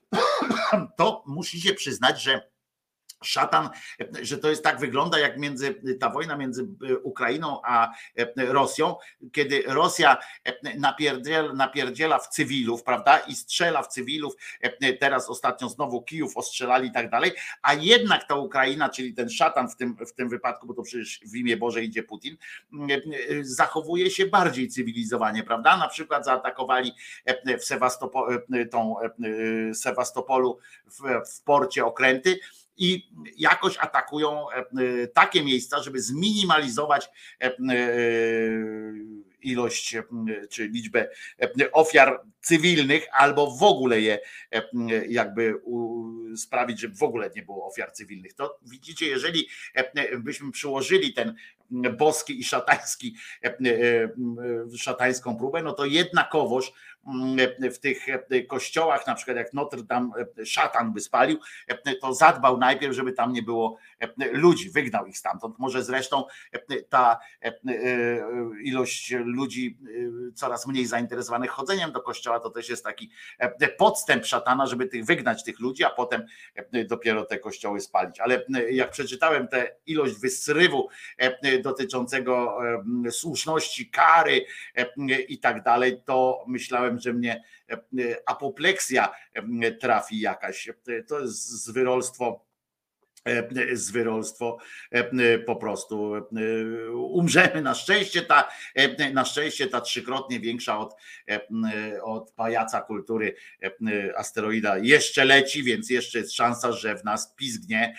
to musicie przyznać, że szatan, że to jest tak wygląda jak ta wojna między Ukrainą a Rosją, kiedy Rosja napierdziela w cywilów, prawda, i strzela w cywilów, teraz ostatnio znowu Kijów ostrzelali i tak dalej, a jednak ta Ukraina, czyli ten szatan w tym wypadku, bo to przecież w imię Boże idzie Putin, zachowuje się bardziej cywilizowanie, prawda, na przykład zaatakowali w Sewastopolu w porcie okręty, i jakoś atakują takie miejsca, żeby zminimalizować ilość czy liczbę ofiar cywilnych, albo w ogóle je jakby sprawić, żeby w ogóle nie było ofiar cywilnych. To widzicie, jeżeli byśmy przyłożyli ten boski i szatańską próbę, no to jednakowoż w tych kościołach, na przykład jak Notre Dame szatan by spalił, to zadbał najpierw, żeby tam nie było ludzi, wygnał ich stamtąd. Może zresztą ta ilość ludzi coraz mniej zainteresowanych chodzeniem do kościoła, to też jest taki podstęp szatana, żeby wygnać tych ludzi, a potem dopiero te kościoły spalić. Ale jak przeczytałem tę ilość wysrywu dotyczącego słuszności, kary i tak dalej, to myślałem, że mnie apopleksja trafi jakaś. To jest zwyrolstwo po prostu. Umrzemy. Na szczęście ta trzykrotnie większa od pajaca kultury asteroida jeszcze leci, więc jeszcze jest szansa, że w nas pizgnie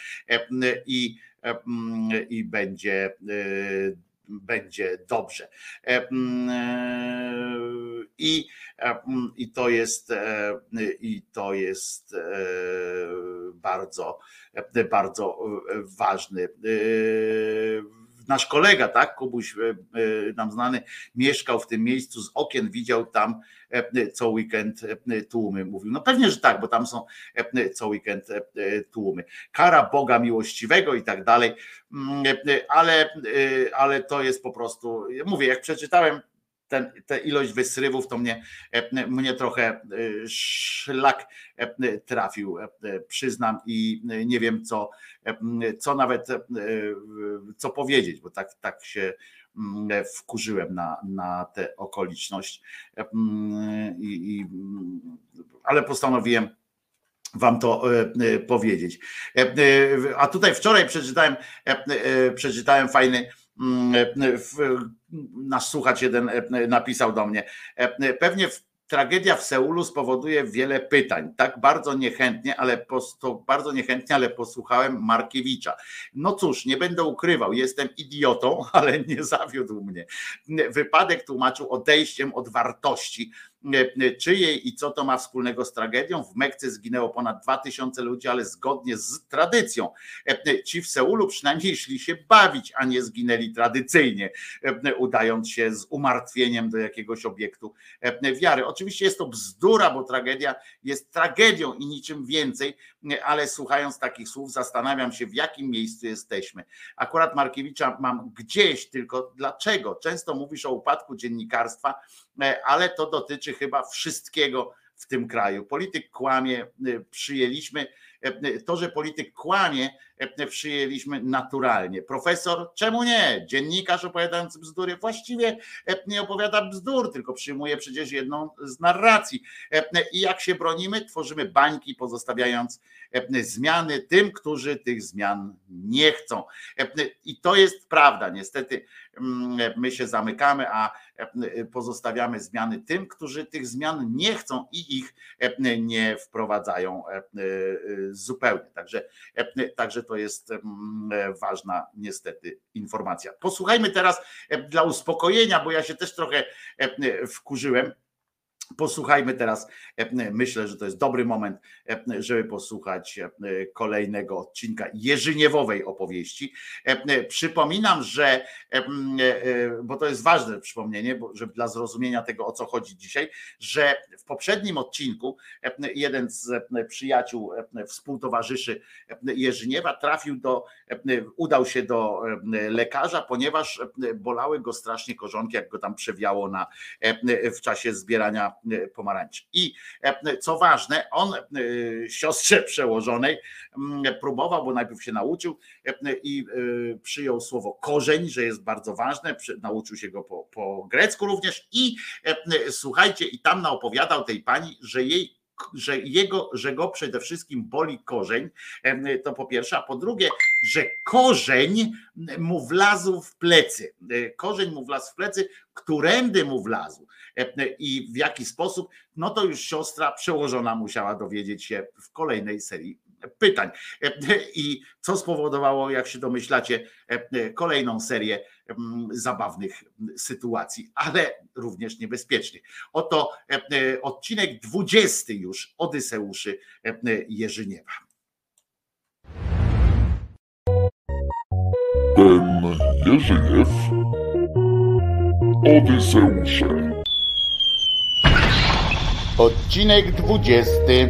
i będzie dobrze. I to jest bardzo, bardzo ważny. Nasz kolega, tak, Kubuś nam znany, mieszkał w tym miejscu, z okien widział tam co weekend tłumy. Mówił, no pewnie, że tak, bo tam są co weekend tłumy. Kara Boga miłościwego i tak dalej, ale to jest po prostu, mówię, jak przeczytałem tę ilość wysrywów, to mnie trochę szlak trafił, przyznam, i nie wiem co nawet co powiedzieć, bo tak się wkurzyłem na tę okoliczność, ale postanowiłem wam to powiedzieć. A tutaj wczoraj przeczytałem fajny, nasz słuchacz jeden napisał do mnie, pewnie Tragedia w Seulu spowoduje wiele pytań. Tak bardzo niechętnie, ale posłuchałem Markiewicza. No cóż, nie będę ukrywał, jestem idiotą, ale nie zawiódł mnie. Wypadek tłumaczył odejściem od wartości czyjej i co to ma wspólnego z tragedią. W Mekce zginęło ponad 2000 ludzi, ale zgodnie z tradycją. Ci w Seulu przynajmniej szli się bawić, a nie zginęli tradycyjnie, udając się z umartwieniem do jakiegoś obiektu wiary. Oczywiście jest to bzdura, bo tragedia jest tragedią i niczym więcej, ale słuchając takich słów zastanawiam się, w jakim miejscu jesteśmy. Akurat Markiewicza mam gdzieś, tylko dlaczego? Często mówisz o upadku dziennikarstwa, ale to dotyczy chyba wszystkiego w tym kraju. Polityk kłamie, przyjęliśmy. To, że polityk kłamie, przyjęliśmy naturalnie. Profesor, czemu nie? Dziennikarz opowiadający bzdury właściwie nie opowiada bzdur, tylko przyjmuje przecież jedną z narracji. I jak się bronimy? Tworzymy bańki, pozostawiając zmiany tym, którzy tych zmian nie chcą. I to jest prawda. Niestety my się zamykamy, a pozostawiamy zmiany tym, którzy tych zmian nie chcą i ich nie wprowadzają zupełnie. Także to jest ważna niestety informacja. Posłuchajmy teraz dla uspokojenia, bo ja się też trochę wkurzyłem. Posłuchajmy teraz, myślę, że to jest dobry moment, żeby posłuchać kolejnego odcinka jerzyniewowej opowieści. Przypominam, że, bo to jest ważne przypomnienie, że dla zrozumienia tego, o co chodzi dzisiaj, że w poprzednim odcinku jeden z przyjaciół, współtowarzyszy Jerzyniewa udał się do lekarza, ponieważ bolały go strasznie korzonki, jak go tam przewiało w czasie zbierania pomarańczy. I co ważne, on siostrze przełożonej próbował, bo najpierw się nauczył i przyjął słowo korzeń, że jest bardzo ważne, nauczył się go po grecku również i słuchajcie, i tam naopowiadał tej pani, że go przede wszystkim boli korzeń, to po pierwsze, a po drugie, że korzeń mu wlazł w plecy. Korzeń mu wlazł w plecy, którędy mu wlazł i w jaki sposób, no to już siostra przełożona musiała dowiedzieć się w kolejnej serii pytań. I co spowodowało, jak się domyślacie, kolejną serię zabawnych sytuacji, ale również niebezpiecznych. Oto odcinek 20 już Odyseuszy Jerzyniewa. Ten Jerzyniew, Odyseusze. Odcinek 20.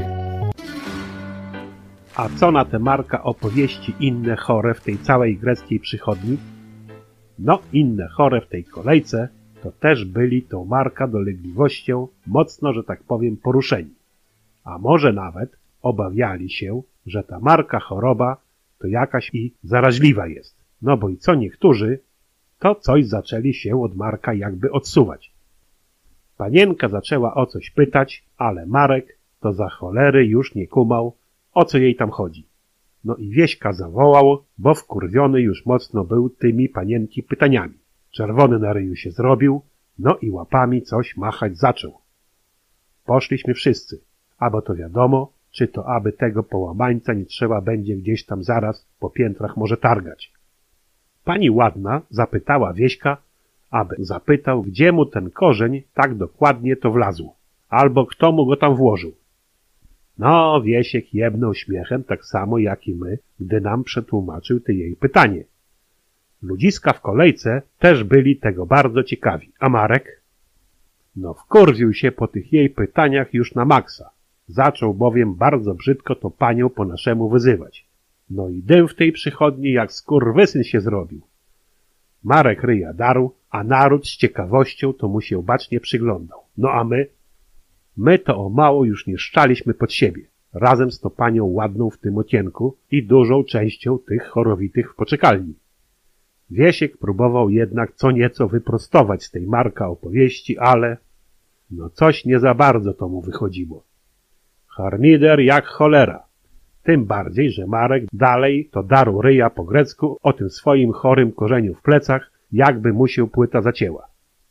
A co na te Marka opowieści inne chore w tej całej greckiej przychodni? No, inne chore w tej kolejce to też byli tą Marka dolegliwością mocno, że tak powiem, poruszeni. A może nawet obawiali się, że ta Marka choroba to jakaś i zaraźliwa jest. No bo i co niektórzy, to coś zaczęli się od Marka jakby odsuwać. Panienka zaczęła o coś pytać, ale Marek to za cholery już nie kumał, o co jej tam chodzi. No i Wieśka zawołał, bo wkurwiony już mocno był tymi panienki pytaniami. Czerwony na ryju się zrobił, no i łapami coś machać zaczął. Poszliśmy wszyscy, a bo to wiadomo, czy to aby tego połamańca nie trzeba będzie gdzieś tam zaraz po piętrach może targać. Pani ładna zapytała Wieśka, aby zapytał, gdzie mu ten korzeń tak dokładnie to wlazł, albo kto mu go tam włożył. No, Wiesiek jebnął śmiechem tak samo jak i my, gdy nam przetłumaczył te jej pytanie. Ludziska w kolejce też byli tego bardzo ciekawi, a Marek? No wkurwił się po tych jej pytaniach już na maksa. Zaczął bowiem bardzo brzydko to panią po naszemu wyzywać. No i dym w tej przychodni jak skurwysyn się zrobił. Marek ryja darł, a naród z ciekawością to mu się bacznie przyglądał. No a my to o mało już nie szczaliśmy pod siebie, razem z tą panią ładną w tym okienku i dużą częścią tych chorowitych w poczekalni. Wiesiek próbował jednak co nieco wyprostować z tej Marka opowieści, ale no coś nie za bardzo to mu wychodziło. Harmider jak cholera. Tym bardziej, że Marek dalej to darł ryja po grecku o tym swoim chorym korzeniu w plecach, jakby mu się płyta zacięła.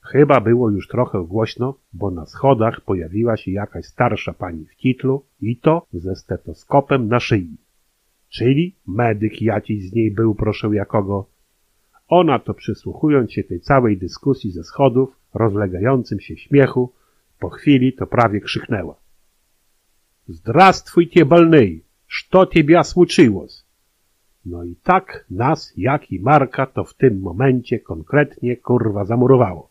Chyba było już trochę głośno, bo na schodach pojawiła się jakaś starsza pani w kitlu i to ze stetoskopem na szyi. Czyli medyk jakiś z niej był, proszę jakogo. Ona to przysłuchując się tej całej dyskusji ze schodów, rozlegającym się śmiechu, po chwili to prawie krzyknęła. Zdrastwujcie, больный! Что тебя случилось? No i tak nas, jak i Marka, to w tym momencie konkretnie kurwa zamurowało.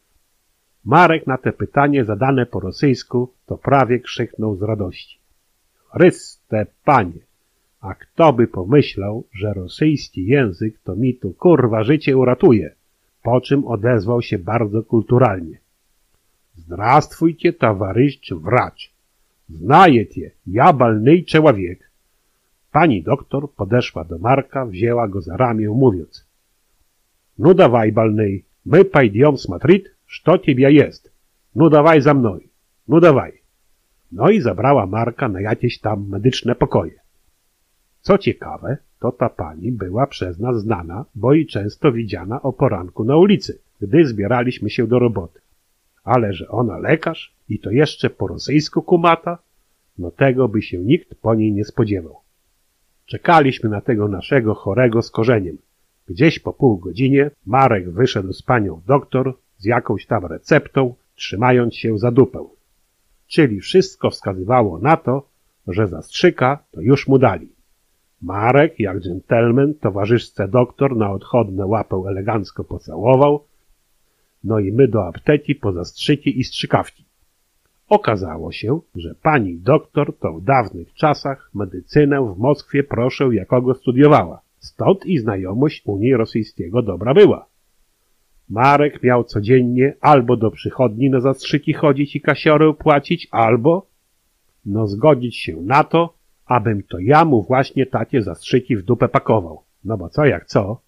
Marek na te pytanie zadane po rosyjsku to prawie krzyknął z radości. Chryste Panie! A kto by pomyślał, że rosyjski język to mi tu kurwa życie uratuje? Po czym odezwał się bardzo kulturalnie. Zdrastwujcie, towarzysz wracz. Znajecie, ja больный człowiek. Pani doktor podeszła do Marka, wzięła go za ramię, mówiąc. No dawaj, больный, my pойдем смотреть, что тебя jest. No dawaj za mną, no dawaj. No i zabrała Marka na jakieś tam medyczne pokoje. Co ciekawe, to ta pani była przez nas znana, bo i często widziana o poranku na ulicy, gdy zbieraliśmy się do roboty. Ale że ona lekarz i to jeszcze po rosyjsku kumata, no tego by się nikt po niej nie spodziewał. Czekaliśmy na tego naszego chorego z korzeniem. Gdzieś po pół godzinie Marek wyszedł z panią doktor z jakąś tam receptą, trzymając się za dupę. Czyli wszystko wskazywało na to, że zastrzyka to już mu dali. Marek, jak dżentelmen, towarzyszce doktor na odchodne łapę elegancko pocałował, no i my do apteki po zastrzyki i strzykawki. Okazało się, że pani doktor to w dawnych czasach medycynę w Moskwie proszę jakogo studiowała, stąd i znajomość Unii Rosyjskiego dobra była. Marek miał codziennie albo do przychodni na zastrzyki chodzić i kasiorę płacić, albo zgodzić się na to, abym to ja mu właśnie takie zastrzyki w dupę pakował. No bo co jak co,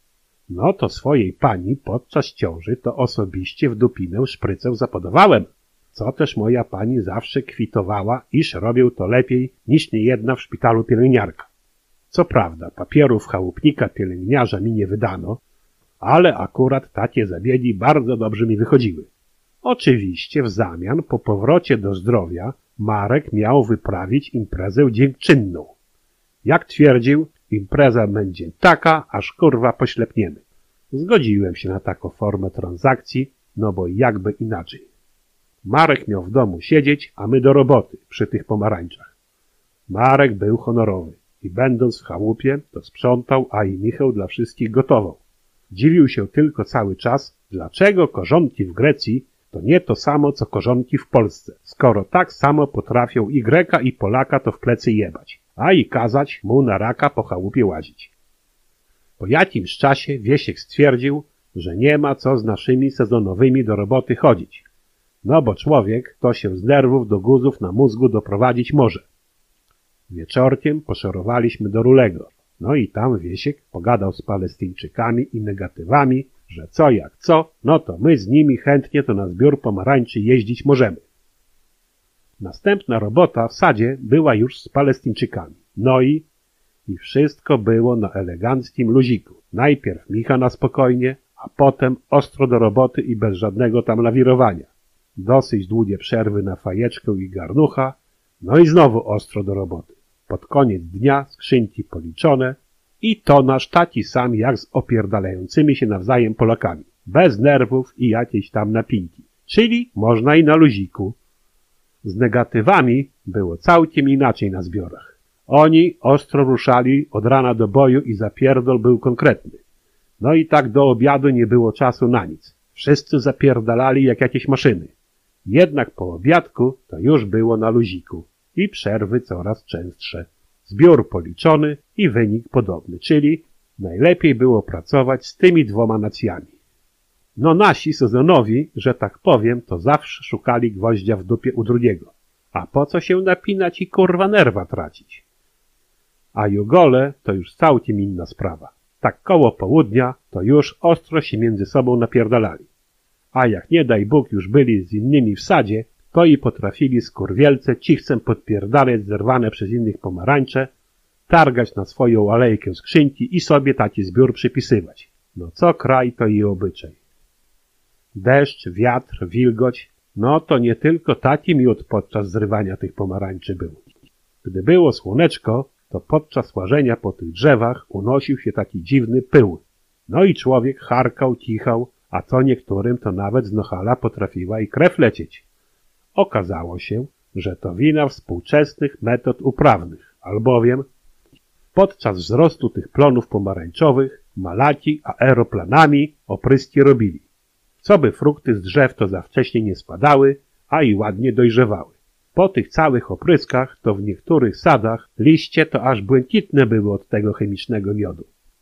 to swojej pani podczas ciąży to osobiście w dupinę szprycę zapodawałem. Co też moja pani zawsze kwitowała, iż robił to lepiej niż niejedna w szpitalu pielęgniarka. Co prawda papierów chałupnika pielęgniarza mi nie wydano, ale akurat takie zabiegi bardzo dobrze mi wychodziły. Oczywiście w zamian po powrocie do zdrowia Marek miał wyprawić imprezę dziękczynną. Jak twierdził, impreza będzie taka, aż kurwa poślepniemy. Zgodziłem się na taką formę transakcji, no bo jakby inaczej. Marek miał w domu siedzieć, a my do roboty przy tych pomarańczach. Marek był honorowy i będąc w chałupie, to sprzątał, a i Michał dla wszystkich gotował. Dziwił się tylko cały czas, dlaczego korzonki w Grecji to nie to samo, co korzonki w Polsce, skoro tak samo potrafią i Greka, i Polaka to w plecy jebać, a i kazać mu na raka po chałupie łazić. Po jakimś czasie Wiesiek stwierdził, że nie ma co z naszymi sezonowymi do roboty chodzić, no bo człowiek to się z nerwów do guzów na mózgu doprowadzić może. Wieczorkiem poszorowaliśmy do Rulego, no i tam Wiesiek pogadał z Palestyńczykami i negatywami, że co jak co, no to my z nimi chętnie to na zbiór pomarańczy jeździć możemy. Następna robota w sadzie była już z Palestyńczykami. No i wszystko było na eleganckim luziku. Najpierw Micha na spokojnie, a potem ostro do roboty i bez żadnego tam lawirowania. Dosyć długie przerwy na fajeczkę i garnucha, no i znowu ostro do roboty. Pod koniec dnia skrzynki policzone i to nasz taki sam jak z opierdalającymi się nawzajem Polakami. Bez nerwów i jakiejś tam napinki. Czyli można i na luziku. Z negatywami było całkiem inaczej na zbiorach. Oni ostro ruszali od rana do boju i zapierdol był konkretny. No i tak do obiadu nie było czasu na nic. Wszyscy zapierdalali jak jakieś maszyny. Jednak po obiadku to już było na luziku i przerwy coraz częstsze. Zbiór policzony i wynik podobny, czyli najlepiej było pracować z tymi dwoma nacjami. No nasi sezonowi, że tak powiem, to zawsze szukali gwoździa w dupie u drugiego. A po co się napinać i kurwa nerwa tracić? A jugole to już całkiem inna sprawa. Tak koło południa to już ostro się między sobą napierdalali. A jak nie daj Bóg już byli z innymi w sadzie, to i potrafili skurwielce cichcem podpierdalać zerwane przez innych pomarańcze, targać na swoją alejkę skrzynki i sobie taki zbiór przypisywać. No co kraj, to i obyczaj. Deszcz, wiatr, wilgoć, no to nie tylko taki miód podczas zrywania tych pomarańczy był. Gdy było słoneczko, to podczas łażenia po tych drzewach unosił się taki dziwny pył. No i człowiek charkał, cichał, a co niektórym to nawet z nohala potrafiła i krew lecieć. Okazało się, że to wina współczesnych metod uprawnych, albowiem podczas wzrostu tych plonów pomarańczowych malaki aeroplanami opryski robili. Co by frukty z drzew to za wcześnie nie spadały, a i ładnie dojrzewały. Po tych całych opryskach to w niektórych sadach liście to aż błękitne były od tego chemicznego miodu.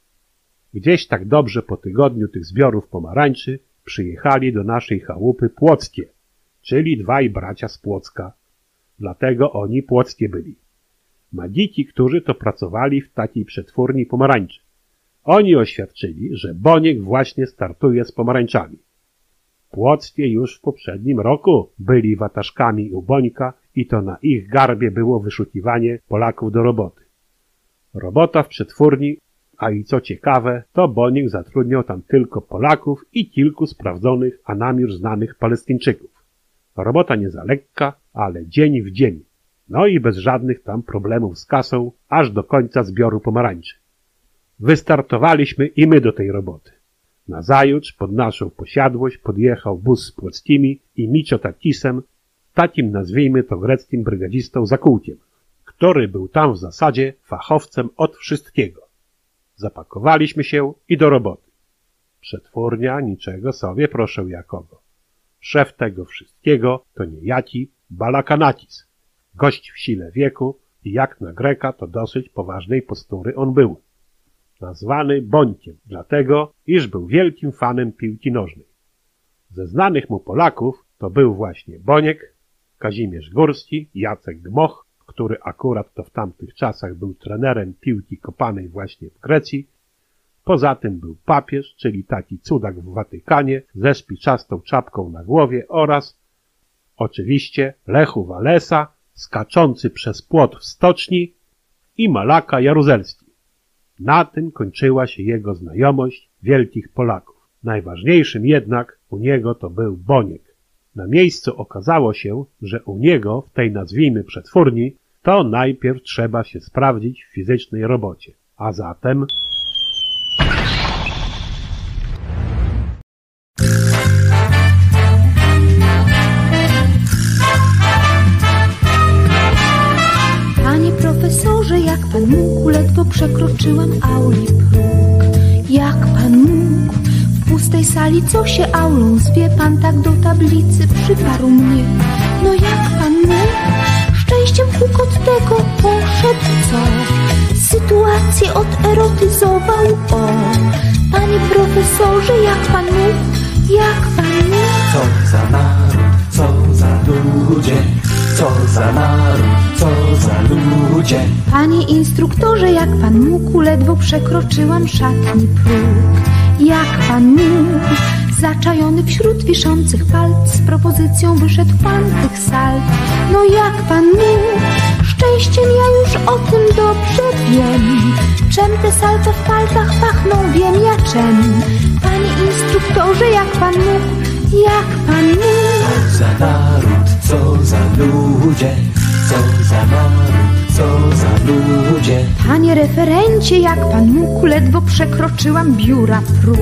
Gdzieś tak dobrze po tygodniu tych zbiorów pomarańczy przyjechali do naszej chałupy Płockie, czyli dwaj bracia z Płocka. Dlatego oni Płockie byli. Magiki, którzy to pracowali w takiej przetwórni pomarańczy. Oni oświadczyli, że Boniek właśnie startuje z pomarańczami. Płockie już w poprzednim roku byli wataszkami u Bońka i to na ich garbie było wyszukiwanie Polaków do roboty. Robota w przetwórni, a i co ciekawe, to Boniek zatrudniał tam tylko Polaków i kilku sprawdzonych, a nam już znanych Palestyńczyków. Robota nie za lekka, ale dzień w dzień. No i bez żadnych tam problemów z kasą, aż do końca zbioru pomarańczy. Wystartowaliśmy i my do tej roboty. Nazajutrz pod naszą posiadłość podjechał bus z Płockimi i Miciotakisem, takim nazwijmy to greckim brygadzistą Zakółkiem, który był tam w zasadzie fachowcem od wszystkiego. Zapakowaliśmy się i do roboty. Przetwórnia niczego sobie proszę jakogo. Szef tego wszystkiego to niejaki Balakanatis, gość w sile wieku i jak na Greka to dosyć poważnej postury on był. Nazwany Bońkiem, dlatego, iż był wielkim fanem piłki nożnej. Ze znanych mu Polaków to był właśnie Boniek, Kazimierz Górski, Jacek Gmoch, który akurat to w tamtych czasach był trenerem piłki kopanej właśnie w Grecji. Poza tym był papież, czyli taki cudak w Watykanie ze szpiczastą czapką na głowie oraz oczywiście Lechu Walesa, skaczący przez płot w stoczni i Malaka Jaruzelski. Na tym kończyła się jego znajomość wielkich Polaków. Najważniejszym jednak u niego to był Boniek. Na miejscu okazało się, że u niego w tej nazwijmy przetwórni to najpierw trzeba się sprawdzić w fizycznej robocie. A zatem... Panie profesorze, jak pan mógł, ledwo przekroczyłam auli próg. Jak pan mógł? W pustej sali co się aulą zwie, pan tak do tablicy przyparł mnie. No jak pan mógł? Szczęściem hukot tego poszedł, co? Sytuację oderotyzował, o. Panie profesorze, jak pan mógł? Jak pan mógł? Co za naród, co za ludzie, co za naród, co za ludzie. Panie instruktorze, jak pan mógł, ledwo przekroczyłam szatni próg. Jak pan mógł? Zaczajony wśród wiszących palc, z propozycją wyszedł pan tych sal. No jak pan mógł? Szczęściem ja już o tym dobrze wiem. Czem te salce w palcach pachną, wiem ja czem. Panie instruktorze, jak pan mógł? Jak pan mógł? Co za naród, co za ludzie, co za naród, co za ludzie. Panie referencie, jak pan mógł, ledwo przekroczyłam biura próg.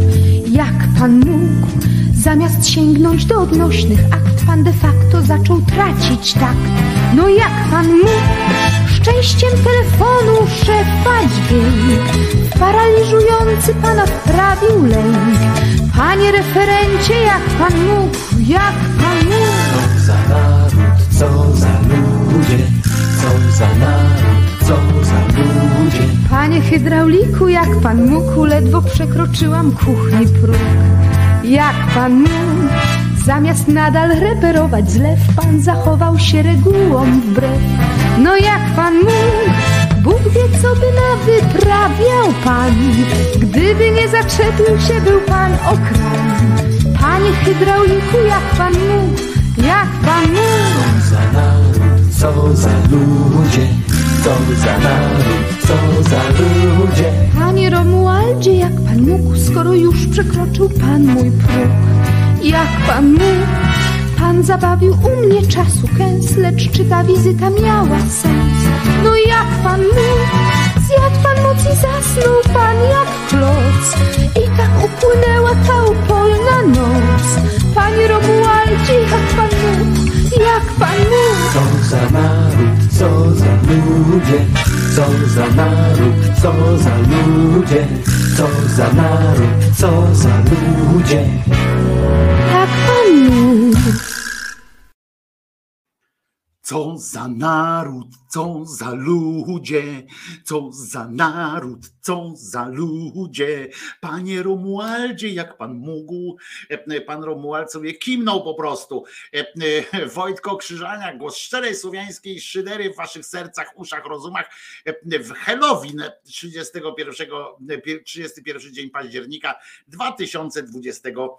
Jak pan mógł? Zamiast sięgnąć do odnośnych akt, pan de facto zaczął tracić takt. No jak pan mógł? Szczęściem telefonu szefa dźwięk paraliżujący pana wprawił lęk. Panie referencie, jak pan mógł? Jak pan mógł? Co za naród, co za ludzie, co za naród, co za ludzie. Panie hydrauliku, jak pan mógł, ledwo przekroczyłam kuchni próg. Jak pan mógł? Zamiast nadal reperować zlew, pan zachował się regułom wbrew. No jak pan mógł? Bóg wie, co by nawyprawiał pan, gdyby nie zaczepił się był pan o kran. Panie hydrauliku, jak pan mógł? Jak pan mógł? Co za naród, co za ludzie, co za naród, co za ludzie. Panie Romualdzie, jak pan mógł, skoro już przekroczył pan mój próg? jak pan mógł? Pan zabawił u mnie czasu kęs, lecz czy ta wizyta miała sens? No jak pan mógł? Zjadł pan moc i zasnął pan jak kloc. I tak upłynęła ta upojna noc. Panie Romualdzie, jak pan mógł? Jak pan mógł? Co za naród, co za ludzie, co za naród, co za ludzie, co za naród, co za ludzie. Jak pan mógł? Co za naród, co za ludzie, co za naród, co za ludzie. Panie Romualdzie, jak pan mógł? Pan Romuald sobie kimnął po prostu. Wojtko Krzyżaniak, głos szczerej słowiańskiej szydery w waszych sercach, uszach, rozumach. W Halloween 31 dzień października 2022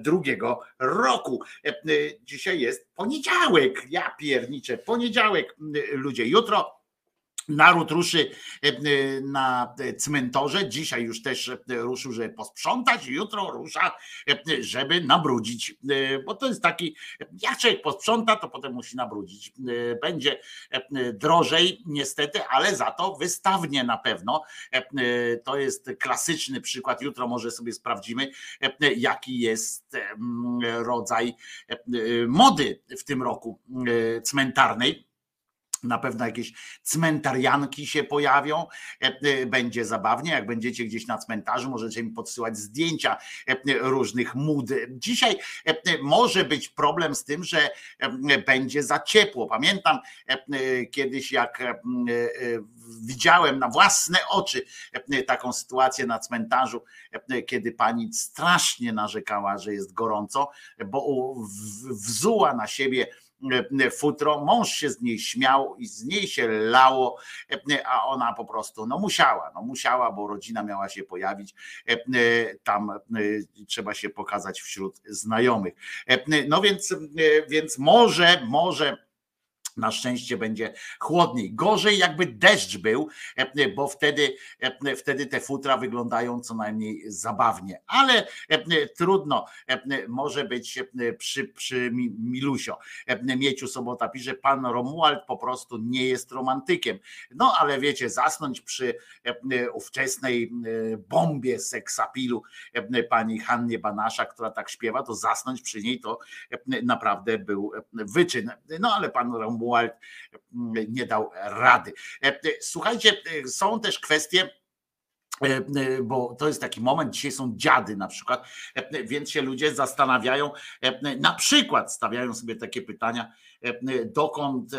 roku. Dzisiaj jest poniedziałek. Ja pierniczę, poniedziałek, ludzie. Jutro naród ruszy na cmentarze. Dzisiaj już też ruszył, żeby posprzątać. Jutro rusza, żeby nabrudzić. Bo to jest taki, jak człowiek posprząta, to potem musi nabrudzić. Będzie drożej niestety, ale za to wystawnie na pewno. To jest klasyczny przykład. Jutro może sobie sprawdzimy, jaki jest rodzaj mody w tym roku cmentarnej. Na pewno jakieś cmentarianki się pojawią, będzie zabawnie, jak będziecie gdzieś na cmentarzu, możecie mi podsyłać zdjęcia różnych mód. Dzisiaj może być problem z tym, że będzie za ciepło. Pamiętam kiedyś, jak widziałem na własne oczy taką sytuację na cmentarzu, kiedy pani strasznie narzekała, że jest gorąco, bo wzuła na siebie futro, mąż się z niej śmiał i z niej się lało, a ona po prostu musiała, bo rodzina miała się pojawić, tam trzeba się pokazać wśród znajomych. No więc może na szczęście będzie chłodniej. Gorzej jakby deszcz był, bo wtedy te futra wyglądają co najmniej zabawnie. Ale trudno, może być przy Milusio. Mieciu Sobota pisze, pan Romuald po prostu nie jest romantykiem. No ale wiecie, zasnąć przy ówczesnej bombie seksapilu pani Hannie Banasza, która tak śpiewa, to zasnąć przy niej to naprawdę był wyczyn. No ale pan Romuald nie dał rady. Słuchajcie, są też kwestie, bo to jest taki moment, dzisiaj są dziady na przykład, więc się ludzie zastanawiają, na przykład stawiają sobie takie pytania, dokąd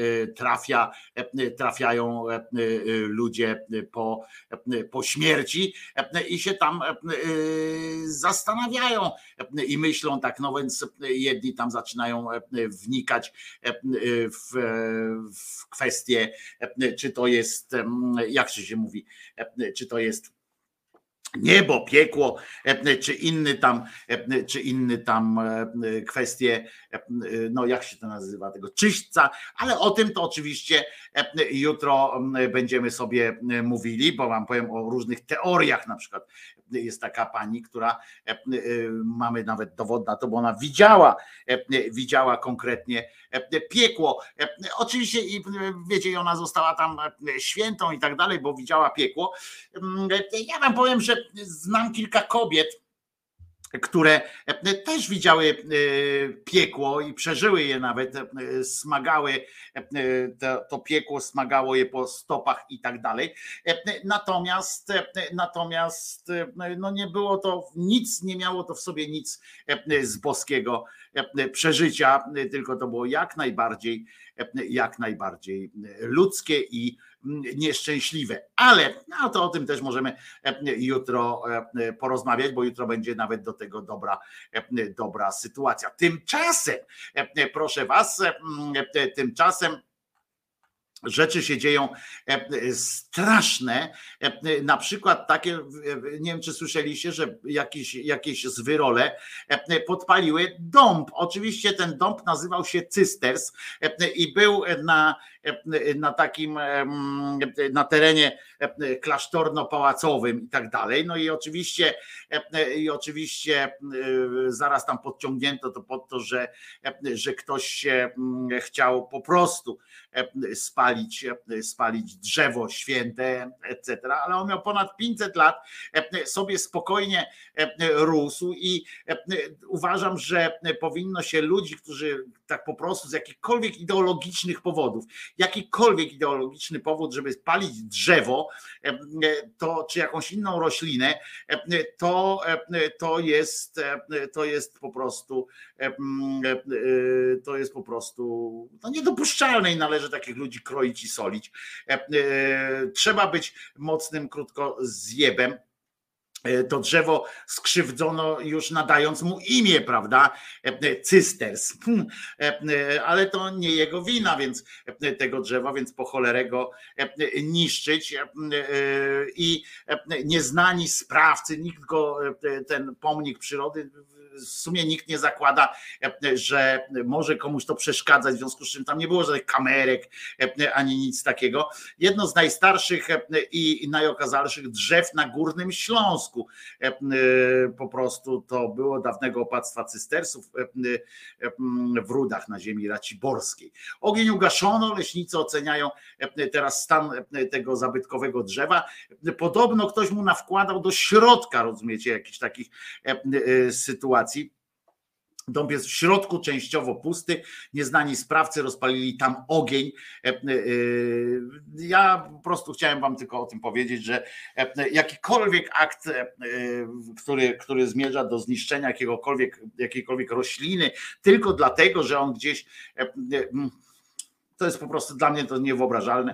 trafiają ludzie po śmierci i się tam zastanawiają i myślą tak, no więc jedni tam zaczynają wnikać w kwestie, czy to jest, jak się mówi, czy to jest niebo, piekło, czy inny tam kwestie, no jak się to nazywa, tego czyśćca, ale o tym to oczywiście jutro będziemy sobie mówili, bo wam powiem o różnych teoriach. Na przykład jest taka pani, która, mamy nawet dowód na to, bo ona widziała konkretnie piekło. Oczywiście i wiecie, ona została tam świętą i tak dalej, bo widziała piekło. Ja wam powiem, że znam kilka kobiet, które też widziały piekło i przeżyły je nawet, smagały to piekło, smagało je po stopach i tak dalej. Natomiast no nie było to nic, nie miało to w sobie nic z boskiego przeżycia, tylko to było jak najbardziej ludzkie i nieszczęśliwe. Ale no to o tym też możemy jutro porozmawiać, bo jutro będzie nawet do tego dobra sytuacja. Tymczasem, proszę was, rzeczy się dzieją straszne, na przykład takie, nie wiem czy słyszeliście, że jakieś zwyrole podpaliły dąb. Oczywiście ten dąb nazywał się Cysters i był na takim, na terenie klasztorno-pałacowym i tak dalej. No i oczywiście zaraz tam podciągnięto to pod to, że ktoś się chciał po prostu spalić drzewo święte, etc. Ale on miał ponad 500 lat, sobie spokojnie rósł i uważam, że powinno się ludzi, którzy tak po prostu z jakichkolwiek ideologicznych powodów, jakikolwiek ideologiczny powód, żeby spalić drzewo, czy jakąś inną roślinę, to jest po prostu niedopuszczalne i należy takich ludzi kroić i solić. Trzeba być mocnym krótkozjebem. To drzewo skrzywdzono już nadając mu imię, prawda? Cysters. Ale to nie jego wina, więc tego drzewa, więc po cholerę go niszczyć i nieznani sprawcy, nikt go, ten pomnik przyrody, w sumie nikt nie zakłada, że może komuś to przeszkadzać, w związku z czym tam nie było żadnych kamerek ani nic takiego. Jedno z najstarszych i najokazalszych drzew na Górnym Śląsku. Po prostu to było dawnego opactwa cystersów w Rudach na ziemi raciborskiej. Ogień ugaszono, leśnicy oceniają teraz stan tego zabytkowego drzewa. Podobno ktoś mu nawkładał do środka, rozumiecie, jakichś takich sytuacji. Dom jest w środku, częściowo pusty. Nieznani sprawcy rozpalili tam ogień. Ja po prostu chciałem wam tylko o tym powiedzieć, że jakikolwiek akt, który zmierza do zniszczenia jakiejkolwiek rośliny, tylko dlatego, że on gdzieś... To jest po prostu dla mnie to niewyobrażalne.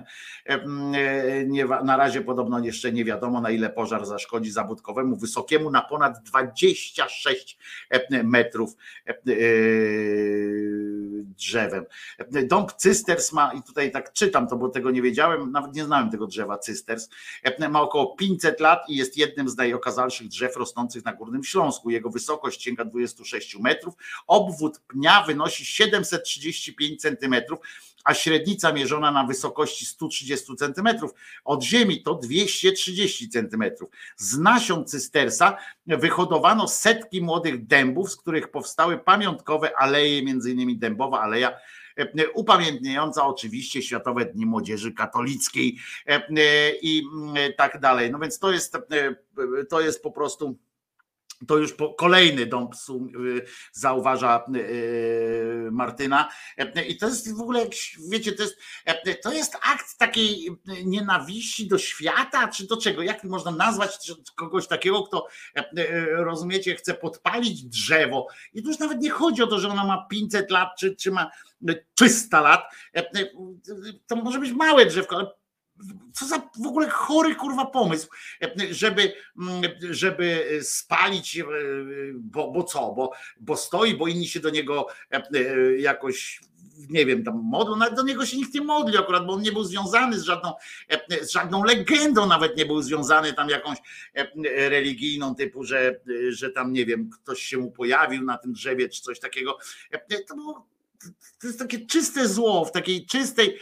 Na razie podobno jeszcze nie wiadomo, na ile pożar zaszkodzi zabytkowemu, wysokiemu na ponad 26 metrów drzewem. Dąb cysters ma, i tutaj tak czytam to, bo tego nie wiedziałem, nawet nie znałem tego drzewa cysters, ma około 500 lat i jest jednym z najokazalszych drzew rosnących na Górnym Śląsku. Jego wysokość sięga 26 metrów, obwód pnia wynosi 735 centymetrów, a średnica mierzona na wysokości 130 centymetrów od ziemi to 230 centymetrów. Z nasion cystersa wyhodowano setki młodych dębów, z których powstały pamiątkowe aleje, między innymi Dębowa Aleja, upamiętniająca oczywiście Światowe Dni Młodzieży Katolickiej i tak dalej. No więc to jest po prostu... To już kolejny dąb, zauważa Martyna. I to jest w ogóle, wiecie, to jest akt takiej nienawiści do świata, czy do czego? Jak można nazwać kogoś takiego, kto, rozumiecie, chce podpalić drzewo? I tu już nawet nie chodzi o to, że ona ma 500 lat, czy ma 300 lat. To może być małe drzewko, ale co za w ogóle chory kurwa pomysł, żeby spalić, bo stoi, bo inni się do niego jakoś, nie wiem, tam modlą, nawet do niego się nikt nie modli akurat, bo on nie był związany z żadną legendą, nawet nie był związany tam jakąś religijną typu, że tam, nie wiem, ktoś się mu pojawił na tym drzewie, czy coś takiego. To jest takie czyste zło, w takiej czystej,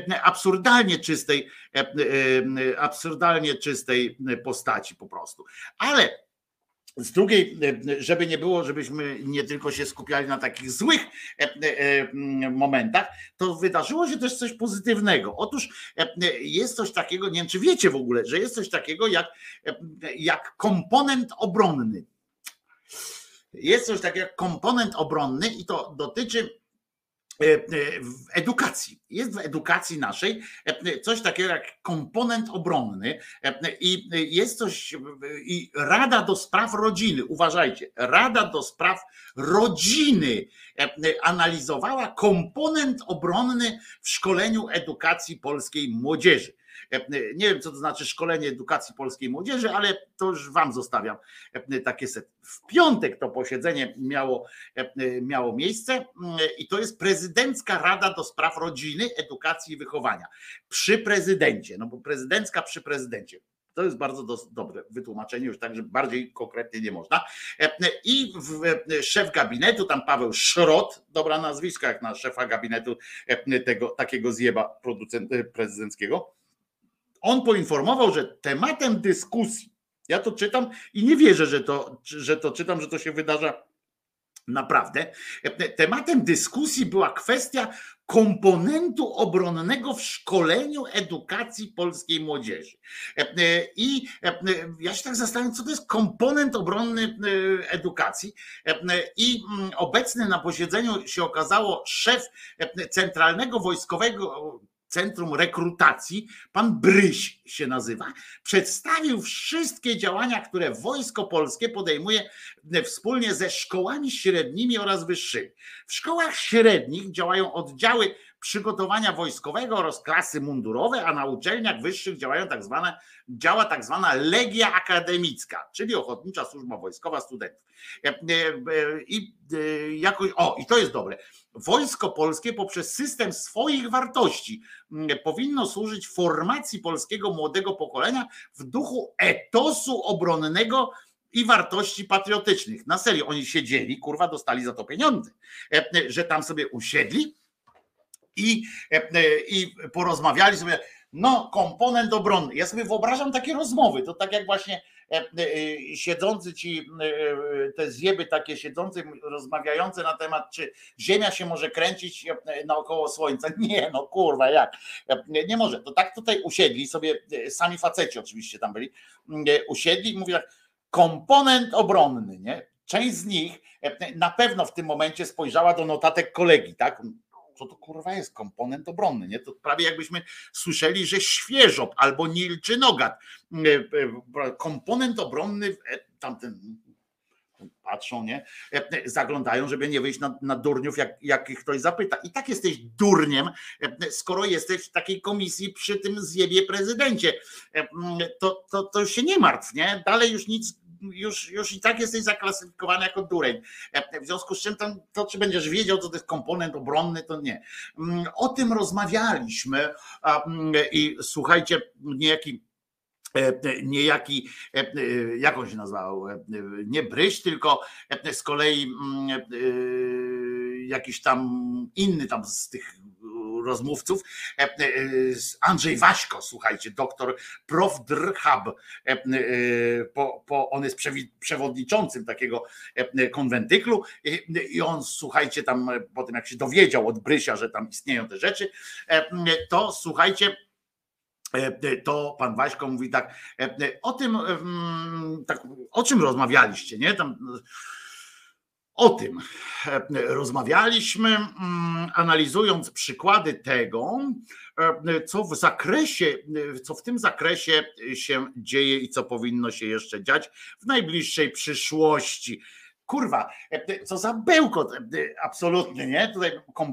absurdalnie czystej postaci po prostu. Ale z drugiej, żeby nie było, żebyśmy nie tylko się skupiali na takich złych momentach, to wydarzyło się też coś pozytywnego. Otóż jest coś takiego, nie wiem czy wiecie w ogóle, że jest coś takiego jak komponent obronny. Jest coś takiego jak komponent obronny i to dotyczy w edukacji. Jest w edukacji naszej coś takiego jak komponent obronny i jest coś, i Rada do Spraw Rodziny, uważajcie, Rada do Spraw Rodziny analizowała komponent obronny w szkoleniu edukacji polskiej młodzieży. Nie wiem, co to znaczy szkolenie edukacji polskiej młodzieży, ale to już wam zostawiam takie set. W piątek to posiedzenie miało miejsce i to jest Prezydencka Rada do Spraw Rodziny, Edukacji i Wychowania. Przy prezydencie, no bo prezydencka przy prezydencie. To jest bardzo dobre wytłumaczenie, już tak, że bardziej konkretnie nie można. I szef gabinetu, tam Paweł Szrot, dobra nazwiska jak na szefa gabinetu tego takiego zjeba prezydenckiego, on poinformował, że tematem dyskusji, ja to czytam i nie wierzę, że to czytam, że to się wydarza naprawdę. Tematem dyskusji była kwestia komponentu obronnego w szkoleniu edukacji polskiej młodzieży. I ja się tak zastanawiam, co to jest komponent obronny edukacji. I obecny na posiedzeniu się okazało szef Centralnego Wojskowego Centrum Rekrutacji, pan Bryś się nazywa, przedstawił wszystkie działania, które Wojsko Polskie podejmuje wspólnie ze szkołami średnimi oraz wyższymi. W szkołach średnich działają oddziały przygotowania wojskowego oraz klasy mundurowe, a na uczelniach wyższych działa tak zwana Legia Akademicka, czyli Ochotnicza Służba Wojskowa Studentów. I to jest dobre. Wojsko Polskie poprzez system swoich wartości powinno służyć formacji polskiego młodego pokolenia w duchu etosu obronnego i wartości patriotycznych. Na serio, oni siedzieli, kurwa, dostali za to pieniądze, że tam sobie usiedli i porozmawiali sobie, no komponent obronny. Ja sobie wyobrażam takie rozmowy, to tak jak właśnie siedzący ci, te zjeby takie siedzące, rozmawiające na temat, czy Ziemia się może kręcić naokoło Słońca. Nie, no kurwa, jak? Nie może. To tak tutaj usiedli sobie, sami faceci oczywiście tam byli, usiedli i mówili tak, komponent obronny, nie? Część z nich na pewno w tym momencie spojrzała do notatek kolegi, tak? Co to kurwa jest komponent obronny, nie? To prawie jakbyśmy słyszeli, że świeżop albo Nilczy Nogat. Komponent obronny, tamten patrzą, nie? Zaglądają, żeby nie wyjść na durniów, jak ich ktoś zapyta. I tak jesteś durniem, skoro jesteś w takiej komisji przy tym zjebie prezydencie. To się nie martw, nie? Dalej już nic, już i tak jesteś zaklasyfikowany jako dureń. W związku z czym to czy będziesz wiedział, co to jest komponent obronny, to nie. O tym rozmawialiśmy i słuchajcie, niejaki, jak on się nazywał, nie Bryś, tylko z kolei jakiś tam inny tam z tych rozmówców, Andrzej Waśko, słuchajcie, doktor prof. Drhab, on jest przewodniczącym takiego konwentyklu i on, słuchajcie, tam po tym jak się dowiedział od Brysia, że tam istnieją te rzeczy, to słuchajcie, to pan Waśko mówi tak, o czym rozmawialiście, nie? O tym rozmawialiśmy, analizując przykłady tego, co w tym zakresie się dzieje i co powinno się jeszcze dziać w najbliższej przyszłości. Kurwa, co za bełkot absolutny, nie? Tutaj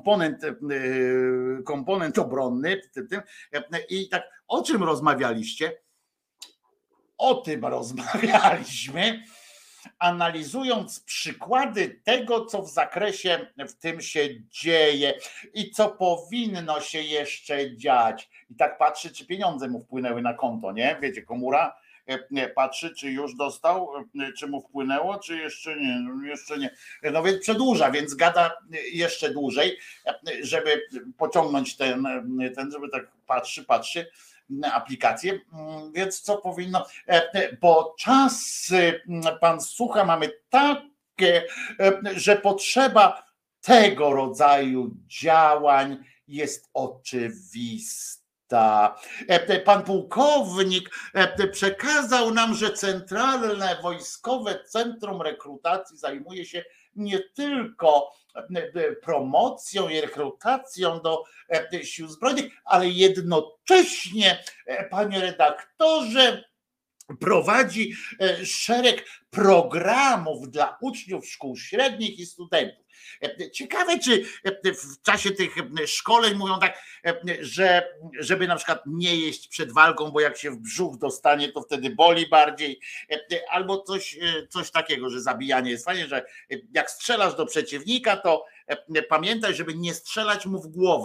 komponent obronny. I tak, o czym rozmawialiście? O tym rozmawialiśmy, analizując przykłady tego, co w zakresie w tym się dzieje i co powinno się jeszcze dziać. I tak patrzy, czy pieniądze mu wpłynęły na konto, nie? Wiecie, komura patrzy, czy już dostał, czy mu wpłynęło, czy jeszcze nie. No, jeszcze nie. No więc przedłuża, więc gada jeszcze dłużej, żeby pociągnąć ten żeby tak patrzy na aplikację, więc co powinno, bo czasy, pan słucha, mamy takie, że potrzeba tego rodzaju działań jest oczywista. Pan pułkownik przekazał nam, że Centralne Wojskowe Centrum Rekrutacji zajmuje się nie tylko promocją i rekrutacją do sił zbrojnych, ale jednocześnie, panie redaktorze, prowadzi szereg programów dla uczniów szkół średnich i studentów. Ciekawe, czy w czasie tych szkoleń mówią tak, że żeby na przykład nie jeść przed walką, bo jak się w brzuch dostanie, to wtedy boli bardziej, albo coś takiego, że zabijanie jest fajnie, że jak strzelasz do przeciwnika, to pamiętaj, żeby nie strzelać mu w głowę.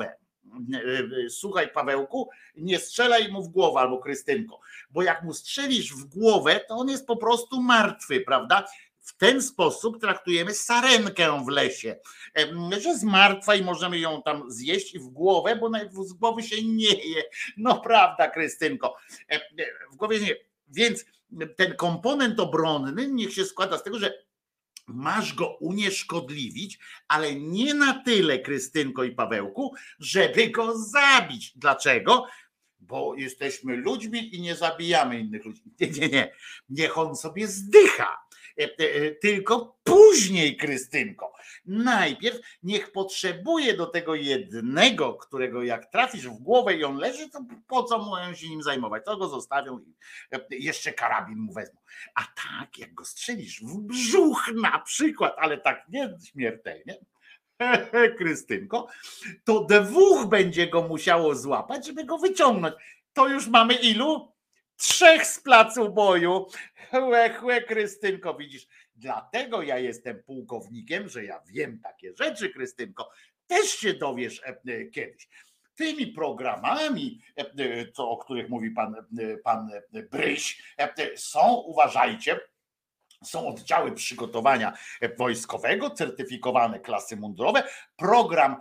słuchaj Pawełku, nie strzelaj mu w głowę albo Krystynko, bo jak mu strzelisz w głowę, to on jest po prostu martwy, prawda? W ten sposób traktujemy sarenkę w lesie, że jest martwa i możemy ją tam zjeść i w głowę, bo z głowy się nie je. No prawda, Krystynko, w głowie nie. Więc ten komponent obronny niech się składa z tego, że masz go unieszkodliwić, ale nie na tyle, Krystynko i Pawełku, żeby go zabić. Dlaczego? Bo jesteśmy ludźmi i nie zabijamy innych ludzi. Nie. Niech on sobie zdycha. Tylko później, Krystynko. Najpierw niech potrzebuje do tego jednego, którego jak trafisz w głowę i on leży, to po co mają się nim zajmować? To go zostawią i jeszcze karabin mu wezmą. A tak, jak go strzelisz w brzuch na przykład, ale tak nie śmiertelnie, Krystynko, to dwóch będzie go musiało złapać, żeby go wyciągnąć. To już mamy ilu? 3 z placu boju. Chłe, Krystynko, widzisz. Dlatego ja jestem pułkownikiem, że ja wiem takie rzeczy, Krystynko. Też się dowiesz kiedyś. Tymi programami, o których mówi pan Bryś, uważajcie, są oddziały przygotowania wojskowego, certyfikowane klasy mundurowe, program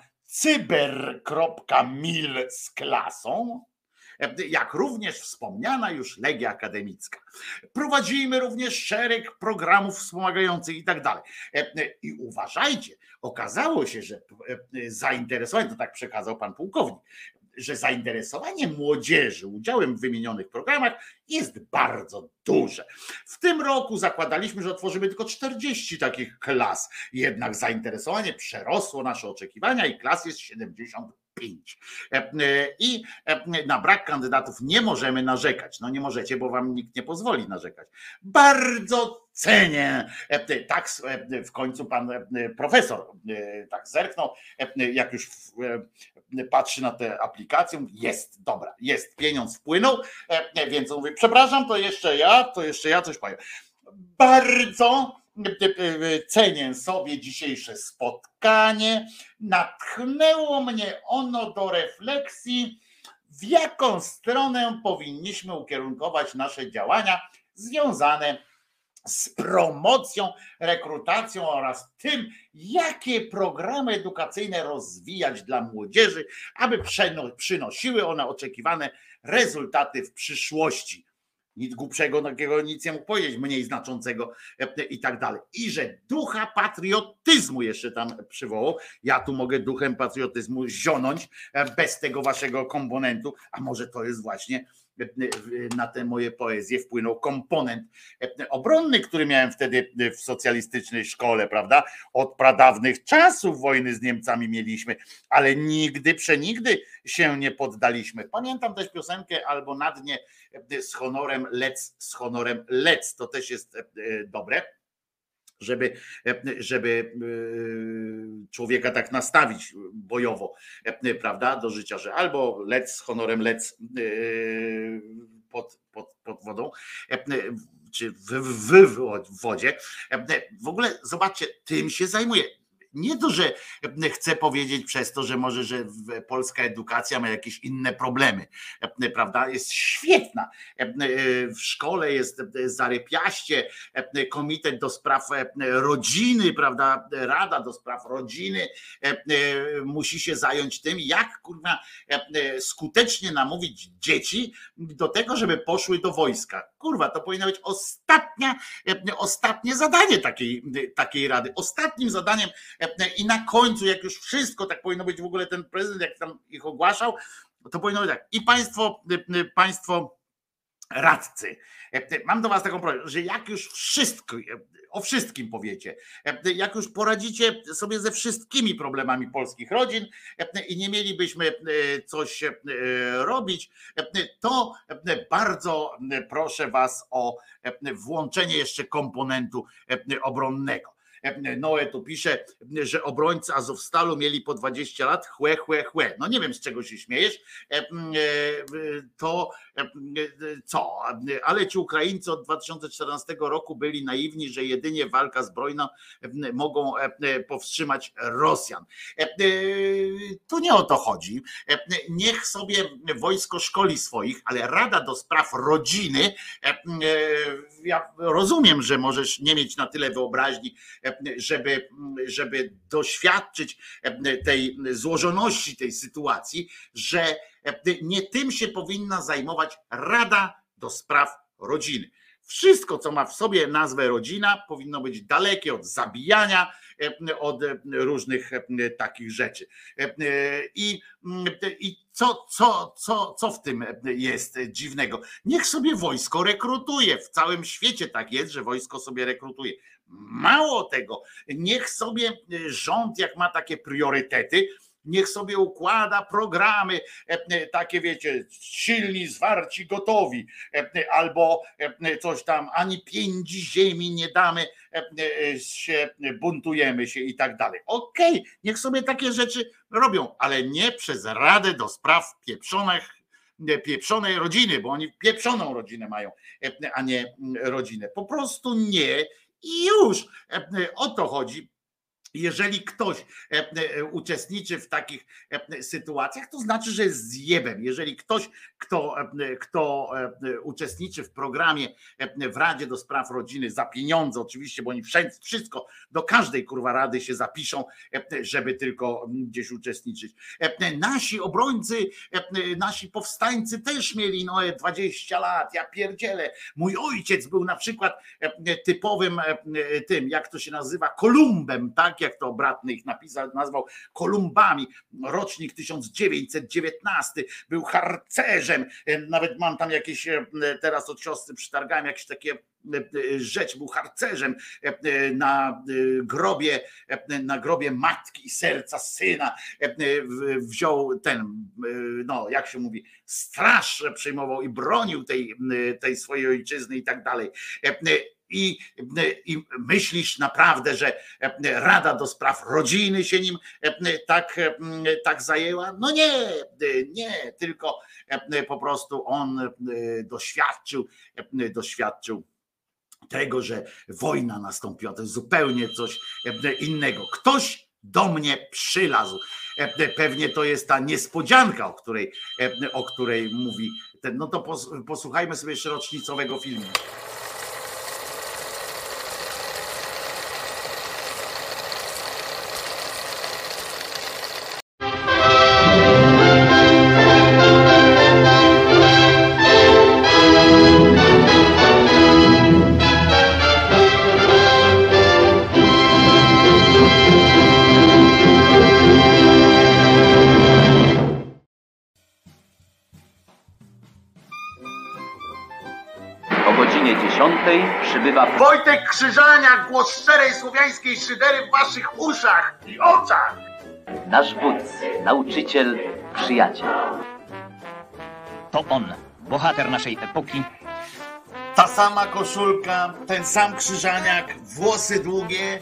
cyber.mil z klasą, jak również wspomniana już Legia Akademicka. Prowadzimy również szereg programów wspomagających i tak dalej. I uważajcie, okazało się, że zainteresowanie, to tak przekazał pan pułkownik, że zainteresowanie młodzieży udziałem w wymienionych programach jest bardzo duże. W tym roku zakładaliśmy, że otworzymy tylko 40 takich klas, jednak zainteresowanie przerosło nasze oczekiwania i klas jest 75. I na brak kandydatów nie możemy narzekać. No nie możecie, bo wam nikt nie pozwoli narzekać. Bardzo cenię. Tak w końcu pan profesor tak zerknął, jak już patrzy na tę aplikację, jest dobra, jest, pieniądz wpłynął, więc mówię, przepraszam, to jeszcze ja coś powiem. Bardzo cenię sobie dzisiejsze spotkanie. Natchnęło mnie ono do refleksji, w jaką stronę powinniśmy ukierunkować nasze działania związane z promocją, rekrutacją oraz tym, jakie programy edukacyjne rozwijać dla młodzieży, aby przynosiły one oczekiwane rezultaty w przyszłości. Nic głupszego, takiego nic nie mógł powiedzieć, mniej znaczącego i tak dalej. I że ducha patriotyzmu jeszcze tam przywołał. Ja tu mogę duchem patriotyzmu zionąć bez tego waszego komponentu, a może to jest właśnie na tę moje poezję wpłynął komponent obronny, który miałem wtedy w socjalistycznej szkole, prawda? Od pradawnych czasów wojny z Niemcami mieliśmy, ale nigdy, przenigdy się nie poddaliśmy. Pamiętam też piosenkę Albo na dnie z honorem lec. To też jest dobre, żeby człowieka tak nastawić bojowo, prawda, do życia, że albo lec z honorem lec pod wodą, czy w wodzie. W ogóle zobaczcie, tym się zajmuję. Nie to, że chcę powiedzieć przez to, że może, że polska edukacja ma jakieś inne problemy, prawda? Jest świetna. W szkole jest zarypiaście, komitet do spraw rodziny, prawda? Rada do spraw rodziny musi się zająć tym, jak kurwa skutecznie namówić dzieci do tego, żeby poszły do wojska. Kurwa, to powinno być ostatnie zadanie takiej rady. Ostatnim zadaniem i na końcu, jak już wszystko tak powinno być, w ogóle ten prezydent, jak tam ich ogłaszał, to powinno być tak. I państwo radcy, mam do was taką prośbę, że jak już o wszystkim powiecie, jak już poradzicie sobie ze wszystkimi problemami polskich rodzin i nie mielibyśmy coś robić, to bardzo proszę was o włączenie jeszcze komponentu obronnego. Noe tu pisze, że obrońcy Azowstalu mieli po 20 lat, chłe. No nie wiem, z czego się śmiejesz, to co? Ale ci Ukraińcy od 2014 roku byli naiwni, że jedynie walka zbrojna mogą powstrzymać Rosjan. Tu nie o to chodzi. Niech sobie wojsko szkoli swoich, ale Rada do Spraw Rodziny, ja rozumiem, że możesz nie mieć na tyle wyobraźni, żeby doświadczyć tej złożoności tej sytuacji, że nie tym się powinna zajmować Rada do Spraw Rodziny. Wszystko, co ma w sobie nazwę rodzina, powinno być dalekie od zabijania, od różnych takich rzeczy. I co w tym jest dziwnego? Niech sobie wojsko rekrutuje. W całym świecie tak jest, że wojsko sobie rekrutuje. Mało tego, niech sobie rząd, jak ma takie priorytety, niech sobie układa programy, takie wiecie, silni, zwarci, gotowi, albo coś tam, ani piędzi ziemi nie damy, się buntujemy się i tak dalej. Okej, niech sobie takie rzeczy robią, ale nie przez Radę do Spraw pieprzonej rodziny, bo oni pieprzoną rodzinę mają, a nie rodzinę. Po prostu nie i już. O to chodzi. Jeżeli ktoś uczestniczy w takich sytuacjach, to znaczy, że jest zjebem. Jeżeli ktoś, kto uczestniczy w programie w Radzie do Spraw Rodziny za pieniądze, oczywiście, bo oni wszystko, do każdej kurwa rady się zapiszą, żeby tylko gdzieś uczestniczyć. Nasi obrońcy, nasi powstańcy też mieli 20 lat, ja pierdzielę. Mój ojciec był na przykład typowym tym, jak to się nazywa, Kolumbem, tak? Jak to Bratny ich nazwał, Kolumbami, rocznik 1919, był harcerzem, nawet mam tam jakieś, teraz od siostry przytargałem jakieś takie rzecz, był harcerzem na grobie matki i serca syna, wziął no jak się mówi, straż przejmował i bronił tej swojej ojczyzny i tak dalej. I myślisz naprawdę, że Rada do Spraw Rodziny się nim tak zajęła? No nie, tylko po prostu on doświadczył tego, że wojna nastąpiła. To jest zupełnie coś innego. Ktoś do mnie przylazł. Pewnie to jest ta niespodzianka, o której mówi ten. No to posłuchajmy sobie jeszcze rocznicowego filmu. Przybywa Wojtek Krzyżaniak, głos szczerej słowiańskiej szydery w waszych uszach i oczach. Nasz wódz, nauczyciel, przyjaciel. To on, bohater naszej epoki. Ta sama koszulka, ten sam Krzyżaniak, włosy długie.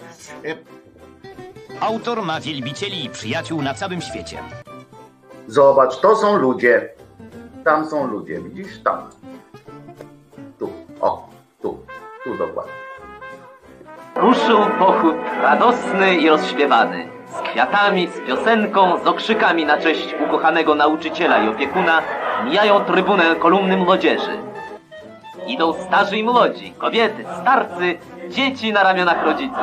Autor ma wielbicieli i przyjaciół na całym świecie. Zobacz, to są ludzie. Tam są ludzie, widzisz? Tam. Tu, tu dokładnie. Ruszył pochód radosny i rozśpiewany. Z kwiatami, z piosenką, z okrzykami na cześć ukochanego nauczyciela i opiekuna mijają trybunę kolumny młodzieży. Idą starzy i młodzi, kobiety, starcy, dzieci na ramionach rodziców.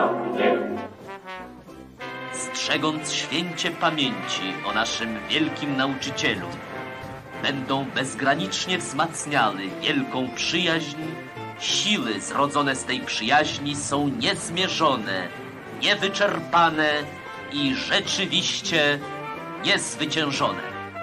Strzegąc święcie pamięci o naszym wielkim nauczycielu, będą bezgranicznie wzmacniały wielką przyjaźń. Siły zrodzone z tej przyjaźni są niezmierzone, niewyczerpane i rzeczywiście niezwyciężone.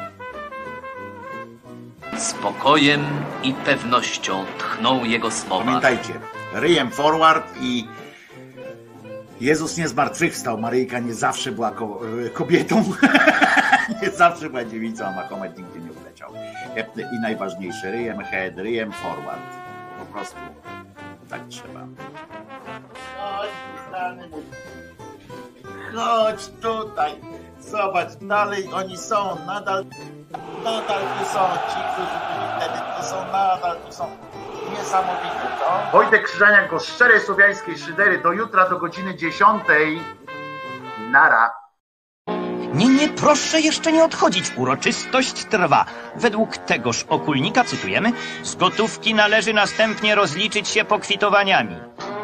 Spokojem i pewnością tchną jego słowa. Pamiętajcie, ryjem forward i Jezus nie zmartwychwstał. Maryjka nie zawsze była kobietą, nie zawsze była dziewicą, a Mahomet nigdy nie uleciał. I najważniejsze, ryjem head, ryjem forward. Po prostu tak trzeba. Chodź tutaj. Zobacz, dalej oni są, nadal tu są ci, którzy byli wtedy. To są nadal, to są niesamowite. To... Wojtek Krzyżaniak, go szczerej słowiańskiej szydery. Do jutra, do godziny 10. Nara. Nie, proszę jeszcze nie odchodzić. Uroczystość trwa. Według tegoż okulnika, cytujemy, z gotówki należy następnie rozliczyć się pokwitowaniami.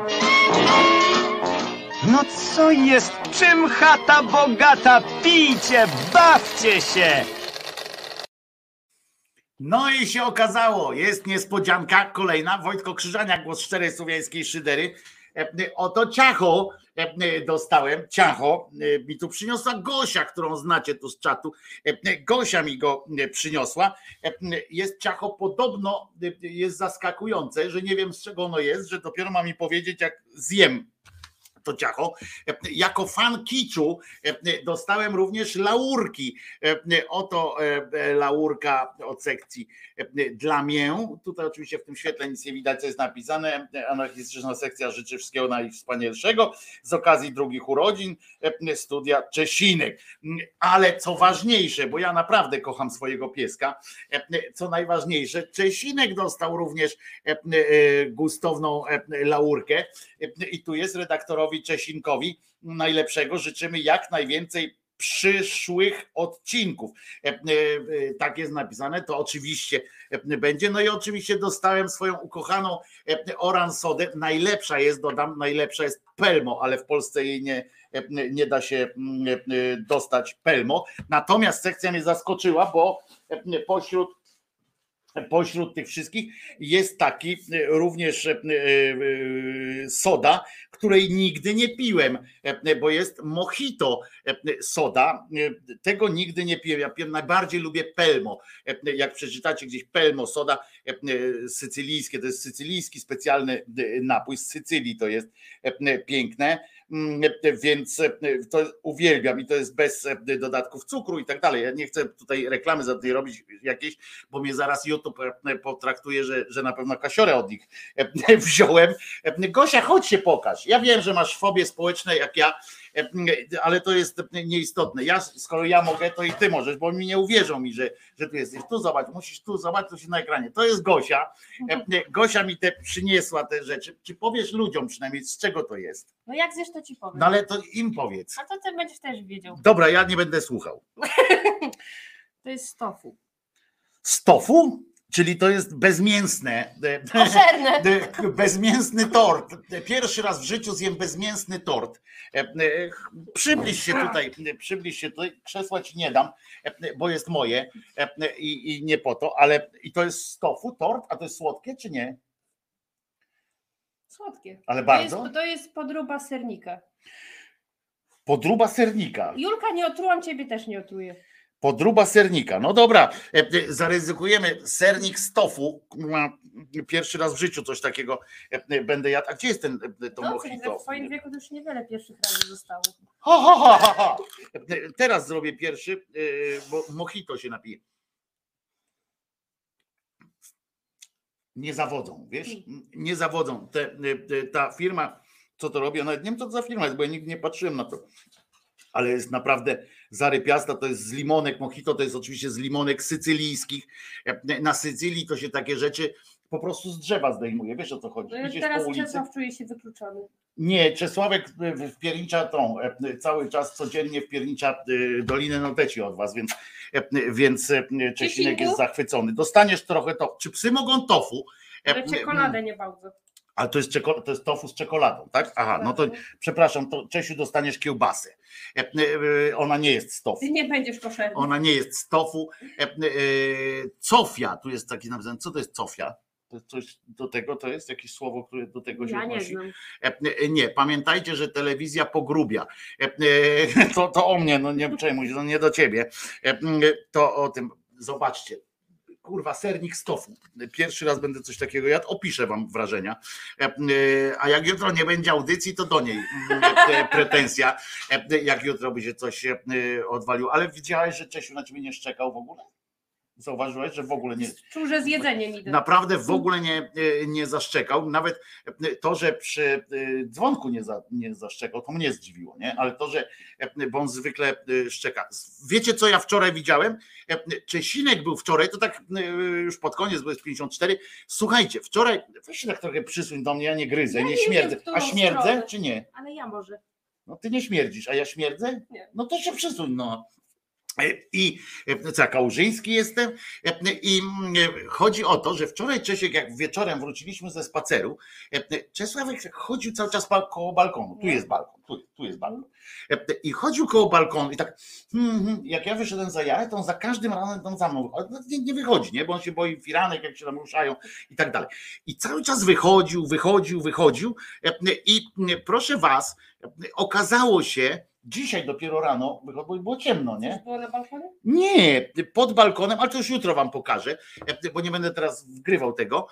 No co jest? Czym chata bogata? Pijcie, bawcie się! No i się okazało, jest niespodzianka kolejna. Wojtko Krzyżaniak, głos szczerej słowiańskiej szydery. Oto ciacho dostałem, ciacho mi tu przyniosła Gosia, którą znacie tu z czatu. Gosia mi go przyniosła. Jest ciacho, podobno jest zaskakujące, że nie wiem z czego ono jest, że dopiero ma mi powiedzieć jak zjem to ciacho. Jako fan kiczu dostałem również laurki. Oto laurka od sekcji dla mnie. Tutaj oczywiście w tym świetle nic nie widać, co jest napisane. Anarchistyczna sekcja życzy wszystkiego najwspanialszego z okazji drugich urodzin studia Czesinek. Ale co ważniejsze, bo ja naprawdę kocham swojego pieska, co najważniejsze, Czesinek dostał również gustowną laurkę i tu jest redaktorowi Czesinkowi najlepszego. Życzymy jak najwięcej przyszłych odcinków. Tak jest napisane, to oczywiście będzie. No i oczywiście dostałem swoją ukochaną oransodę. Najlepsza jest, dodam, najlepsza jest Pelmo, ale w Polsce jej nie da się dostać Pelmo. Natomiast sekcja mnie zaskoczyła, bo pośród tych wszystkich jest taki również soda, której nigdy nie piłem, bo jest mojito soda. Tego nigdy nie piłem. Ja najbardziej lubię Pelmo. Jak przeczytacie gdzieś Pelmo soda sycylijskie, to jest sycylijski specjalny napój z Sycylii, to jest piękne. Więc to uwielbiam i to jest bez dodatków cukru i tak dalej. Ja nie chcę tutaj reklamy za to robić jakiejś, bo mnie zaraz YouTube potraktuje, że na pewno kasiorę od nich wziąłem. Gosia, chodź się pokaż. Ja wiem, że masz fobie społeczne jak ja, ale to jest nieistotne. Skoro ja mogę, to i ty możesz, bo mi nie uwierzą mi, że tu jesteś. Tu zobacz, musisz tu zobaczyć, co się na ekranie. To jest Gosia. Gosia mi przyniosła te rzeczy. Czy powiesz ludziom przynajmniej, z czego to jest? No jak zjesz, to ci powiem. No ale to im powiedz. A to ty będziesz też wiedział. Dobra, ja nie będę słuchał. To jest z tofu. Z tofu? Czyli to jest bezmięsne. Koszerne. Bezmięsny tort. Pierwszy raz w życiu zjem bezmięsny tort. Przybliż się tutaj. Krzesła ci nie dam, bo jest moje i nie po to, ale i to jest z tofu tort, a to jest słodkie czy nie? Słodkie. Ale bardzo? To jest podróba sernika. Podróba sernika. Julka, nie otrułam, ciebie też nie otruję. Podróba sernika. No dobra, zaryzykujemy sernik z tofu. Pierwszy raz w życiu coś takiego będę jadł. A gdzie jest to mojito? W swoim wieku to już niewiele pierwszych razy zostało. Ha. Teraz zrobię pierwszy, bo mojito się napije. Nie zawodzą, wiesz? Nie zawodzą. Ta firma, co to robi, nawet nie wiem, co to za firma jest, bo ja nigdy nie patrzyłem na to. Ale jest naprawdę zarypiasta, to jest z limonek, mojito to jest oczywiście z limonek sycylijskich. Na Sycylii to się takie rzeczy po prostu z drzewa zdejmuje, wiesz o co chodzi. No teraz Czesław czuje się wykluczony. Nie, Czesławek wpiernicza cały czas codziennie wpiernicza Dolinę Noteci od was, więc Czesinek jest zachwycony. Dostaniesz trochę to. Czy psy mogą tofu? Ale czekoladę nie bardzo. Ale to jest tofu z czekoladą, tak? Aha, no to przepraszam, to Czesiu dostaniesz kiełbasę. Ona nie jest z tofu. Ty nie będziesz koszerny. Ona nie jest z tofu. Cofia, tu jest taki napisane. Co to jest cofia? To coś do tego, to jest jakieś słowo, które do tego się odnosi? Nie, pamiętajcie, że telewizja pogrubia. To o mnie, no nie przejmuj się, no nie do ciebie. To o tym, zobaczcie. Kurwa, sernik z tofu. Pierwszy raz będę coś takiego jadł, opiszę wam wrażenia. A jak jutro nie będzie audycji, to do niej pretensja, jak jutro by się coś odwaliło. Ale widziałeś, że Czesiu na ciebie nie szczekał w ogóle? Zauważyłeś, że w ogóle nie... Czuł, że z jedzeniem idę. Naprawdę w ogóle nie zaszczekał. Nawet to, że przy dzwonku nie zaszczekał, to mnie zdziwiło, nie? Ale to, że bo on zwykle szczeka. Wiecie, co ja wczoraj widziałem? Czesinek był wczoraj, to tak już pod koniec, bo jest 54. Słuchajcie, wczoraj, weź się tak trochę przysuń do mnie, ja nie gryzę, nie śmierdzę. A śmierdzę, czy nie? Ale ja może. No ty nie śmierdzisz, a ja śmierdzę? Nie. No to się przysuń, no. I co, ja Kałużyński jestem i chodzi o to, że wczoraj Czesiek, jak wieczorem wróciliśmy ze spaceru, Czesławek chodził cały czas koło balkonu, tu jest balkon, tu jest balkon i chodził koło balkonu i tak jak ja wyszedłem za jarę, to on za każdym razem tam za mną nie wychodzi, nie? Bo on się boi firanek, jak się tam ruszają i tak dalej i cały czas wychodził i proszę was, okazało się, dzisiaj dopiero rano, bo było ciemno, nie? Było na balkonie? Nie, pod balkonem, ale to już jutro wam pokażę, bo nie będę teraz wgrywał tego.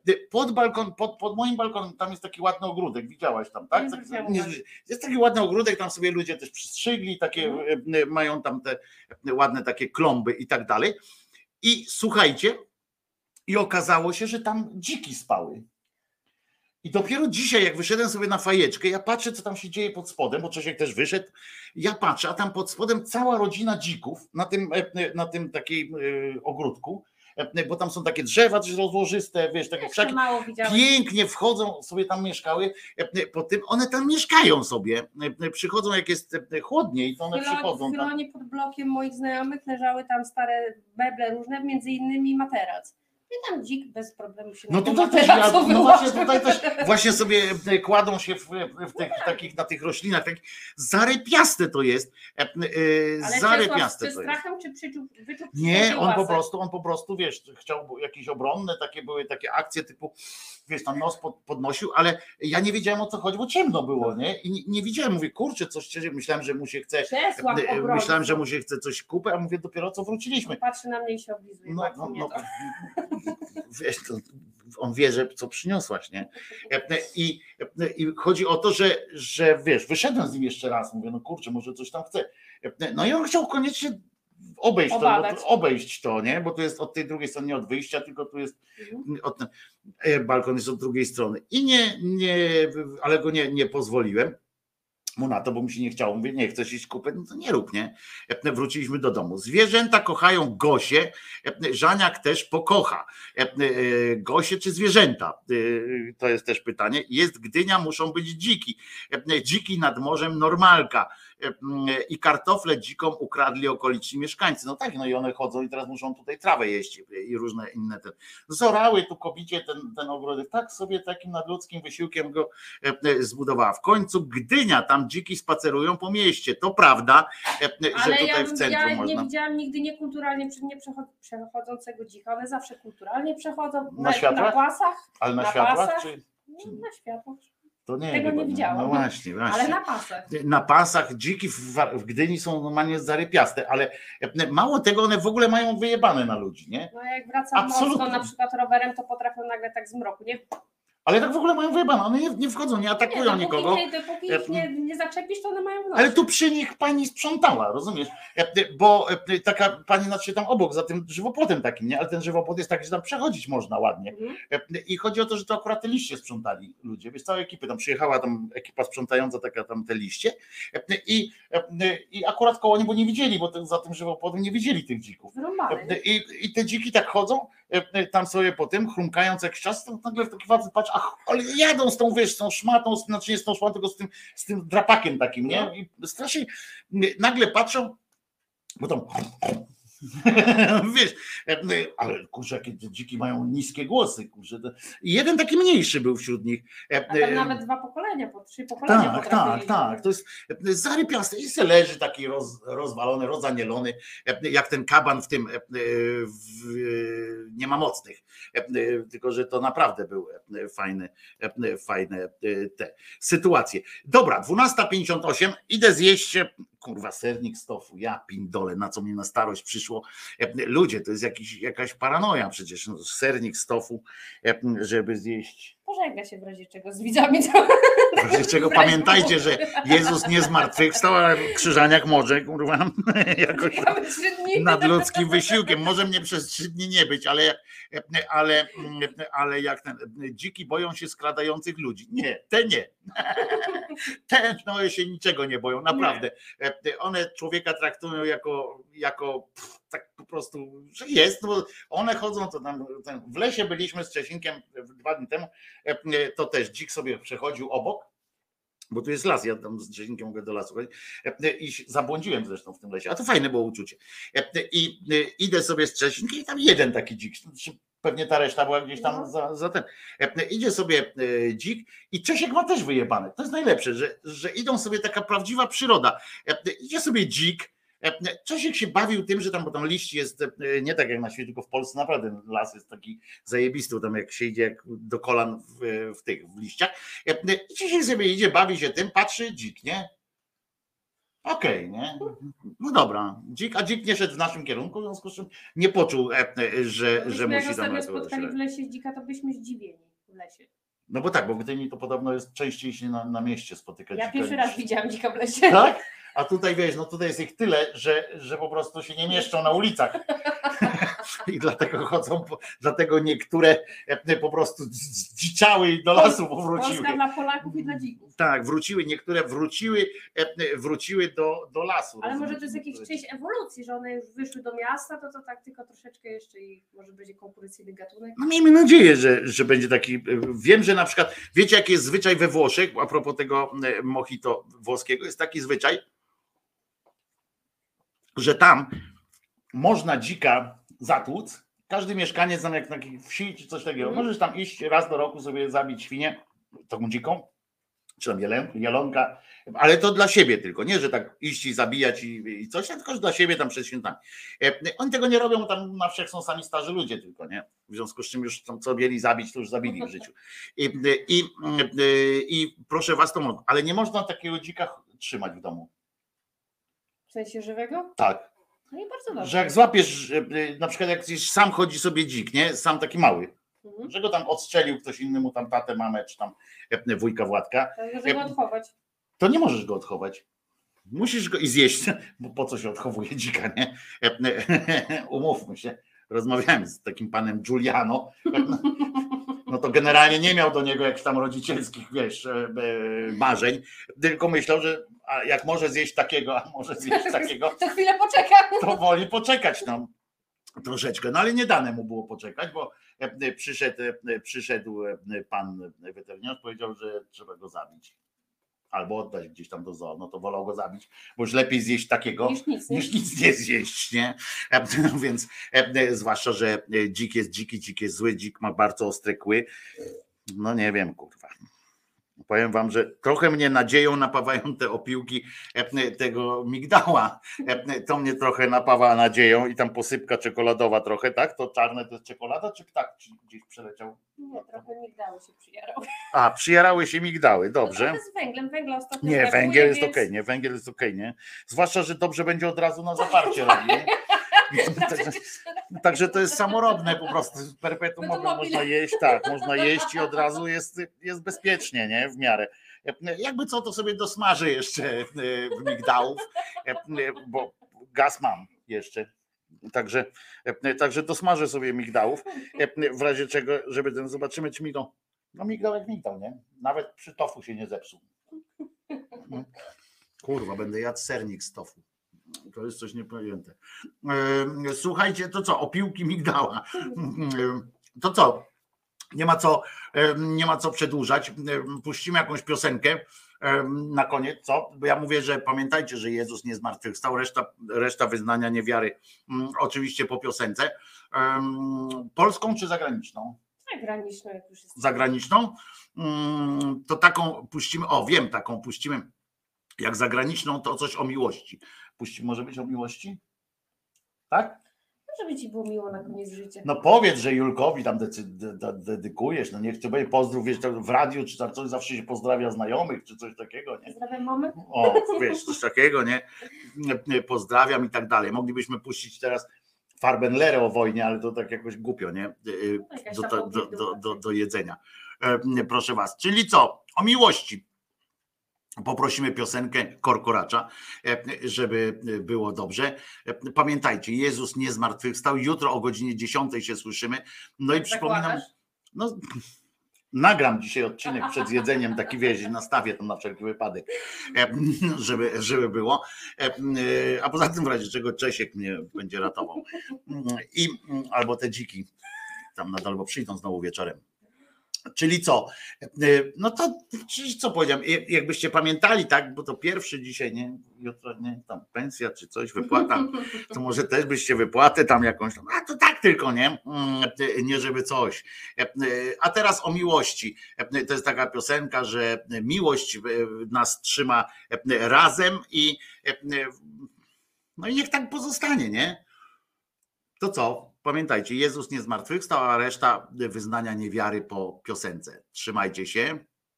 Pod moim balkonem tam jest taki ładny ogródek, widziałaś tam, tak? Jest taki ładny ogródek, tam sobie ludzie też przystrzygli, takie mają tam te ładne takie klomby i tak dalej. I słuchajcie, i okazało się, że tam dziki spały. I dopiero dzisiaj, jak wyszedłem sobie na fajeczkę, ja patrzę, co tam się dzieje pod spodem, bo Czesiek też wyszedł, ja patrzę, a tam pod spodem cała rodzina dzików na tym takim ogródku, bo tam są takie drzewa też rozłożyste, wiesz, takie krzaki, pięknie wchodzą, sobie tam mieszkały, po tym one tam mieszkają sobie, przychodzą jak jest chłodniej, to one przychodzą. W Chylonie pod blokiem moich znajomych leżały tam stare meble różne, między innymi materac. I tam dzik bez problemu się no tutaj też, tutaj też właśnie sobie kładą się w tych takich, na tych roślinach, tak zarypiaste to jest. Zarypiaste to jest. Strachem czy wyczuł? Nie, on po prostu, wiesz, chciał jakieś obronne, były takie akcje typu, wiesz, tam nos podnosił, ale ja nie wiedziałem, o co chodzi, bo ciemno było, nie? I nie widziałem, mówię, kurczę, coś myślałem, że mu się chce, coś kupić, a mówię, dopiero co wróciliśmy. Patrzy na mnie i się oblizuje. Wiesz, on wie, że co przyniosłaś, nie? I chodzi o to, że wiesz, wyszedłem z nim jeszcze raz, mówię, no kurczę, może coś tam chce. No i on chciał koniecznie obejść to, nie? Bo tu jest od tej drugiej strony, nie od wyjścia, tylko tu jest balkon jest od drugiej strony. I ale go nie pozwoliłem mu na to, bo mi się nie chciało. Mówię, nie chcesz iść kupę, no to nie rób, nie? Wróciliśmy do domu. Zwierzęta kochają Gosię, Żaniak też pokocha. Gosie czy zwierzęta? To jest też pytanie. Jest Gdynia, muszą być dziki. Dziki nad morzem normalka. I kartofle dzikom ukradli okoliczni mieszkańcy. No tak, no i one chodzą i teraz muszą tutaj trawę jeść i różne inne. Zorały tu kobicie ten ogródek. Tak sobie takim nadludzkim wysiłkiem go zbudowała. W końcu Gdynia, tam dziki spacerują po mieście. To prawda, że tutaj w centrum ja można. Nie widziałam nigdy niekulturalnie przechodzącego dzika. One zawsze kulturalnie przechodzą na pasach. Ale na światłach? Czy... Na światłach. To nie, tego nie widziałam. No właśnie. Ale na pasach. Na pasach dziki w Gdyni są normalnie zarypiaste, ale mało tego, one w ogóle mają wyjebane na ludzi, nie? No jak wracam mocno na przykład rowerem, to potrafią nagle tak z mroku, nie? Ale tak w ogóle mają wyjebane, one nie wchodzą, nie atakują nikogo. Dopóki ich nie zaczepisz, to one mają nosić. Ale tu przy nich pani sprzątała, rozumiesz? Bo taka pani znaczy tam obok, za tym żywopłotem takim, nie? Ale ten żywopłot jest taki, że tam przechodzić można ładnie. I chodzi o to, że to akurat te liście sprzątali ludzie, wiesz, całe ekipy, tam przyjechała tam ekipa sprzątająca, taka tam te liście i akurat koło nie, bo nie widzieli, bo za tym żywopłotem nie widzieli tych dzików. I te dziki tak chodzą, tam sobie po tym, chrumkając jakiś czas, to nagle taki facet patrzy, ach, ale jadą z tą, wiesz, z tą szmatą, znaczy nie z tą szmatą, tylko z tym drapakiem takim, nie? I strasznie nagle patrzą, bo tam wiesz, ale kurczę, jakie dziki mają niskie głosy, kurczę. I jeden taki mniejszy był wśród nich. A tam nawet 2 pokolenia, 3 pokolenia. Tak, to jest zarypiasty i se leży taki rozwalony, rozanielony, jak ten kaban w tym nie ma mocnych, tylko że to naprawdę były fajne te sytuacje. Dobra, 12:58, idę zjeść kurwa sernik z tofu, ja pindole, na co mnie na starość przyszło. Ludzie, to jest jakaś paranoja przecież, sernik z tofu, żeby zjeść. pożegna się w razie czego z widzami. W razie czego pamiętajcie, że Jezus nie zmartwychwstał, ale krzyżaniak może, kurwa, jakoś nad ludzkim wysiłkiem. Może mnie przez 3 dni nie być, ale jak ten, dziki boją się skradających ludzi. Nie, te nie. Te no, się niczego nie boją, naprawdę. One człowieka traktują jako tak po prostu, że jest, bo one chodzą, to tam w lesie byliśmy z Czesinkiem 2 dni temu, to też dzik sobie przechodził obok, bo tu jest las, ja tam z Czesinkiem mogę do lasu chodzić i zabłądziłem zresztą w tym lesie, a to fajne było uczucie. I idę sobie z Czesinkiem i tam jeden taki dzik, pewnie ta reszta była gdzieś tam za ten. Idzie sobie dzik i Czesiek ma też wyjebane. To jest najlepsze, że idą sobie taka prawdziwa przyroda. Idzie sobie dzik, Czesiek się bawił tym, że tam, bo tam liść jest nie tak jak na świecie, tylko w Polsce naprawdę las jest taki zajebisty, tam jak się idzie do kolan w liściach. Czesiek sobie idzie, bawi się tym, patrzy, dzik, nie? Okej, nie? No dobra, a dzik nie szedł w naszym kierunku, w związku z czym nie poczuł, że musi tam... Jak ostatnio spotkali w lesie dzika, to byśmy zdziwieni w lesie. No bo tak, bo w Gdyni to podobno jest częściej się na mieście spotykać. Ja dzika pierwszy raz widziałam dzika w lesie. Tak? A tutaj wiesz, no tutaj jest ich tyle, że po prostu się nie mieszczą na ulicach. I dlatego chodzą, dlatego niektóre po prostu zdziczały i do lasu powróciły. Polska dla Polaków i dla dzików. Tak, niektóre wróciły do lasu. Ale może to jest jakaś część ewolucji, że one już wyszły do miasta, to tak tylko troszeczkę jeszcze i może będzie konkurencyjny gatunek. No miejmy nadzieję, że będzie taki. Wiem, że na przykład, wiecie jaki jest zwyczaj we Włoszech, a propos tego mojito włoskiego, jest taki zwyczaj, że tam można dzika zatłuc, każdy mieszkaniec tam jak na wsi czy coś takiego, możesz tam iść raz do roku sobie zabić świnię, taką dziką, czy tam jelonka, ale to dla siebie tylko, nie, że tak iść i zabijać i coś, tylko że dla siebie tam przed świętami. Oni tego nie robią, tam na wsiach są sami starzy ludzie tylko, nie? W związku z czym już tam co mieli zabić, to już zabili w życiu. I proszę was, to można, ale nie można takiego dzika trzymać w domu. W sensie żywego? Tak. No i bardzo dobrze. Że jak złapiesz, na przykład jak sam chodzi sobie dzik, nie? Sam taki mały, że go tam odstrzelił ktoś inny mu tam tatę, mamę, czy tam wujka Władka. Żeby go odchować. To nie możesz go odchować. Musisz go i zjeść, bo po co się odchowuje dzika, nie? Umówmy się. Rozmawiałem z takim panem Giuliano. No to generalnie nie miał do niego jakichś tam rodzicielskich, wiesz, marzeń, tylko myślał, że jak może zjeść takiego, a może zjeść takiego, to chwilę poczekam. To woli poczekać no, troszeczkę, no ale nie dane mu było poczekać, bo przyszedł pan weterynarz, powiedział, że trzeba go zabić. Albo oddać gdzieś tam do zoo, no to wolał go zabić, bo już lepiej zjeść takiego, niż nic nie zjeść, nie? Więc zwłaszcza, że dzik jest dziki, dzik jest zły, dzik ma bardzo ostre kły. No nie wiem, kurwa. Powiem wam, że trochę mnie nadzieją napawają te opiłki tego migdała. To mnie trochę napawa nadzieją i tam posypka czekoladowa trochę, tak? To czarne to jest czekolada, czy ptak gdzieś przeleciał? Nie, trochę migdały się przyjarały. A, przyjarały się migdały, dobrze. No z węglem, węgla ostatnio nie, brakuje, węgiel jest więc... okej, nie, węgiel jest okej, nie? Zwłaszcza, że dobrze będzie od razu na zaparcie robić. Także to jest samorobne po prostu, z perpetuum można jeść, tak, można jeść i od razu jest bezpiecznie, nie, w miarę. Jakby co, to sobie dosmażę jeszcze w migdałów, bo gaz mam jeszcze. Także dosmażę sobie migdałów, w razie czego, żeby ten, zobaczymy czy migdał, no migdał jak migdał, nie? Nawet przy tofu się nie zepsuł. Kurwa, będę jadł sernik z tofu. To jest coś niepojęte. Słuchajcie, to co? Opiłki migdała. To co? Nie ma co przedłużać. Puścimy jakąś piosenkę na koniec, co? Bo ja mówię, że pamiętajcie, że Jezus nie zmartwychwstał. Reszta wyznania niewiary oczywiście po piosence. Polską czy zagraniczną? Zagraniczną, jak już jest. Zagraniczną? To taką puścimy, wiem, taką puścimy. Jak zagraniczną, to coś o miłości. Może być o miłości? Tak? Żeby ci było miło na koniec życia. No powiedz, że Julkowi tam dedykujesz, no niech to będzie pozdrów, wiesz, w radiu, czy tam coś zawsze się pozdrawia znajomych, czy coś takiego, nie? Pozdrawiam mamy. O, wiesz, coś takiego, nie? Pozdrawiam i tak dalej. Moglibyśmy puścić teraz Farbenlerę o wojnie, ale to tak jakoś głupio, nie? Do jedzenia. proszę was. Czyli co? O miłości. Poprosimy piosenkę Korkoracza, żeby było dobrze. Pamiętajcie, Jezus nie zmartwychwstał. Jutro o godzinie 10 się słyszymy. No i przypominam, no, nagram dzisiaj odcinek przed jedzeniem, taki wieś, nastawię tam na wszelki wypadek, żeby było. A poza tym w razie czego Czesiek mnie będzie ratował. Albo te dziki tam nadal, bo przyjdą znowu wieczorem. Czyli co? No to co powiedziałem, jakbyście pamiętali, tak, bo to pierwszy dzisiaj, nie, jutro nie, tam pensja czy coś, wypłata, to może też byście wypłatę tam jakąś, a to tak tylko, nie żeby coś. A teraz o miłości. To jest taka piosenka, że miłość nas trzyma razem i no i niech tak pozostanie, nie? To co? Pamiętajcie, Jezus nie zmartwychwstał, a reszta wyznania niewiary po piosence. Trzymajcie się.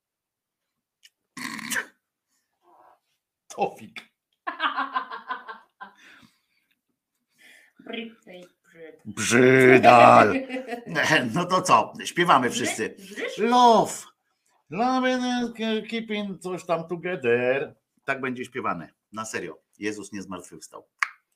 Tofik. Brzydal. No to co? Śpiewamy wszyscy. Love. Love and keeping coś tam together. Tak będzie śpiewane. Na serio. Jezus nie zmartwychwstał.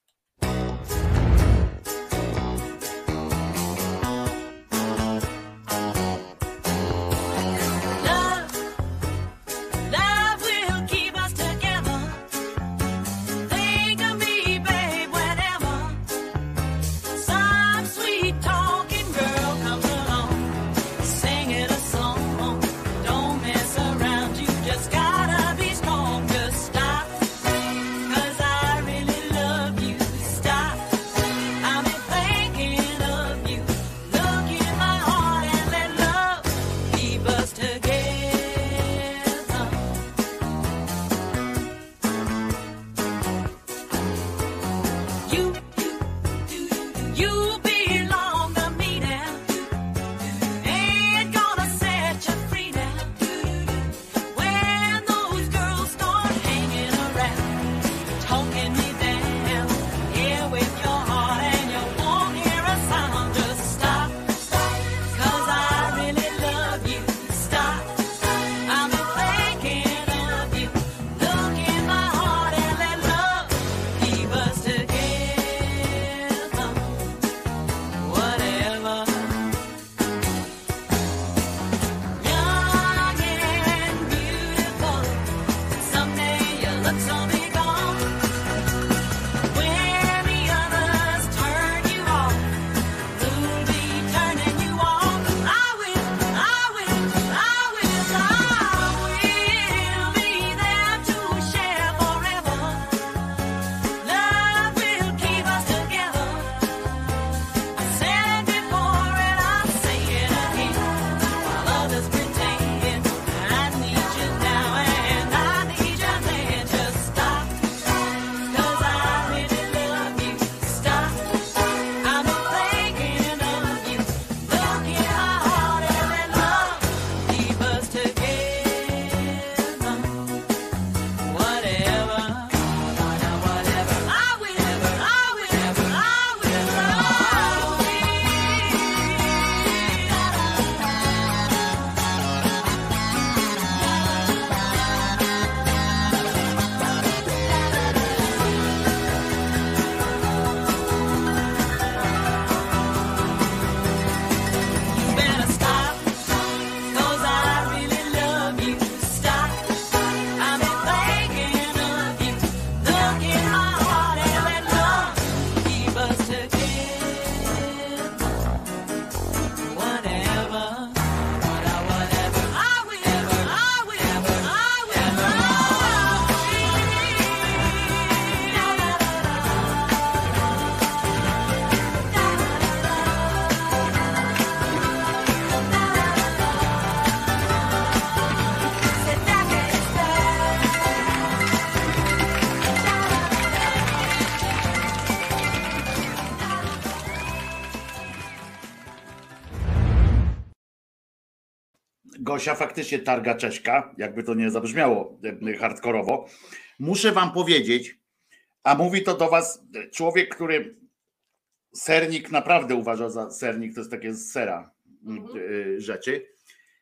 Gosia faktycznie targa Cześka, jakby to nie zabrzmiało hardkorowo. Muszę wam powiedzieć, a mówi to do was człowiek, który sernik naprawdę uważa za sernik, to jest takie z sera rzeczy,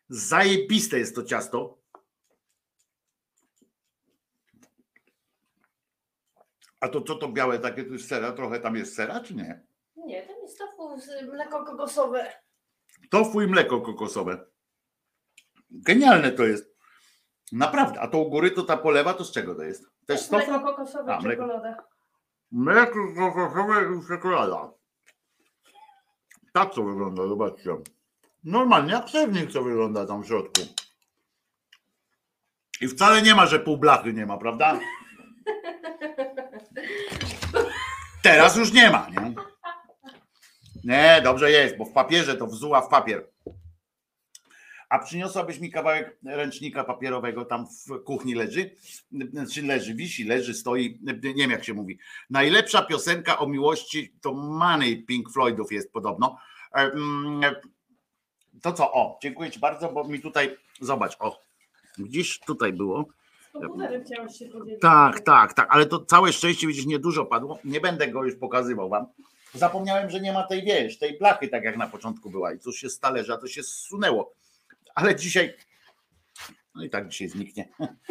Zajebiste jest to ciasto. A to co to białe takie, to jest sera? Trochę tam jest sera, czy nie? Nie, to jest tofu z mleko kokosowe. Tofu i mleko kokosowe. Genialne to jest. Naprawdę. A to u góry to ta polewa, to z czego to jest? Też z tofu? Mleko kokosowe, czekolada. Mleko kokosowe i czekolada. Tak to wygląda, zobaczcie. Normalnie jak sernik to wygląda tam w środku. I wcale nie ma, że pół blachy nie ma, prawda? Teraz już nie ma, nie? Nie, dobrze jest, bo w papierze to wzuła w papier. A przyniosłabyś mi kawałek ręcznika papierowego, tam w kuchni leży? Czy leży, wisi, leży, stoi, nie wiem jak się mówi. Najlepsza piosenka o miłości to Money Pink Floydów jest podobno. To co, o, dziękuję ci bardzo, bo mi tutaj, zobacz, o, widzisz, tutaj było. Z komputerem chciałaś się podzielić. Tak, ale to całe szczęście, widzisz, niedużo padło. Nie będę go już pokazywał wam. Zapomniałem, że nie ma tej, wiesz, tej blachy, tak jak na początku była i coś się z talerza, to się zsunęło. Ale dzisiaj, no i tak dzisiaj zniknie.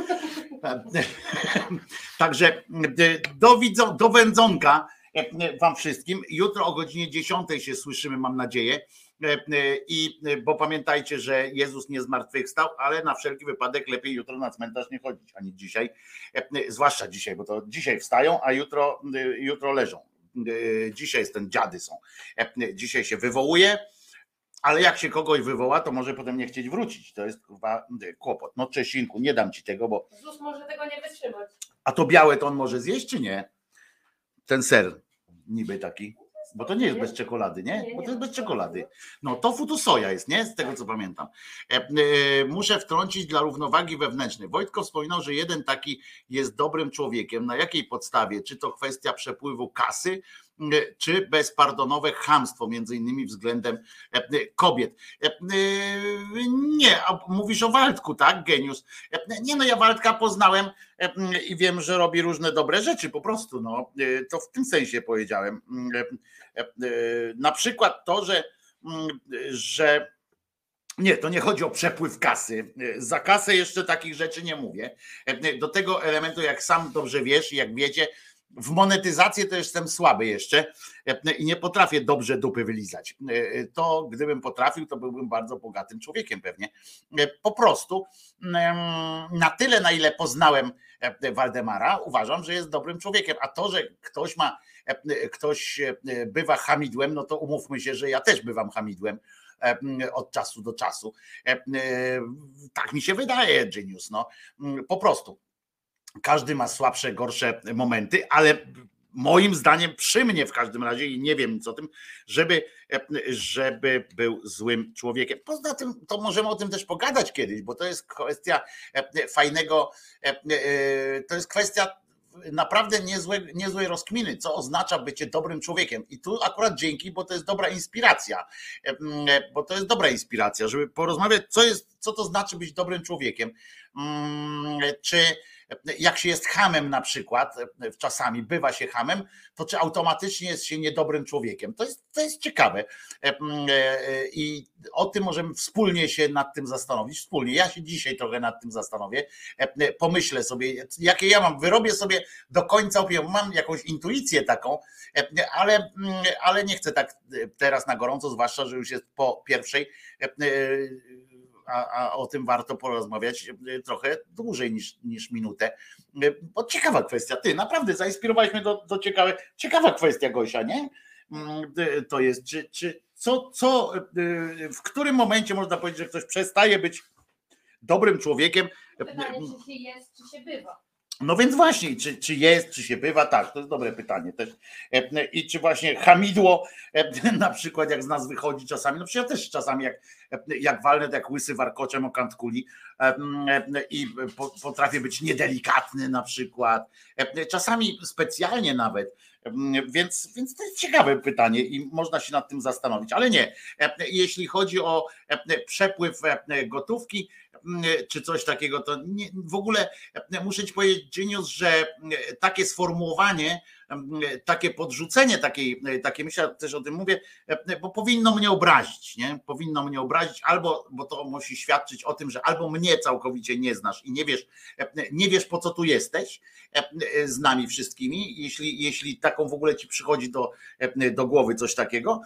Także do wędzonka wam wszystkim. Jutro o godzinie 10 się słyszymy, mam nadzieję. I bo pamiętajcie, że Jezus nie zmartwychwstał, ale na wszelki wypadek lepiej jutro na cmentarz nie chodzić, ani dzisiaj. Zwłaszcza dzisiaj, bo to dzisiaj wstają, a jutro leżą. Dzisiaj jest ten dziady są. Dzisiaj się wywołuje. Ale jak się kogoś wywoła, to może potem nie chcieć wrócić. To jest chyba kłopot. No Czesinku, nie dam ci tego, bo... Zus może tego nie wytrzymać. A to białe to on może zjeść, czy nie? Ten ser niby taki. Bo to nie jest bez czekolady, nie? Bo to jest bez czekolady. No tofu to soja jest, nie? Z tego co pamiętam. Muszę wtrącić dla równowagi wewnętrznej. Wojtko wspominał, że jeden taki jest dobrym człowiekiem. Na jakiej podstawie? Czy to kwestia przepływu kasy, czy bezpardonowe chamstwo, między innymi względem kobiet. Nie, a mówisz o Waldku, tak, geniusz? Nie, no ja Waldka poznałem i wiem, że robi różne dobre rzeczy, po prostu, no, to w tym sensie powiedziałem. Na przykład to, że nie, to nie chodzi o przepływ kasy. Za kasę jeszcze takich rzeczy nie mówię. Do tego elementu, jak sam dobrze wiesz i jak wiecie, w monetyzację to jestem słaby jeszcze i nie potrafię dobrze dupy wylizać. To gdybym potrafił, to byłbym bardzo bogatym człowiekiem pewnie. Po prostu na tyle, na ile poznałem Waldemara, uważam, że jest dobrym człowiekiem. A to, że ktoś bywa hamidłem, no to umówmy się, że ja też bywam hamidłem od czasu do czasu. Tak mi się wydaje, Genius. No, po prostu. Każdy ma słabsze, gorsze momenty, ale moim zdaniem przy mnie w każdym razie, i nie wiem nic o tym, żeby był złym człowiekiem. Poza tym to możemy o tym też pogadać kiedyś, bo to jest kwestia fajnego, to jest kwestia naprawdę niezłej rozkminy, co oznacza bycie dobrym człowiekiem. I tu akurat dzięki, bo to jest dobra inspiracja, żeby porozmawiać, co to znaczy być dobrym człowiekiem. Czy jak się jest chamem na przykład, czasami bywa się chamem, to czy automatycznie jest się niedobrym człowiekiem? To jest ciekawe i o tym możemy wspólnie się nad tym zastanowić. Wspólnie. Ja się dzisiaj trochę nad tym zastanowię, pomyślę sobie, jakie ja mam, wyrobię sobie do końca opinię, mam jakąś intuicję taką, ale nie chcę tak teraz na gorąco, zwłaszcza, że już jest po pierwszej, a o tym warto porozmawiać trochę dłużej niż minutę, bo ciekawa kwestia, ty naprawdę zainspirowałeś mnie do ciekawa kwestia, Gosia, nie? To jest, w którym momencie można powiedzieć, że ktoś przestaje być dobrym człowiekiem? Pytanie, czy się jest, czy się bywa. No więc właśnie, czy jest, czy się bywa, tak, to jest dobre pytanie też. I czy właśnie hamidło, na przykład jak z nas wychodzi czasami, no przecież ja też czasami jak walnę, tak łysy warkoczem o kant kuli i potrafię być niedelikatny na przykład, czasami specjalnie nawet, więc to jest ciekawe pytanie i można się nad tym zastanowić, ale nie, jeśli chodzi o przepływ gotówki, czy coś takiego, to nie, w ogóle muszę ci powiedzieć, Genius, że takie sformułowanie takie podrzucenie takiej myśli, też o tym mówię, bo powinno mnie obrazić, nie? Powinno mnie obrazić, albo, bo to musi świadczyć o tym, że albo mnie całkowicie nie znasz i nie wiesz po co tu jesteś z nami wszystkimi, jeśli taką w ogóle ci przychodzi do głowy coś takiego,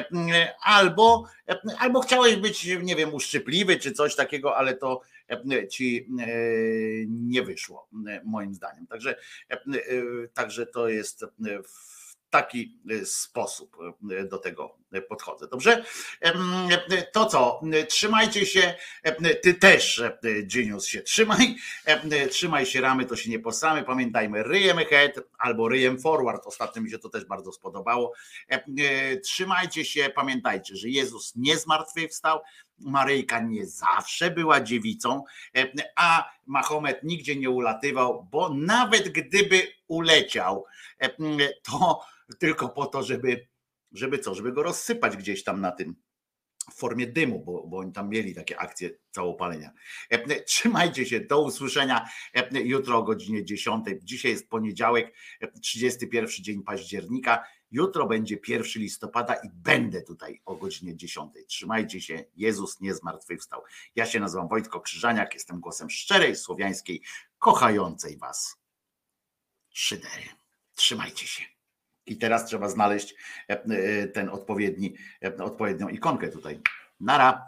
albo chciałeś być, nie wiem, uszczypliwy czy coś takiego, ale to ci nie wyszło, moim zdaniem. Także to jest w taki sposób do tego podchodzę. Dobrze? To co? Trzymajcie się, ty też, Genius, się trzymaj się ramy, to się nie posramy. Pamiętajmy, ryjem ahead albo ryjem forward. Ostatnio mi się to też bardzo spodobało. Trzymajcie się, pamiętajcie, że Jezus nie zmartwychwstał, Maryjka nie zawsze była dziewicą, a Mahomet nigdzie nie ulatywał, bo nawet gdyby uleciał, to tylko po to, żeby go rozsypać gdzieś tam na tym, w formie dymu, bo oni tam mieli takie akcje całopalenia. Trzymajcie się, do usłyszenia jutro o godzinie 10. Dzisiaj jest poniedziałek, 31 dzień października. Jutro będzie 1 listopada i będę tutaj o godzinie 10. Trzymajcie się, Jezus nie zmartwychwstał. Ja się nazywam Wojtko Krzyżaniak, jestem głosem szczerej, słowiańskiej, kochającej was szydery. Trzymajcie się. I teraz trzeba znaleźć ten odpowiednią ikonkę tutaj. Nara.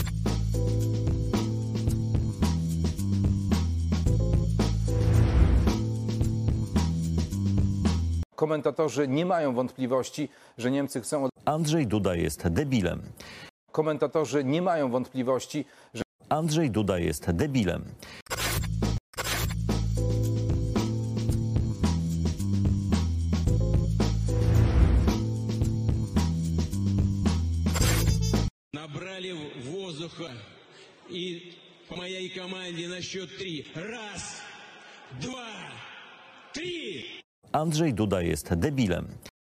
Komentatorzy nie mają wątpliwości, że Niemcy chcą... Andrzej Duda jest debilem. Komentatorzy nie mają wątpliwości, że... Andrzej Duda jest debilem. Набрали воздуха и по моей команде на счет 3. 1, 2, 3. Andrzej Duda jest debilem.